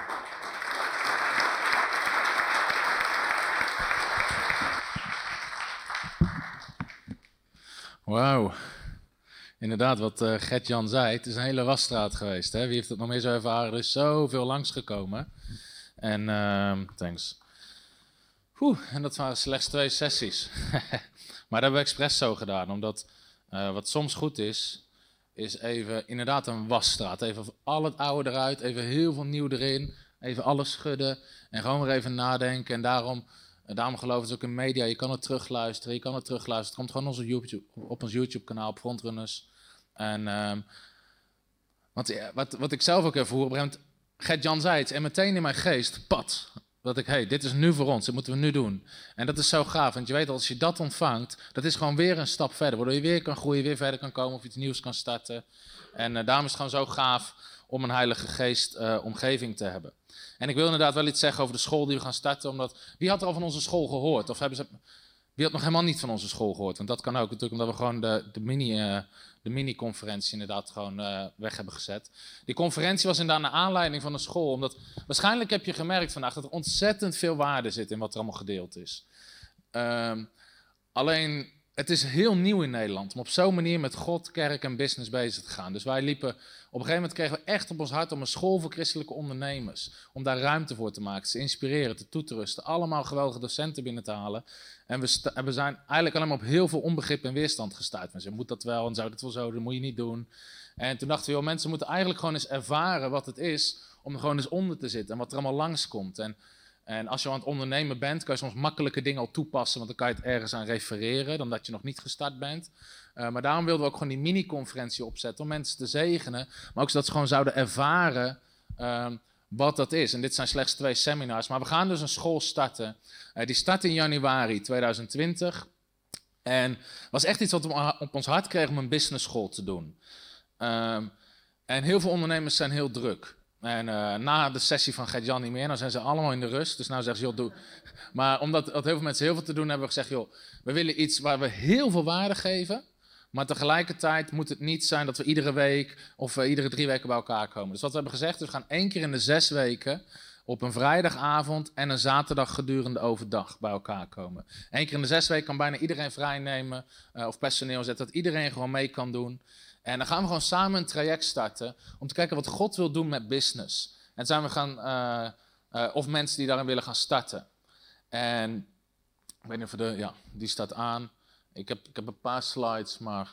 Wauw. Inderdaad, wat Gert-Jan zei, het is een hele wasstraat geweest. Hè? Wie heeft het nog meer zo ervaren? Er is zoveel langsgekomen. En thanks. En dat waren slechts 2 sessies. Maar dat hebben we expres zo gedaan, omdat wat soms goed is even inderdaad een wasstraat. Even al het oude eruit, even heel veel nieuw erin, even alles schudden en gewoon weer even nadenken. En daarom geloof ik ook in media, je kan het terugluisteren, Het komt gewoon op ons YouTube-kanaal, op Frontrunners. En wat ik zelf ook ervoer, op een gegeven moment, Gert-Jan zei het en meteen in mijn geest, dat ik, dit is nu voor ons, dit moeten we nu doen. En dat is zo gaaf, want je weet als je dat ontvangt, dat is gewoon weer een stap verder, waardoor je weer kan groeien, weer verder kan komen of iets nieuws kan starten. En daarom is het gewoon zo gaaf om een Heilige Geest omgeving te hebben. En ik wil inderdaad wel iets zeggen over de school die we gaan starten, omdat wie had er al van onze school gehoord? Of wie had nog helemaal niet van onze school gehoord? Want dat kan ook natuurlijk, omdat we gewoon de mini-conferentie inderdaad gewoon weg hebben gezet. Die conferentie was inderdaad naar aanleiding van de school, omdat waarschijnlijk heb je gemerkt vandaag dat er ontzettend veel waarde zit in wat er allemaal gedeeld is. Alleen, het is heel nieuw in Nederland om op zo'n manier met God, kerk en business bezig te gaan. Dus wij liepen, op een gegeven moment kregen we echt op ons hart om een school voor christelijke ondernemers. Om daar ruimte voor te maken, te inspireren, toe te rusten. Allemaal geweldige docenten binnen te halen. En we zijn eigenlijk alleen maar op heel veel onbegrip en weerstand gestuurd. Mensen, moet dat wel en zou dat wel zo, dat moet je niet doen. En toen dachten we, joh, mensen moeten eigenlijk gewoon eens ervaren wat het is om er gewoon eens onder te zitten en wat er allemaal langskomt. En als je aan het ondernemen bent, kan je soms makkelijke dingen al toepassen, want dan kan je het ergens aan refereren, dan dat je nog niet gestart bent. Maar daarom wilden we ook gewoon die mini-conferentie opzetten om mensen te zegenen, maar ook zodat ze gewoon zouden ervaren wat dat is. En dit zijn slechts 2 seminars, maar we gaan dus een school starten. Die start in januari 2020. En was echt iets wat we op ons hart kregen om een business school te doen. En heel veel ondernemers zijn heel druk. En na de sessie van Gert-Jan niet meer, nou zijn ze allemaal in de rust. Dus nou zeggen ze, joh, doe. Maar omdat heel veel mensen heel veel te doen hebben, we gezegd, joh, we willen iets waar we heel veel waarde geven, Maar tegelijkertijd moet het niet zijn dat we iedere week of iedere 3 weken bij elkaar komen. Dus wat we hebben gezegd, we gaan 1 keer in de 6 weken op een vrijdagavond en een zaterdag gedurende overdag bij elkaar komen. 1 keer in de 6 weken kan bijna iedereen vrijnemen of personeel zetten, dat iedereen gewoon mee kan doen. En dan gaan we gewoon samen een traject starten om te kijken wat God wil doen met business. En zijn we gaan, of mensen die daarin willen gaan starten. En ik weet niet of die staat aan. Ik heb een paar slides, maar...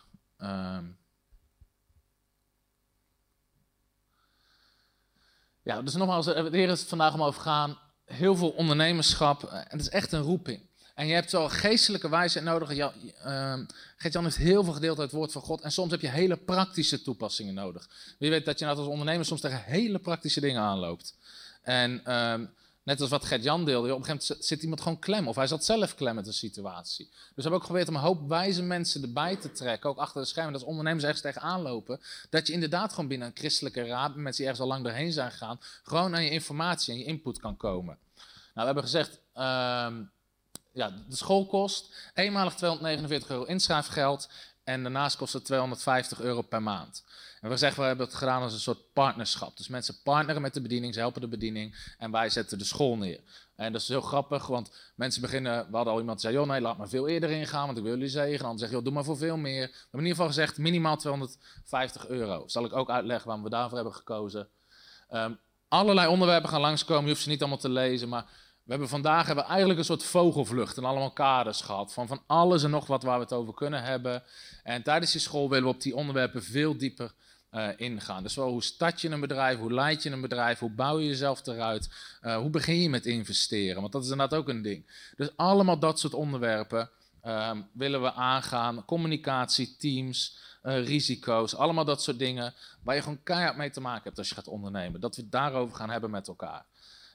Ja, dus nogmaals, hier is het vandaag om over gaan. Heel veel ondernemerschap, en het is echt een roeping. En je hebt wel geestelijke wijsheid nodig. Gert-Jan heeft heel veel gedeeld uit het woord van God. En soms heb je hele praktische toepassingen nodig. Wie weet dat je als ondernemer soms tegen hele praktische dingen aanloopt. En net als wat Gert-Jan deelde, op een gegeven moment zit iemand gewoon klem. Of hij zat zelf klem met een situatie. Dus we hebben ook geprobeerd om een hoop wijze mensen erbij te trekken. Ook achter de schermen, dat als ondernemers ergens tegenaan lopen. Dat je inderdaad gewoon binnen een christelijke raad, met mensen die ergens al lang doorheen zijn gegaan, gewoon aan je informatie en je input kan komen. Nou, we hebben gezegd, de school kost eenmalig €249 inschrijfgeld. En daarnaast kost het €250 per maand. En we zeggen, we hebben het gedaan als een soort partnerschap. Dus mensen partneren met de bediening, ze helpen de bediening en wij zetten de school neer. En dat is heel grappig, want mensen beginnen, we hadden al iemand die zei, joh nee, laat maar veel eerder ingaan, want ik wil jullie zegenen. En dan zeg je, joh, doe maar voor veel meer. We hebben in ieder geval gezegd, minimaal €250. Zal ik ook uitleggen waarom we daarvoor hebben gekozen. Allerlei onderwerpen gaan langskomen, je hoeft ze niet allemaal te lezen, maar... Vandaag hebben we eigenlijk een soort vogelvlucht en allemaal kaders gehad van alles en nog wat waar we het over kunnen hebben. En tijdens die school willen we op die onderwerpen veel dieper ingaan. Dus wel hoe start je een bedrijf, hoe leid je een bedrijf, hoe bouw je jezelf eruit, hoe begin je met investeren, want dat is inderdaad ook een ding. Dus allemaal dat soort onderwerpen willen we aangaan, communicatie, teams, risico's, allemaal dat soort dingen waar je gewoon keihard mee te maken hebt als je gaat ondernemen. Dat we het daarover gaan hebben met elkaar.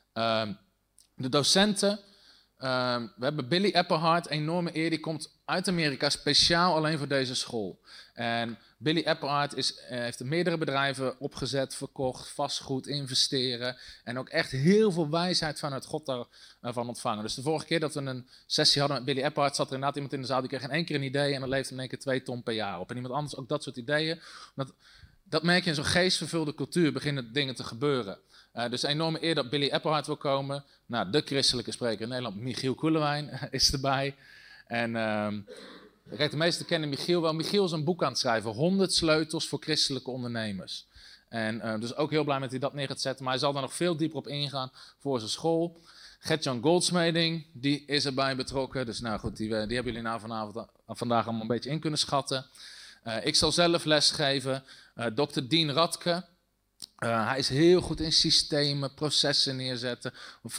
De docenten, we hebben Billy Epperhart, enorme eer, die komt uit Amerika speciaal alleen voor deze school. En Billy Epperhart heeft meerdere bedrijven opgezet, verkocht, vastgoed, investeren. En ook echt heel veel wijsheid vanuit God daarvan ontvangen. Dus de vorige keer dat we een sessie hadden met Billy Epperhart, zat er inderdaad iemand in de zaal die kreeg in 1 keer een idee en dan leefde in 1 keer 2 ton per jaar op. En iemand anders ook dat soort ideeën. Dat merk je in zo'n geestvervulde cultuur, beginnen dingen te gebeuren. Dus een enorme eer dat Billy Epperhart wil komen. Nou, de christelijke spreker in Nederland, Michiel Koelewijn, is erbij. En kijk, de meesten kennen Michiel wel. Michiel is een boek aan het schrijven, 100 sleutels voor christelijke ondernemers. En dus ook heel blij met hij dat neer gaat zetten. Maar hij zal daar nog veel dieper op ingaan voor zijn school. Gert-Jan Goldsmeding, die is erbij betrokken. Dus nou goed, die hebben jullie nou vandaag allemaal een beetje in kunnen schatten. Ik zal zelf lesgeven. Dr. Dien Radke. Hij is heel goed in systemen, processen neerzetten,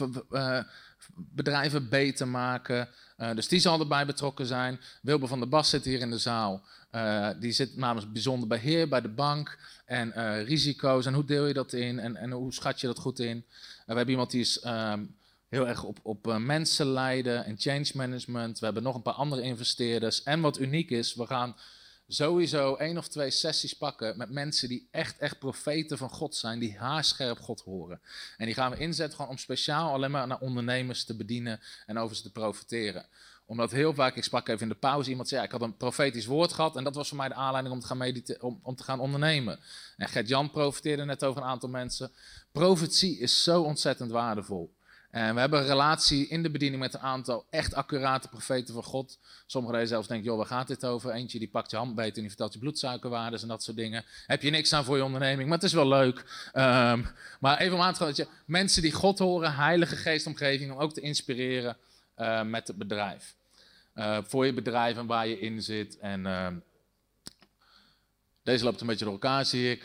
bedrijven beter maken. Dus die zal erbij betrokken zijn. Wilber van der Bas zit hier in de zaal. Die zit namens bijzonder beheer bij de bank. En risico's en hoe deel je dat in en hoe schat je dat goed in. We hebben iemand die is heel erg op mensen leiden en change management. We hebben nog een paar andere investeerders. En wat uniek is, we gaan sowieso 1 of 2 sessies pakken met mensen die echt profeten van God zijn, die haarscherp God horen. En die gaan we inzetten gewoon om speciaal alleen maar naar ondernemers te bedienen en over ze te profiteren. Omdat heel vaak, ik sprak even in de pauze, iemand zei, ja, ik had een profetisch woord gehad en dat was voor mij de aanleiding om te gaan om te gaan ondernemen. En Gert-Jan profiteerde net over een aantal mensen. Profetie is zo ontzettend waardevol. En we hebben een relatie in de bediening met een aantal echt accurate profeten van God. Sommigen deden zelfs denken, joh, waar gaat dit over? Eentje die pakt je handbeet en die vertelt je bloedsuikerwaardes en dat soort dingen. Heb je niks aan voor je onderneming, maar het is wel leuk. Maar even om aan te gaan, dat je mensen die God horen, heilige geestomgeving, om ook te inspireren met het bedrijf. Voor je bedrijf en waar je in zit. En deze loopt een beetje door elkaar, zie ik.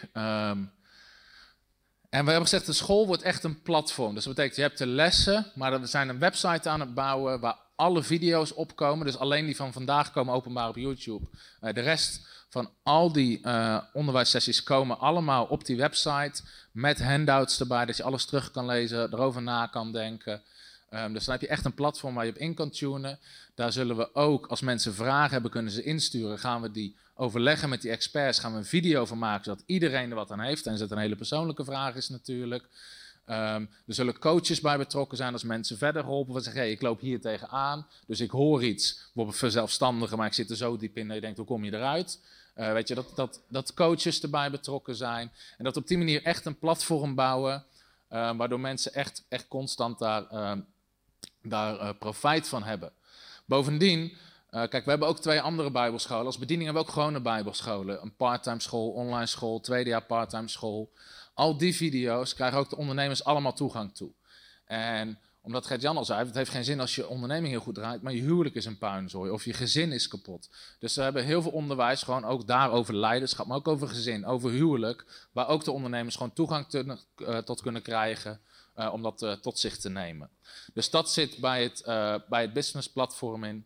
En we hebben gezegd, de school wordt echt een platform. Dus dat betekent, je hebt de lessen, maar we zijn een website aan het bouwen waar alle video's opkomen. Dus alleen die van vandaag komen openbaar op YouTube. De rest van al die onderwijssessies komen allemaal op die website. Met handouts erbij, dat je alles terug kan lezen, erover na kan denken. Dus dan heb je echt een platform waar je op in kan tunen. Daar zullen we ook, als mensen vragen hebben, kunnen ze insturen. Gaan we die overleggen met die experts, gaan we een video van maken, zodat iedereen er wat aan heeft. En dat het een hele persoonlijke vraag is natuurlijk. Er zullen coaches bij betrokken zijn als mensen verder geholpen worden. Zeggen, hey, ik loop hier tegenaan, dus ik hoor iets. Bijvoorbeeld voor zelfstandigen, maar ik zit er zo diep in dat je denkt, hoe kom je eruit? Weet je, dat coaches erbij betrokken zijn. En dat op die manier echt een platform bouwen, waardoor mensen echt constant daar profijt van hebben. Bovendien, kijk, we hebben ook 2 andere bijbelscholen. Als bediening hebben we ook gewone bijbelscholen. Een parttime school, online school, tweede jaar parttime school. Al die video's krijgen ook de ondernemers allemaal toegang toe. En omdat Gert-Jan al zei, het heeft geen zin als je onderneming heel goed draait, maar je huwelijk is een puinzooi of je gezin is kapot. Dus we hebben heel veel onderwijs, gewoon ook daar over leiderschap, maar ook over gezin, over huwelijk, waar ook de ondernemers gewoon toegang tot kunnen krijgen om dat tot zich te nemen. Dus dat zit bij het business platform in.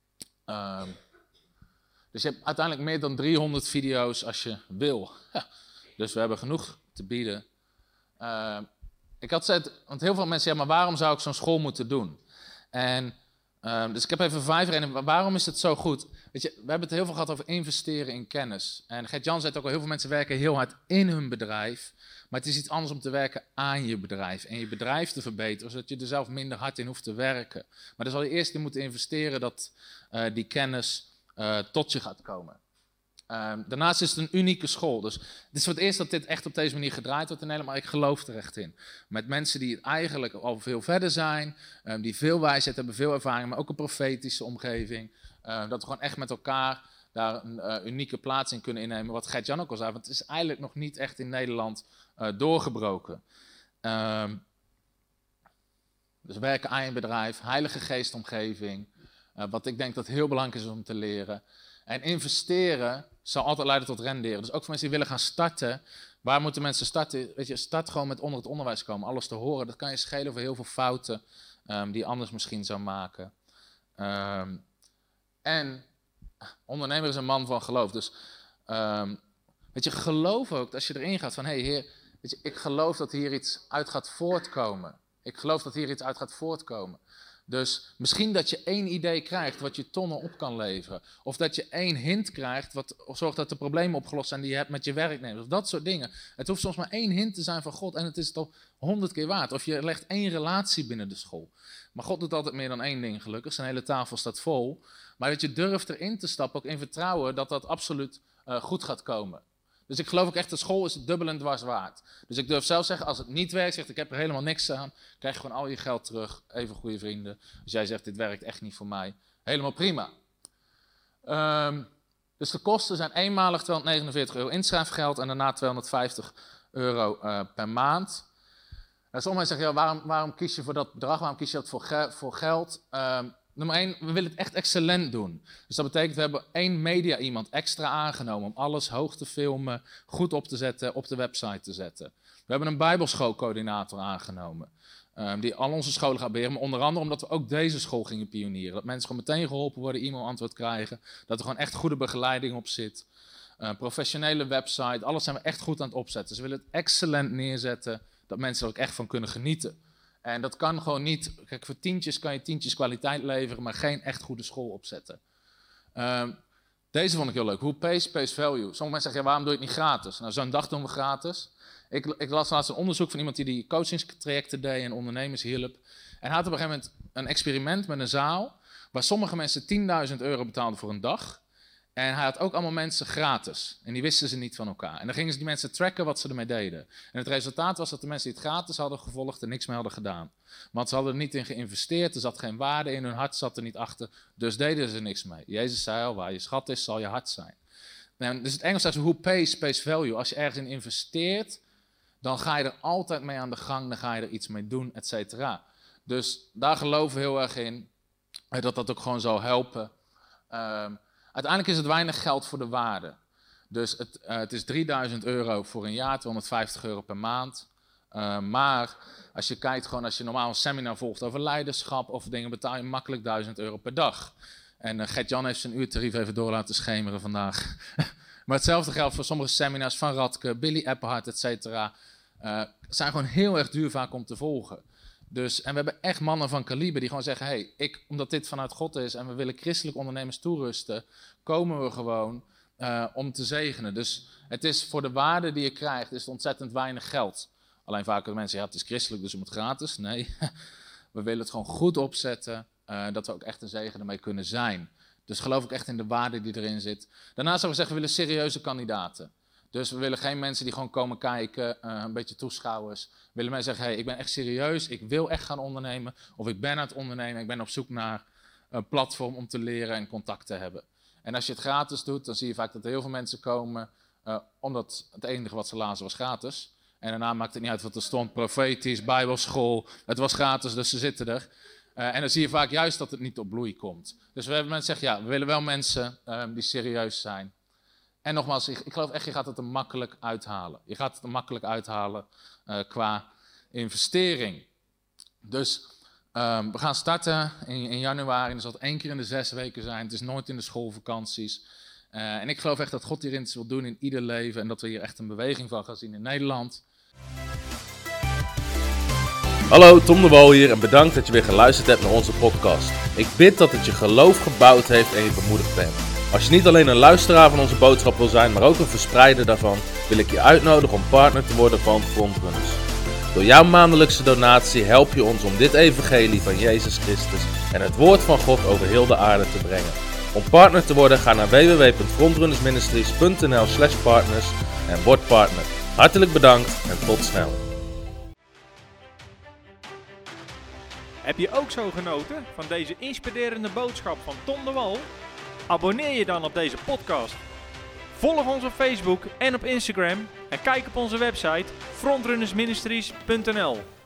Dus je hebt uiteindelijk meer dan 300 video's als je wil. Ja, dus we hebben genoeg te bieden. Ik had gezegd, want heel veel mensen zeggen, maar waarom zou ik zo'n school moeten doen? En, dus ik heb even 5 redenen. Waarom is het zo goed? Weet je, we hebben het heel veel gehad over investeren in kennis. En Gert-Jan zei het ook al, heel veel mensen werken heel hard in hun bedrijf. Maar het is iets anders om te werken aan je bedrijf. En je bedrijf te verbeteren, zodat je er zelf minder hard in hoeft te werken. Maar daar zal je eerst in moeten investeren dat die kennis tot je gaat komen. Daarnaast is het een unieke school. Dus het is voor het eerst dat dit echt op deze manier gedraaid wordt in Nederland, maar ik geloof er echt in. Met mensen die eigenlijk al veel verder zijn, die veel wijsheid hebben, veel ervaring, maar ook een profetische omgeving. Dat we gewoon echt met elkaar daar een unieke plaats in kunnen innemen. Wat Gert-Jan ook al zei, want het is eigenlijk nog niet echt in Nederland doorgebroken. Dus werken aan je bedrijf, Heilige Geestomgeving. Wat ik denk dat heel belangrijk is om te leren. En investeren zal altijd leiden tot renderen. Dus ook voor mensen die willen gaan starten. Waar moeten mensen starten? Weet je, start gewoon met onder het onderwijs komen. Alles te horen. Dat kan je schelen voor heel veel fouten die je anders misschien zou maken. En ondernemer is een man van geloof. Dus weet je, geloof ook als je erin gaat van, hé Heer, weet je, ik geloof dat hier iets uit gaat voortkomen. Ik geloof dat hier iets uit gaat voortkomen. Dus misschien dat je 1 idee krijgt wat je tonnen op kan leveren. Of dat je 1 hint krijgt wat zorgt dat de problemen opgelost zijn die je hebt met je werknemers. Of dat soort dingen. Het hoeft soms maar 1 hint te zijn van God en het is het al 100 keer waard. Of je legt 1 relatie binnen de school. Maar God doet altijd meer dan 1 ding gelukkig. Zijn hele tafel staat vol. Maar dat je durft erin te stappen, ook in vertrouwen dat dat absoluut goed gaat komen. Dus ik geloof ook echt, de school is het dubbel en dwars waard. Dus ik durf zelf zeggen, als het niet werkt, zegt ik heb er helemaal niks aan, krijg je gewoon al je geld terug. Even goede vrienden. Als jij zegt, dit werkt echt niet voor mij, helemaal prima. Dus de kosten zijn eenmalig €249 inschrijfgeld en daarna €250 per maand. Sommigen zeggen, ja, waarom kies je voor dat bedrag, waarom kies je dat voor geld? Nummer 1, we willen het echt excellent doen. Dus dat betekent, we hebben 1 media iemand extra aangenomen om alles hoog te filmen, goed op te zetten, op de website te zetten. We hebben een bijbelschoolcoördinator aangenomen, die al onze scholen gaat beheren, maar onder andere omdat we ook deze school gingen pionieren. Dat mensen gewoon meteen geholpen worden, e-mailantwoord krijgen, dat er gewoon echt goede begeleiding op zit. Professionele website, alles zijn we echt goed aan het opzetten. Dus we willen het excellent neerzetten, dat mensen er ook echt van kunnen genieten. En dat kan gewoon niet, kijk, voor tientjes kan je tientjes kwaliteit leveren, maar geen echt goede school opzetten. Deze vond ik heel leuk. Who pays value. Sommige mensen zeggen, ja, waarom doe je het niet gratis? Nou, zo'n dag doen we gratis. Ik las laatst een onderzoek van iemand die coachingstrajecten deed en ondernemers hielp. En hij had op een gegeven moment een experiment met een zaal, waar sommige mensen €10.000 betaalden voor een dag. En hij had ook allemaal mensen gratis. En die wisten ze niet van elkaar. En dan gingen ze die mensen tracken wat ze ermee deden. En het resultaat was dat de mensen die het gratis hadden gevolgd er niks mee hadden gedaan. Want ze hadden er niet in geïnvesteerd, er zat geen waarde in, hun hart zat er niet achter. Dus deden ze niks mee. Jezus zei al, waar je schat is, zal je hart zijn. En dus het Engels zegt, who pays value. Als je ergens in investeert, dan ga je er altijd mee aan de gang, dan ga je er iets mee doen, et cetera. Dus daar geloven we heel erg in, dat dat ook gewoon zal helpen. Uiteindelijk is het weinig geld voor de waarde. Dus het is €3.000 voor een jaar, €250 per maand. Maar als je kijkt, gewoon als je normaal een seminar volgt over leiderschap of dingen, betaal je makkelijk €1.000 per dag. En Gert-Jan heeft zijn uurtarief even door laten schemeren vandaag. Maar hetzelfde geldt voor sommige seminars van Radke, Billy Epperhart, et cetera. Zijn gewoon heel erg duur vaak om te volgen. Dus, en we hebben echt mannen van kaliber die gewoon zeggen, hey, omdat dit vanuit God is en we willen christelijke ondernemers toerusten, komen we gewoon om te zegenen. Dus het is voor de waarde die je krijgt, is het ontzettend weinig geld Alleen vaak hebben mensen, ja, het is christelijk, dus het moet gratis. Nee, we willen het gewoon goed opzetten, dat we ook echt een zegen ermee kunnen zijn. Dus geloof ik echt in de waarde die erin zit. Daarnaast zouden we zeggen, we willen serieuze kandidaten. Dus we willen geen mensen die gewoon komen kijken, een beetje toeschouwers. We willen mensen zeggen, hey, ik ben echt serieus, ik wil echt gaan ondernemen. Of ik ben aan het ondernemen, ik ben op zoek naar een platform om te leren en contact te hebben. En als je het gratis doet, dan zie je vaak dat er heel veel mensen komen, omdat het enige wat ze lazen was gratis. En daarna maakt het niet uit wat er stond, profetisch, bijbelschool, het was gratis, dus ze zitten er. En dan zie je vaak juist dat het niet op bloei komt. Dus we hebben mensen zeggen, ja, we willen wel mensen die serieus zijn. En nogmaals, ik geloof echt, je gaat het er makkelijk uithalen. Je gaat het er makkelijk uithalen qua investering. Dus we gaan starten in januari. En dat zal het 1 keer in de 6 weken zijn. Het is nooit in de schoolvakanties. En ik geloof echt dat God hierin iets wil doen in ieder leven. En dat we hier echt een beweging van gaan zien in Nederland. Hallo, Tom de Wal hier en bedankt dat je weer geluisterd hebt naar onze podcast. Ik bid dat het je geloof gebouwd heeft en je bemoedigd bent. Als je niet alleen een luisteraar van onze boodschap wil zijn, maar ook een verspreider daarvan, wil ik je uitnodigen om partner te worden van Frontrunners. Door jouw maandelijkse donatie help je ons om dit evangelie van Jezus Christus en het woord van God over heel de aarde te brengen. Om partner te worden, ga naar www.frontrunnersministries.nl/partners en word partner. Hartelijk bedankt en tot snel. Heb je ook zo genoten van deze inspirerende boodschap van Tom de Wal? Abonneer je dan op deze podcast. Volg ons op Facebook en op Instagram en kijk op onze website frontrunnersministries.nl.